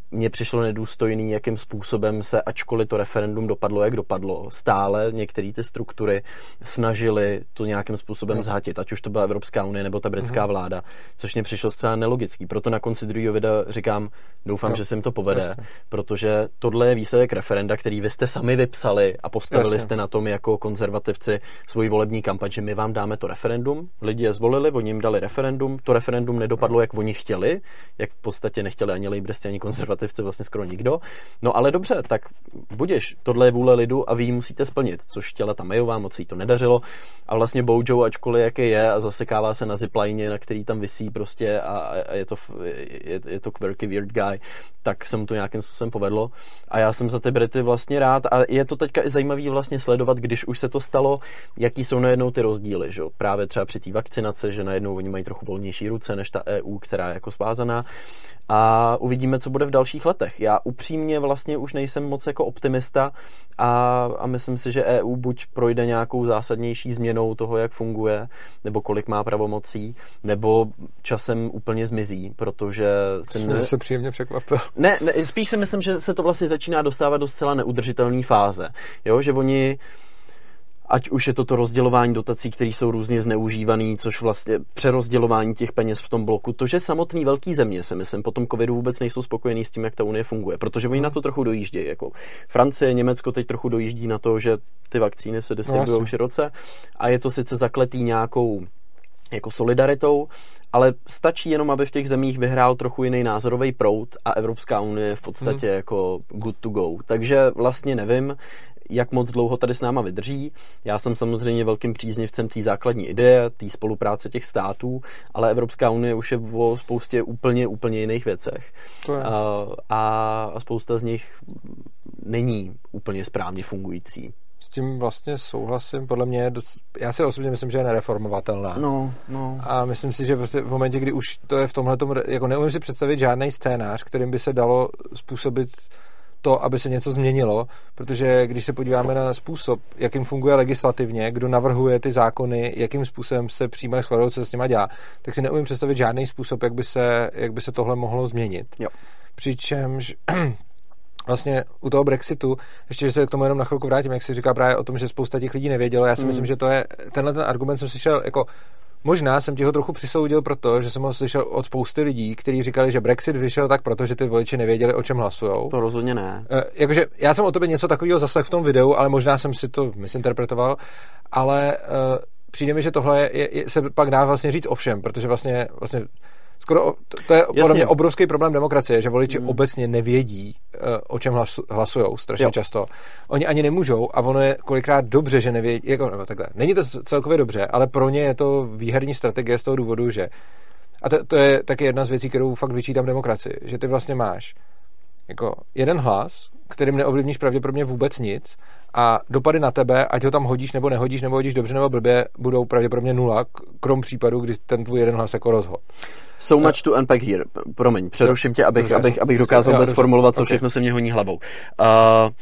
mně přišlo nedůstojný, jakým způsobem se, ačkoliv to referendum dopadlo, jak dopadlo, stále některé ty struktury snažily to nějakým způsobem no. zhatit, ať už to byla Evropská unie nebo ta britská mm-hmm. vláda, což mě přišlo zcela nelogický. Proto na konci druhého videa říkám, doufám, no. že se jim to povede, Jasně. protože tohle je výsledek referenda, který vy jste sami vypsali a postavili Jasně. jste na tom jako konzervativci svoji volební kampaň, že my vám dáme to referendum, lidi je zvolili, oni jim dali referendum, to referendum nedopadlo, jak oni chtěli, jak v podstatě nechtěli ani lejbristi, ani konzervativci, vlastně skoro nikdo. No ale dobře, tak budiš, tohle je vůle lidu a vy ji musíte splnit, což chtěla ta Mayová, moc jí to nedařilo a vlastně Bojo, ačkoliv jaké je a zasekává se na zipline, na který tam visí prostě a, a je to je, je to quirky weird guy, tak se mu to nějakým způsobem povedlo a já jsem za ty Brity vlastně rád a je to teďka i zajímavý vlastně sledovat, když už se to stalo, jaký jsou najednou ty rozdíly, že? Právě třeba při té vakcinaci, že najednou oni mají trochu volnější ruce než ta E U, která je jako svázaná a uvidíme, co bude v dalších letech. Já upřímně vlastně už nejsem moc jako optimista a, a myslím si, že E U buď projde nějakou zásadnější změnou toho, jak funguje, nebo kolik má pravomocí, nebo časem úplně zmizí, protože jsem ne... se příjemně překvapil. Ne, ne, spíš si myslím, že se to vlastně začíná dostávat do zcela neudržitelné fáze. Jo, že oni ať už je to to rozdělování dotací, které jsou různě zneužívané, což vlastně přerozdělování těch peněz v tom bloku, to, že samotný velký země, se myslím, po tom covidu vůbec nejsou spokojení s tím, jak ta unie funguje, protože oni na to trochu dojíždějí. Jako Francie, Německo teď trochu dojíždí na to, že ty vakcíny se distribuují no, široce a je to sice zakletý nějakou jako solidaritou, ale stačí jenom, aby v těch zemích vyhrál trochu jiný názorový proud a Evropská unie je v podstatě hmm. jako good to go. Takže vlastně nevím, jak moc dlouho tady s náma vydrží. Já jsem samozřejmě velkým příznivcem té základní ideje, té spolupráce těch států, ale Evropská unie už je o spoustě úplně, úplně jiných věcech. A, a spousta z nich není úplně správně fungující. S tím vlastně souhlasím, podle mě je dost, já si osobně myslím, že je nereformovatelná. No, no. A myslím si, že prostě v momentě, kdy už to je v tomhletom, jako neumím si představit žádný scénář, kterým by se dalo způsobit to, aby se něco změnilo, protože když se podíváme na způsob, jakým funguje legislativně, kdo navrhuje ty zákony, jakým způsobem se přijímají, schvalují, co se s nima dělá, tak si neumím představit žádný způsob, jak by se, jak by se tohle mohlo změnit. Jo. Přičemž vlastně u toho Brexitu, ještě, že se k tomu jenom na chvilku vrátím, jak si říká právě o tom, že spousta těch lidí nevědělo, já si mm. myslím, že to je, tenhle ten argument jsem slyšel jako možná jsem ti ho trochu přisoudil proto, že jsem ho slyšel od spousty lidí, kteří říkali, že Brexit vyšel tak proto, že ty voliči nevěděli, o čem hlasujou. To rozhodně ne. E, jakože já jsem o tobě něco takového zaslechl v tom videu, ale možná jsem si to misinterpretoval, ale e, přijde mi, že tohle je, je, se pak dá vlastně říct o všem, protože vlastně, vlastně skoro, to, to je podle mě obrovský problém demokracie, že voliči hmm. obecně nevědí, o čem hlasu, hlasujou strašně jo. často. Oni ani nemůžou a ono je kolikrát dobře, že nevědí, jako nebo takhle. Není to celkově dobře, ale pro ně je to výherní strategie z toho důvodu, že a to, to je taky jedna z věcí, kterou fakt vyčítám demokracii, že ty vlastně máš jako jeden hlas, kterým neovlivníš pravděpodobně vůbec nic a dopady na tebe, ať ho tam hodíš nebo nehodíš, nebo hodíš dobře nebo blbě, budou pravděpodobně nula, krom případu, kdy ten tvůj jeden hlas jako rozhod. So much to unpack here. Promiň, přeruším tě, abych, abych, abych dokázal bez formulovat, co všechno se mě honí hlavou. Uh,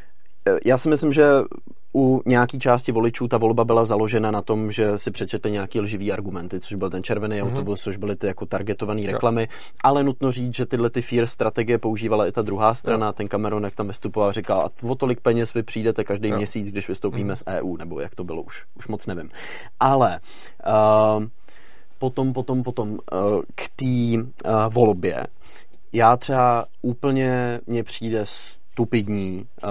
já si myslím, že u nějaký části voličů ta volba byla založena na tom, že si přečetli nějaký lživý argumenty, což byl ten červený mm-hmm. autobus, což byly ty jako targetované reklamy, ale nutno říct, že tyhle ty fear strategie používala i ta druhá strana, jo. ten Cameron, jak tam vystupoval, říkal, a o tolik peněz vy přijdete každý jo. měsíc, když vystoupíme mm-hmm. z E U, nebo jak to bylo už, už moc nevím. Ale uh, potom, potom, potom uh, k té uh, volbě, já třeba úplně mně přijde stupidní uh,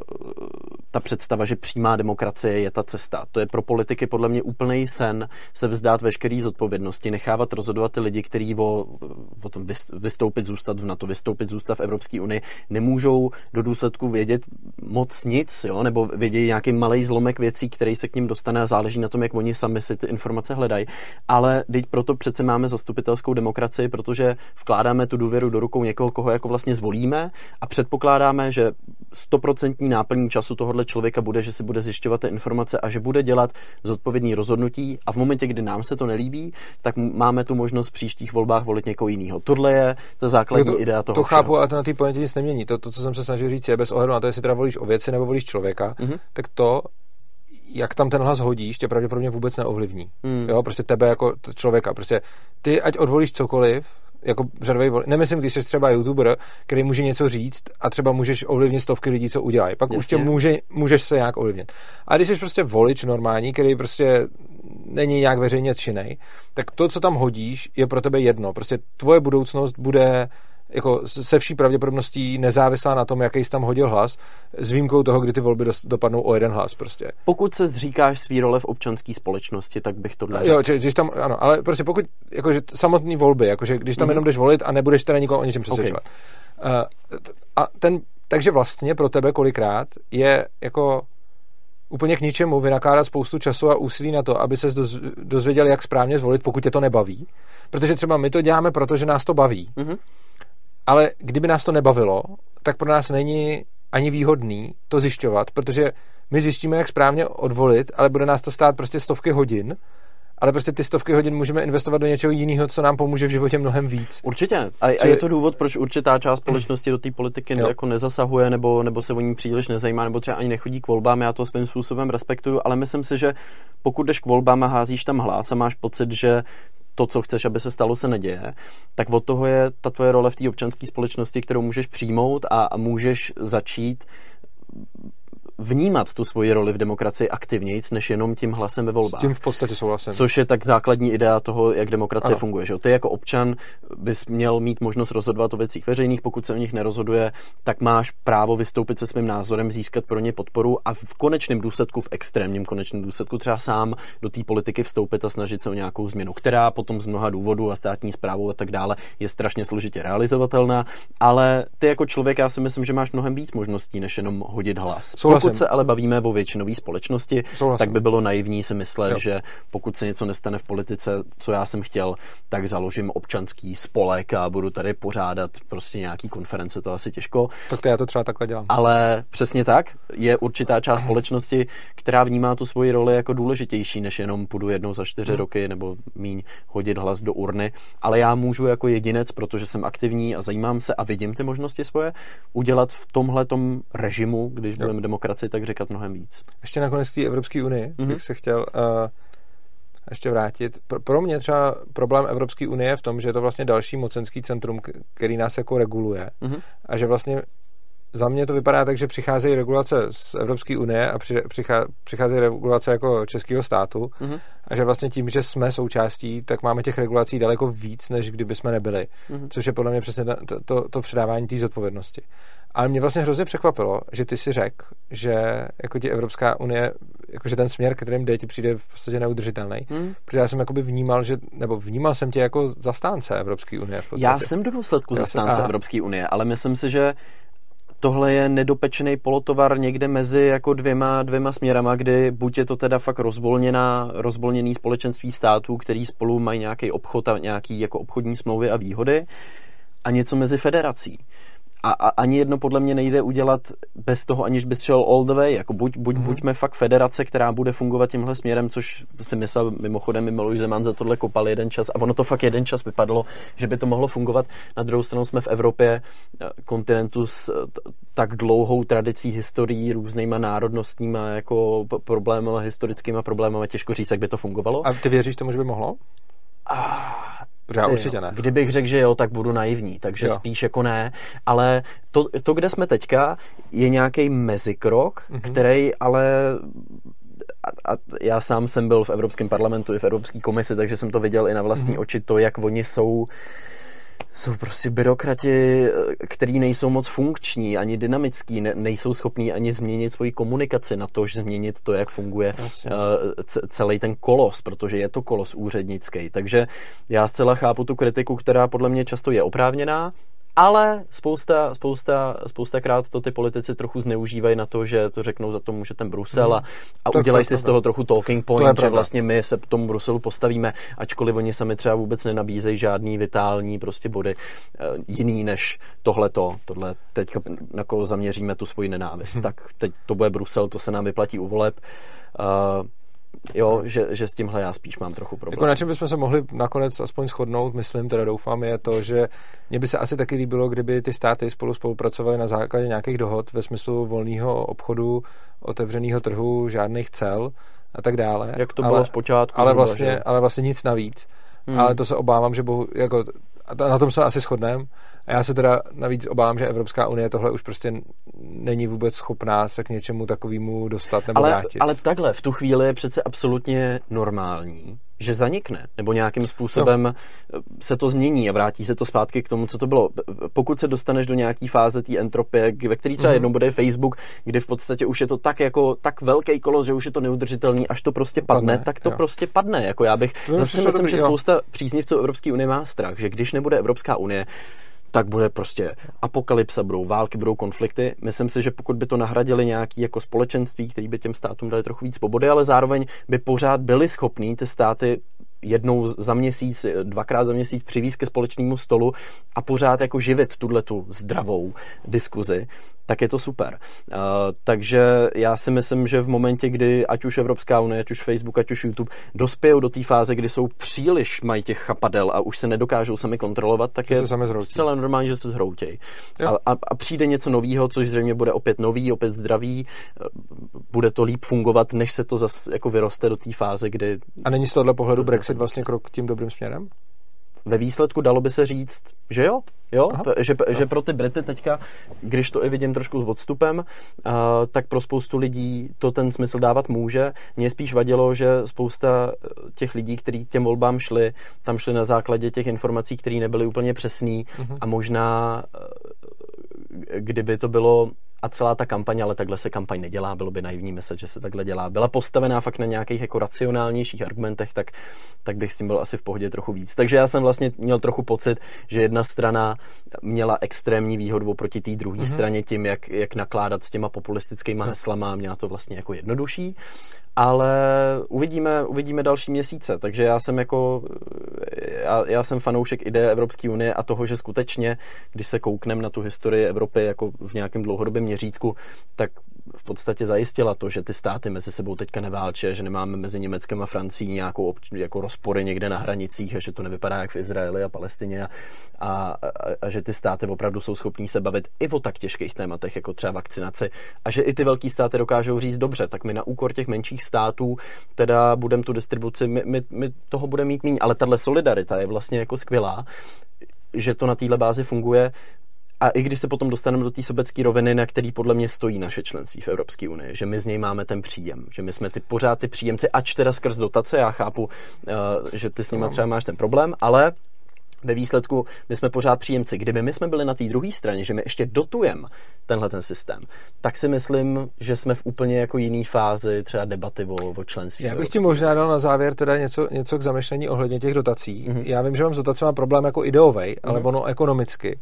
ta představa, že přímá demokracie je ta cesta. To je pro politiky podle mě úplný sen se vzdát veškerý zodpovědnosti, nechávat rozhodovat ty lidi, kteří o, o tom vystoupit, zůstat v NATO, vystoupit, zůstat v Evropské unii, nemůžou do důsledku vědět moc nic, jo? Nebo vědějí nějaký malý zlomek věcí, který se k ním dostane a záleží na tom, jak oni sami si ty informace hledají. Ale teď proto přece máme zastupitelskou demokracii, protože vkládáme tu důvěru do rukou někoho, koho jako vlastně zvolíme a předpokládáme, že stoprocentní náplní času tohohle člověka bude, že si bude zjišťovat ty informace a že bude dělat zodpovědný rozhodnutí a v momentě, kdy nám se to nelíbí, tak máme tu možnost v příštích volbách volit někoho jiného. Tohle je ta základní to, idea toho. To chápu, všeho. Ale to na té pointě nic nemění. To, to, co jsem se snažil říct, je bez ohledu na to, jestli teda volíš o věci nebo volíš člověka, mm-hmm. tak to, jak tam ten hlas hodíš, tě pravděpodobně vůbec neovlivní. Mm. Jo, prostě tebe jako člověka. Prostě ty, ať odvolíš cokoliv, jako řadový volič. Nemyslím, když jsi třeba youtuber, který může něco říct a třeba můžeš ovlivnit stovky lidí, co udělají. Pak Jasně. už tě může, můžeš se nějak ovlivnit. A když jsi prostě volič normální, který prostě není nějak veřejně činnej, tak to, co tam hodíš, je pro tebe jedno. Prostě tvoje budoucnost bude jako se vší pravděpodobností nezávislá na tom, jaký jsi tam hodil hlas, s výjimkou toho, kdy ty volby dopadnou o jeden hlas prostě. Pokud se zříkáš svý role v občanské společnosti, tak bych to neřekl. Jo, že, když tam, ano, ale prostě pokud, jakože samotný volby, jakože když tam mm-hmm. jenom jdeš volit a nebudeš teda nikoho o něčem přesvědčovat. Okay. Uh, a ten, takže vlastně pro tebe kolikrát je jako úplně k ničemu vynakládat spoustu času a úsilí na to, aby ses dozvěděl, jak správně zvolit, pokud tě to nebaví. Protože třeba my to děláme, protože nás to baví. Mm-hmm. Ale kdyby nás to nebavilo, tak pro nás není ani výhodný to zjišťovat, protože my zjistíme, jak správně odvolit, ale bude nás to stát prostě stovky hodin, ale prostě ty stovky hodin můžeme investovat do něčeho jiného, co nám pomůže v životě mnohem víc. Určitě. A, a je to důvod, proč určitá část společnosti do té politiky ne, jako nezasahuje, nebo, nebo se o ní příliš nezajímá, nebo třeba ani nechodí k volbám. Já to svým způsobem respektuju, ale myslím si, že pokud jdeš k volbám a házíš tam hlas a máš pocit, že to, co chceš, aby se stalo, se neděje, tak od toho je ta tvoje role v té občanské společnosti, kterou můžeš přijmout a, a můžeš začít vnímat tu svoji roli v demokracii aktivnějc, než jenom tím hlasem ve volbách. S tím v podstatě souhlasím. Což je tak základní idea toho, jak demokracie ano. funguje. Že? Ty jako občan bys měl mít možnost rozhodovat o věcích veřejných, pokud se o nich nerozhoduje, tak máš právo vystoupit se svým názorem, získat pro ně podporu a v konečném důsledku, v extrémním konečném důsledku třeba sám do té politiky vstoupit a snažit se o nějakou změnu, která potom z mnoha důvodů a státní správou a tak dále je strašně složitě realizovatelná, ale ty jako člověk, já si myslím, že máš mnohem víc možností, než jenom hodit hlas. Souhlasím. Pokud se ale bavíme o většinové společnosti, Souhlasím. tak by bylo naivní si myslet, jo. že pokud se něco nestane v politice, co já jsem chtěl, tak založím občanský spolek a budu tady pořádat prostě nějaký konference, to asi těžko. Tak to já to třeba takhle dělám. Ale přesně tak, je určitá část společnosti, která vnímá tu svoji roli jako důležitější, než jenom půjdu jednou za čtyři hmm. roky nebo míň hodit hlas do urny, ale já můžu jako jedinec, protože jsem aktivní a zajímám se a vidím ty možnosti svoje, udělat v tomhletom režimu, když budeme demokracii, tak říkat mnohem víc. Ještě nakonec k té Evropské unii mm-hmm. bych se chtěl uh, ještě vrátit. Pro, pro mě třeba problém Evropské unie je v tom, že je to vlastně další mocenský centrum, který nás jako reguluje. Mm-hmm. A že vlastně za mě to vypadá tak, že přicházejí regulace z Evropské unie a při, přichá, přicházejí regulace jako českého státu mm-hmm. a že vlastně tím, že jsme součástí, tak máme těch regulací daleko víc, než kdyby jsme nebyli. Mm-hmm. Což je podle mě přesně to, to, to předávání té zodpovědnosti. Ale mě vlastně hrozně překvapilo, že ty si řekl, že jako ti Evropská unie, jakože ten směr, kterým jde, ti přijde v podstatě neudržitelný. Hmm. Protože já jsem jakoby vnímal, že, nebo vnímal jsem tě jako zastánce Evropské unie. V podstatě. Já jsem do důsledku já zastánce jsem, Evropské unie, ale myslím si, že tohle je nedopečený polotovar někde mezi jako dvěma, dvěma směrama, kdy buď je to teda fakt rozvolněná, rozvolněný společenství států, který spolu mají nějaký obchod a nějaký jako obchodní smlouvy a výhody, a něco mezi federací. A, a ani jedno podle mě nejde udělat bez toho, aniž bys šel all the way. Jako buď, buď, mm-hmm. buďme fakt federace, která bude fungovat tímhle směrem, což si myslel mimochodem mi Miloš Zeman za tohle kopal jeden čas a ono to fakt jeden čas vypadalo, že by to mohlo fungovat. Na druhou stranu jsme v Evropě kontinentu s tak dlouhou tradicí, historií, různýma národnostníma jako problémy, historickýma problémy, těžko říct, jak by to fungovalo. A ty věříš tomu, že by mohlo? Ah, Protože já určitě ne. Kdybych řekl, že jo, tak budu naivní, takže jo. spíš jako ne, ale to, to, kde jsme teďka, je nějaký mezikrok, mm-hmm. který ale a, a já sám jsem byl v Evropském parlamentu i v Evropské komisi, takže jsem to viděl i na vlastní mm-hmm. oči, to, jak oni jsou jsou prostě byrokrati, který nejsou moc funkční, ani dynamický, ne, nejsou schopní ani změnit svoji komunikaci na to, že změnit to, jak funguje uh, celý ten kolos, protože je to kolos úřednický. Takže já zcela chápu tu kritiku, která podle mě často je oprávněná, ale spousta, spousta, spoustakrát to ty politici trochu zneužívají na to, že to řeknou, za to může ten Brusel a, a udělají si z toho trochu talking point, že vlastně my se k tomu Bruselu postavíme, ačkoliv oni sami třeba vůbec nenabízejí žádný vitální prostě body uh, jiný než tohleto. Tohle teď na koho zaměříme tu svoji nenávist. Hmm. Tak teď to bude Brusel, to se nám vyplatí u voleb. Uh, Jo, že, že s tímhle já spíš mám trochu problém. Jako na čem bychom se mohli nakonec aspoň shodnout, myslím, teda doufám, je to, že mně by se asi taky líbilo, kdyby ty státy spolu spolupracovaly na základě nějakých dohod ve smyslu volného obchodu, otevřeného trhu, žádných cel a tak dále. Jak to bylo zpočátku. Ale vlastně, ale vlastně nic navíc. Hmm. Ale to se obávám, že bohu, jako a na tom se asi shodneme. A já se teda navíc obávám, že Evropská unie tohle už prostě není vůbec schopná se k něčemu takovému dostat nebo ale, vrátit. Ale takhle, v tu chvíli je přece absolutně normální, že zanikne, nebo nějakým způsobem no. se to změní a vrátí se to zpátky k tomu, co to bylo. Pokud se dostaneš do nějaký fáze té entropie, ve který třeba mm-hmm. jednou bude Facebook, kdy v podstatě už je to tak jako tak velký kolos, že už je to neudržitelný, až to prostě padne, padne tak to jo. prostě padne. Jako já bych to zase myslím, dobrý, že jo. spousta příznivců Evropské unie má strach, že když nebude Evropská unie, tak bude prostě apokalypsa, budou války, budou konflikty. Myslím si, že pokud by to nahradili nějaký jako společenství, který by těm státům dali trochu víc svobody, ale zároveň by pořád byli schopní ty státy jednou za měsíc, dvakrát za měsíc přivízt ke společnému stolu a pořád jako živit tuhletu zdravou diskuzi, tak je to super. Uh, takže já si myslím, že v momentě, kdy ať už Evropská unie, ať už Facebook, ať už YouTube dospějou do té fáze, kdy jsou příliš mají těch chapadel a už se nedokážou sami kontrolovat, tak že je celé normální, že se zhroutějí. A, a, a přijde něco novýho, což zřejmě bude opět nový, opět zdravý, bude to líp fungovat, než se to zase jako vyroste do té fáze, kdy... A není z tohohle pohledu Brexit vlastně krok tím dobrým směrem? Ve výsledku dalo by se říct, že jo, jo? Že, že pro ty Brity teďka, když to i vidím trošku s odstupem, uh, tak pro spoustu lidí to ten smysl dávat může. Mně spíš vadilo, že spousta těch lidí, kteří k těm volbám šli, tam šli na základě těch informací, které nebyly úplně přesný uh-huh. a možná kdyby to bylo a celá ta kampaň, ale takhle se kampaň nedělá, bylo by naivní myslet, že se takhle dělá. Byla postavená fakt na nějakých jako racionálnějších argumentech, tak, tak bych s tím byl asi v pohodě trochu víc. Takže já jsem vlastně měl trochu pocit, že jedna strana měla extrémní výhodu proti té druhé mm-hmm. straně tím, jak, jak nakládat s těma populistickými heslama, měla to vlastně jako jednodušší. Ale uvidíme, uvidíme další měsíce, takže já jsem jako já, já jsem fanoušek ideje Evropské unie a toho, že skutečně, když se koukneme na tu historii Evropy jako v nějakém dlouhodobém měřítku, tak v podstatě zajistila to, že ty státy mezi sebou teďka neválčí, že nemáme mezi Německem a Francií nějakou jako rozpory někde na hranicích a že to nevypadá jak v Izraeli a Palestině a, a, a že ty státy opravdu jsou schopní se bavit i o tak těžkých tématech, jako třeba vakcinaci a že i ty velký státy dokážou říct dobře, tak my na úkor těch menších států teda budeme tu distribuci, my, my, my toho budeme mít míň, ale tahle solidarita je vlastně jako skvělá, že to na téhle bázi funguje. A i když se potom dostaneme do té sobecké roviny, na který podle mě stojí naše členství v Evropské unii, že my z něj máme ten příjem, že my jsme ty, pořád ty příjemci, ač teda skrz dotace, já chápu, uh, že ty s nima třeba máš ten problém, ale ve výsledku my jsme pořád příjemci. Kdyby my jsme byli na té druhé straně, že my ještě dotujeme tenhle ten systém, tak si myslím, že jsme v úplně jako jiný fázi třeba debaty o, o členství. Já bych ti možná dal na závěr teda něco, něco k zamyšlení ohledně těch dotací. Mm-hmm. Já vím, že mám s dotacemi problém jako ideovej, mm-hmm. ale ono ekonomicky.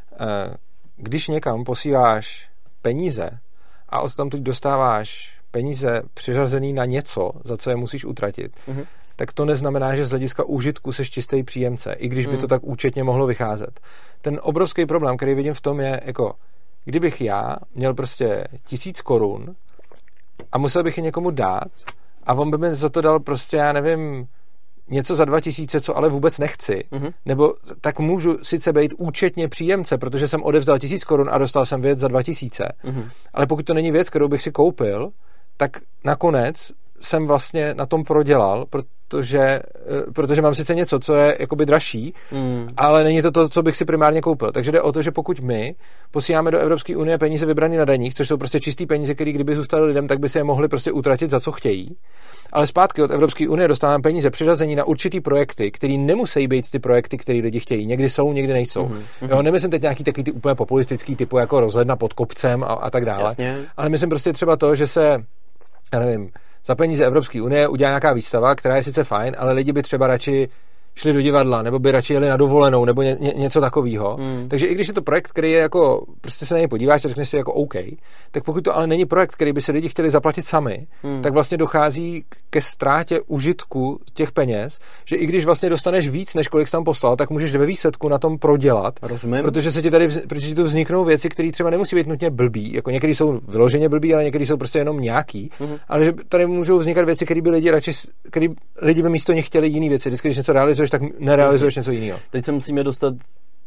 Když někam posíláš peníze a odtamtud dostáváš peníze přiřazený na něco, za co je musíš utratit, mm-hmm. tak to neznamená, že z hlediska úžitku seš čistý příjemce, i když by mm. to tak účetně mohlo vycházet. Ten obrovský problém, který vidím v tom, je, jako, kdybych já měl prostě tisíc korun a musel bych je někomu dát a on by mi za to dal prostě, já nevím, něco za dva tisíce, co ale vůbec nechci, mm-hmm. nebo tak můžu sice být účetně příjemce, protože jsem odevzdal tisíc korun a dostal jsem věc za dva tisíce, mm-hmm. ale pokud to není věc, kterou bych si koupil, tak nakonec jsem vlastně na tom prodělal, protože, protože mám sice něco, co je jakoby dražší, mm. ale není to to, co bych si primárně koupil. Takže jde o to, že pokud my posíláme do Evropské unie peníze vybrané na daních, což jsou prostě čistý peníze, které kdyby zůstaly lidem, tak by se je mohli prostě utratit za co chtějí. Ale zpátky od Evropské unie dostáváme peníze přiřazení na určitý projekty, které nemusí být ty projekty, které lidi chtějí. Někdy jsou, někdy nejsou. Mm. Jo, nemyslím teď nějaký takový ty úplně populistický typu jako rozhled nad pod kopcem a, a tak dále. Jasně. Ale myslím prostě třeba to, že se, já nevím, za peníze Evropské unie udělá nějaká výstava, která je sice fajn, ale lidi by třeba radši šli do divadla, nebo by radši jeli na dovolenou, nebo ně, ně, něco takového. Hmm. Takže i když je to projekt, který je jako, prostě se na něj podíváš a řekneš si jako OK, tak pokud to ale není projekt, který by si lidi chtěli zaplatit sami, hmm. tak vlastně dochází ke ztrátě užitku těch peněz, že i když vlastně dostaneš víc, než kolik jsi tam poslal, tak můžeš ve výsledku na tom prodělat. Rozumím. Protože se ti tady, protože ti tu vzniknou věci, které třeba nemusí být nutně blbý, jako některé jsou vyloženě blbý, ale některé jsou prostě jenom nějaký, hmm. ale že tady můžou vznikat věci, které by lidi radši, které lidi by místo nich chtěli jiný věci. Vždycky, když něco realizuješ, tak nerealizuješ něco jiného. Teď se musíme dostat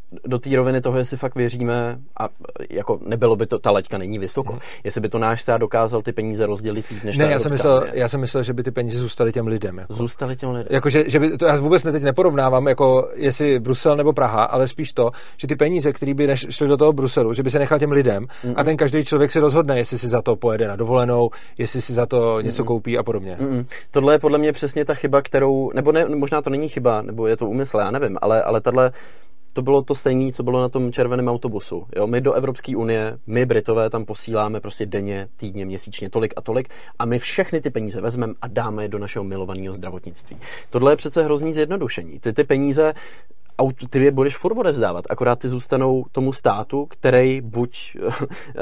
do té roviny toho, jestli fakt věříme a jako nebylo by to, ta laťka není vysoko. Hmm. Jestli by to náš stát dokázal ty peníze rozdělit víc než ne, ta já jsem myslel, já jsem myslel, že by ty peníze zůstaly těm lidem. Jako. Zůstaly těm lidem. Jako, že, že by, to já vůbec teď neporovnávám, jako jestli Brusel nebo Praha, ale spíš to, že ty peníze, které by šly do toho Bruselu, že by se nechal těm lidem hmm. a ten každý člověk si rozhodne, jestli si za to pojede na dovolenou, jestli si za to něco hmm. koupí a podobně. Hmm. Tohle je podle mě přesně ta chyba, kterou, nebo ne, možná to není chyba, nebo je to úmysl, já nevím, ale, ale tahle to bylo to stejné, co bylo na tom červeném autobusu. Jo, my do Evropské unie, my Britové tam posíláme prostě denně, týdně, měsíčně tolik a tolik a my všechny ty peníze vezmeme a dáme je do našeho milovaného zdravotnictví. Tohle je přece hrozný zjednodušení. Ty ty peníze ty je budeš furt odevzdávat, akorát ty zůstanou tomu státu, který buď uh,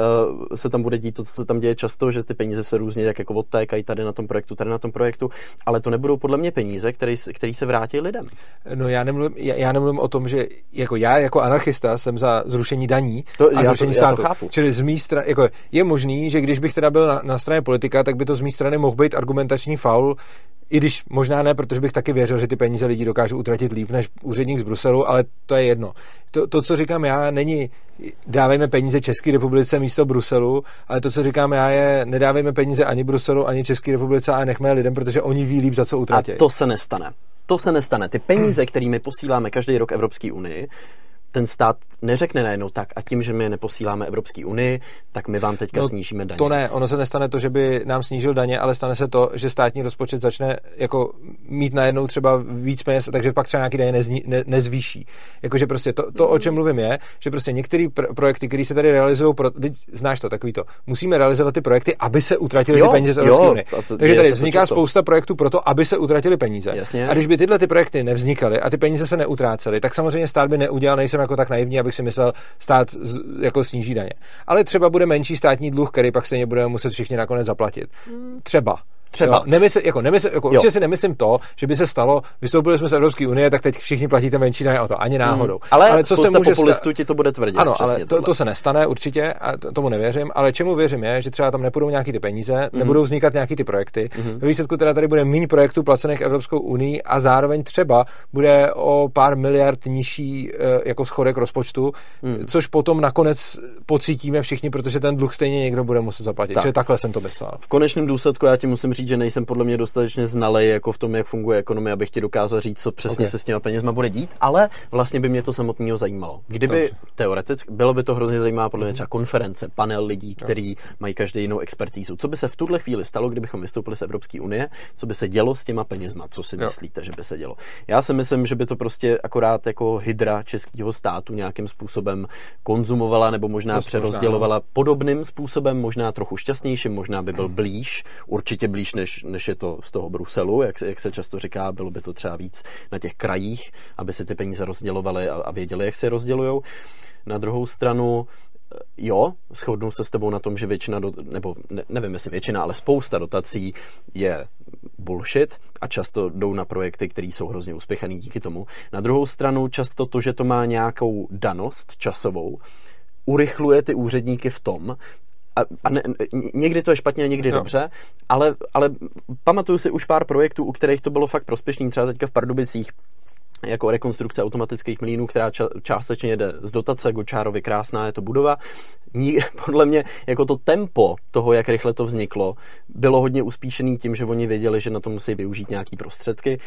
se tam bude dít to, co se tam děje často, že ty peníze se různě jak jako odtékají tady na tom projektu, tady na tom projektu, ale to nebudou podle mě peníze, který, který se vrátí lidem. No já nemluvím, já, já nemluvím o tom, že jako já jako anarchista jsem za zrušení daní to, a zrušení to, státu. Čili z mý strany, jako je možný, že když bych teda byl na, na straně politika, tak by to z mé strany mohl být argumentační faul, i když možná ne, protože bych taky věřil, že ty peníze lidi dokážou utratit líp než úředník z Bruselu, ale to je jedno. To, to co říkám já, není dávejme peníze České republice místo Bruselu, ale to, co říkám já, je nedávejme peníze ani Bruselu, ani České republice a nechme je lidem, protože oni ví líp, za co utratí. A to se nestane. To se nestane. Ty peníze, kterými posíláme každý rok Evropské unii, ten stát neřekne najednou tak a tím, že my neposíláme Evropské unii, tak my vám teďka no, snížíme daně. To ne, ono se nestane to, že by nám snížil daně, ale stane se to, že státní rozpočet začne jako mít najednou třeba víc peněz, takže pak třeba nějaký daně nezní, ne, nezvýší. Jakože prostě to, to, o čem mluvím je, že prostě některé pr- projekty, které se tady realizují, pro, znáš to, takový to, musíme realizovat ty projekty, aby se utratily ty peníze z Evropské unie. Takže tady vzniká spousta projektů pro to, aby se utratily peníze. Jasně. A když by tyhle ty projekty nevznikaly a ty peníze se neutrácely, tak samozřejmě stát by neudělal, nejsem jako tak naivní, abych si myslel, stát jako sníží daně. Ale třeba bude menší státní dluh, který pak stejně budeme muset všichni nakonec zaplatit. Třeba. Třeba. Jo, nemysl, jako, nemysl, jako, určitě si nemyslím to, že by se stalo, vystoupili jsme z Evropské unie, tak teď všichni platíte menší daně o to. Ani náhodou. Mm. Ale, ale co se může populistů ti to bude tvrdit. Ano, ale to, to se nestane určitě a to, tomu nevěřím. Ale čemu věřím je, že třeba tam nepůjdou nějaký ty peníze, mm. nebudou vznikat nějaký ty projekty. Mm. Ve výsledku teda tady bude méně projektů placených Evropskou unii a zároveň třeba bude o pár miliard nižší jako schodek rozpočtu, mm. což potom nakonec pocítíme všichni, protože ten dluh stejně někdo bude muset zaplatit. Tak. Čili takhle jsem to myslel. V konečném důsledku já ti musím říct, že nejsem podle mě dostatečně znalej jako v tom, jak funguje ekonomie, abych ti dokázal říct, co přesně okay. se s těma penězma bude dít, ale vlastně by mě to samotného zajímalo. Kdyby Dobře. teoreticky, bylo by to hrozně zajímavé podle mě třeba konference, panel lidí, kteří no. mají každý jinou expertízu. Co by se v tuhle chvíli stalo, kdybychom vystoupili z Evropské unie, co by se dělo s těma penězma, co si jo. myslíte, že by se dělo? Já si myslím, že by to prostě akorát jako hydra českého státu nějakým způsobem konzumovala nebo možná to přerozdělovala možná, podobným způsobem, možná trochu šťastnějším, možná by byl blíž, určitě blíž než, než je to z toho Bruselu, jak, jak se často říká, bylo by to třeba víc na těch krajích, aby si ty peníze rozdělovali a, a věděli, jak se rozdělujou. Na druhou stranu, jo, shodnu se s tebou na tom, že většina, do, nebo ne, nevím, jestli většina, ale spousta dotací je bullshit a často jdou na projekty, které jsou hrozně uspěchaný díky tomu. Na druhou stranu často to, že to má nějakou danost časovou, urychluje ty úředníky v tom, a, a ne, někdy to je špatně a někdy jo. dobře, ale, ale pamatuju si už pár projektů, u kterých to bylo fakt prospěšný, třeba teďka v Pardubicích, jako rekonstrukce automatických mlýnů, která ča, částečně jede z dotace, Gočárovi krásná je to budova. Ní, podle mě jako to tempo toho, jak rychle to vzniklo, bylo hodně uspíšený tím, že oni věděli, že na to musí využít nějaký prostředky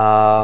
a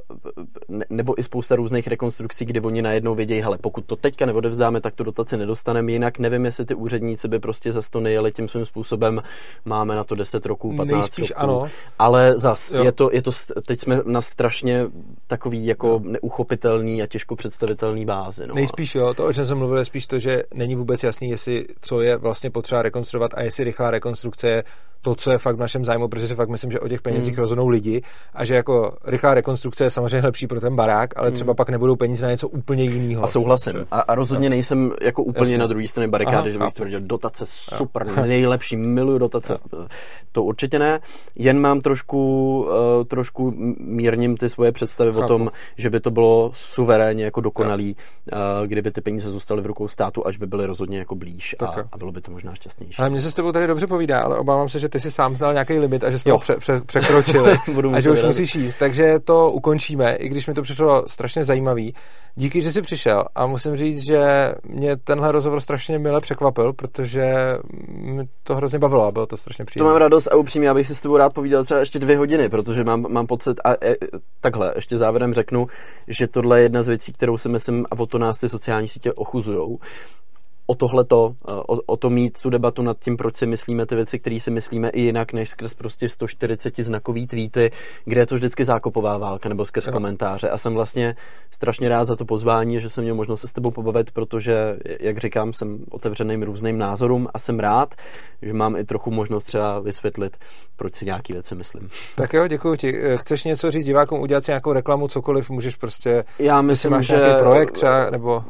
ne, nebo i spousta různých rekonstrukcí, kdy oni najednou vědějí, hele, pokud to teďka neodevzdáme, tak tu dotaci nedostaneme, jinak nevím, jestli ty úředníci by prostě zas to nejeli tím svým způsobem, máme na to deset roků, patnáct Nejspíš roků. Ano. Ale zas, je to, je to, teď jsme na strašně takový jako no. neuchopitelný a těžko představitelný bázi. No. Nejspíš jo, to, o čem jsem mluvil, je spíš to, že není vůbec jasný, jestli co je vlastně potřeba rekonstruovat a jestli rychlá rekonstrukce je to, co je fakt v našem zájmu, protože si fakt myslím, že o těch penězích mm. rozhodnou lidi a že jako rychlá rekonstrukce je samozřejmě lepší pro ten barák, ale třeba mm. pak nebudou peníze na něco úplně jiného. A souhlasím. A, a rozhodně nejsem jako úplně Jasně. na druhé straně barikády, že bych tvrdil, dotace super, jo. nejlepší, miluju dotace. Jo. To určitě ne, jen mám trošku, uh, trošku mírním ty svoje představy chápu. O tom, že by to bylo suverénně jako dokonalý, uh, kdyby ty peníze zůstaly v rukou státu, až by byly rozhodně jako blíž a, a bylo by to možná šťastnější. Ale mně se s tebou tady dobře povídá, ale obávám se, že že ty si sám znal nějaký limit a že jsme jo. ho pře- pře- překročili a že už musíš jít. Takže to ukončíme, i když mi to přišlo strašně zajímavý. Díky, že jsi přišel a musím říct, že mě tenhle rozhovor strašně mile překvapil, protože mi to hrozně bavilo a bylo to strašně příjemné. To mám radost a upřímně, abych si s tebou rád povídal třeba ještě dvě hodiny, protože mám, mám pocit a e, takhle, ještě závěrem řeknu, že tohle je jedna z věcí, kterou si myslím a o to nás ty sociální sítě ochuzujou. O tohleto, o, o to mít tu debatu nad tím, proč si myslíme ty věci, které si myslíme i jinak, než skrz prostě sto čtyřicet znakový tweety, kde je to vždycky zákopová válka nebo skrz no. komentáře. A jsem vlastně strašně rád za to pozvání, že jsem měl možnost se s tebou pobavit, protože, jak říkám, jsem otevřeným různým názorům a jsem rád, že mám i trochu možnost třeba vysvětlit, proč si nějaký věci myslím. Tak jo, děkuji ti. Chceš něco říct divákům, udělat si nějakou reklamu, cokoliv, můžeš prostě... Já myslím, máš že... nějaký projekt třeba, nebo...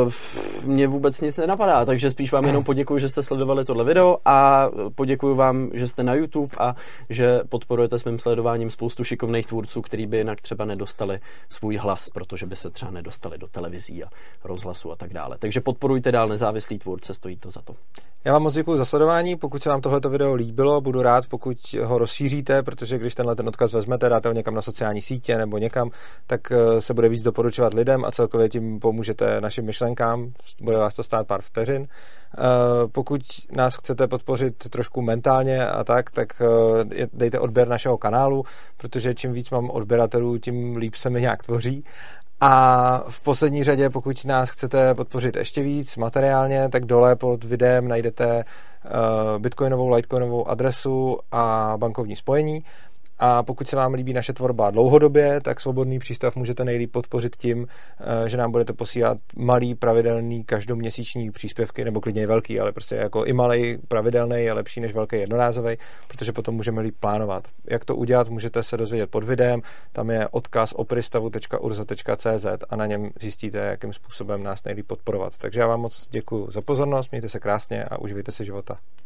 Mně vůbec nic nenapadá. Takže spíš vám jenom poděkuji, že jste sledovali tohle video a poděkuji vám, že jste na YouTube a že podporujete svým sledováním spoustu šikovných tvůrců, který by jinak třeba nedostali svůj hlas, protože by se třeba nedostali do televizí a rozhlasu a tak dále. Takže podporujte dál nezávislý tvůrce, stojí to za to. Já vám moc děkuji za sledování, pokud se vám tohleto video líbilo, budu rád, pokud ho rozšíříte, protože když tenhle ten odkaz vezmete, dáte ho někam na sociální sítě nebo někam, tak se bude víc doporučovat lidem a celkově tím pomůžete našim myšlenkám, bude vás to stát pár vteřin. Pokud nás chcete podpořit trošku mentálně a tak, tak dejte odběr našeho kanálu, protože čím víc mám odběratelů, tím líp se mi nějak tvoří. A v poslední řadě, pokud nás chcete podpořit ještě víc materiálně, tak dole pod videem najdete bitcoinovou, litecoinovou adresu a bankovní spojení. A pokud se vám líbí naše tvorba dlouhodobě, tak Svobodný přístav můžete nejlíp podpořit tím, že nám budete posílat malý, pravidelný, každoměsíční příspěvky, nebo klidně velký, ale prostě jako i malý, pravidelný je lepší než velký jednorázový, protože potom můžeme líp plánovat. Jak to udělat, můžete se dozvědět pod videem, tam je odkaz opristavu tečka urza tečka cz a na něm zjistíte, jakým způsobem nás nejlíp podporovat. Takže já vám moc děkuji za pozornost, mějte se krásně a uživejte si života.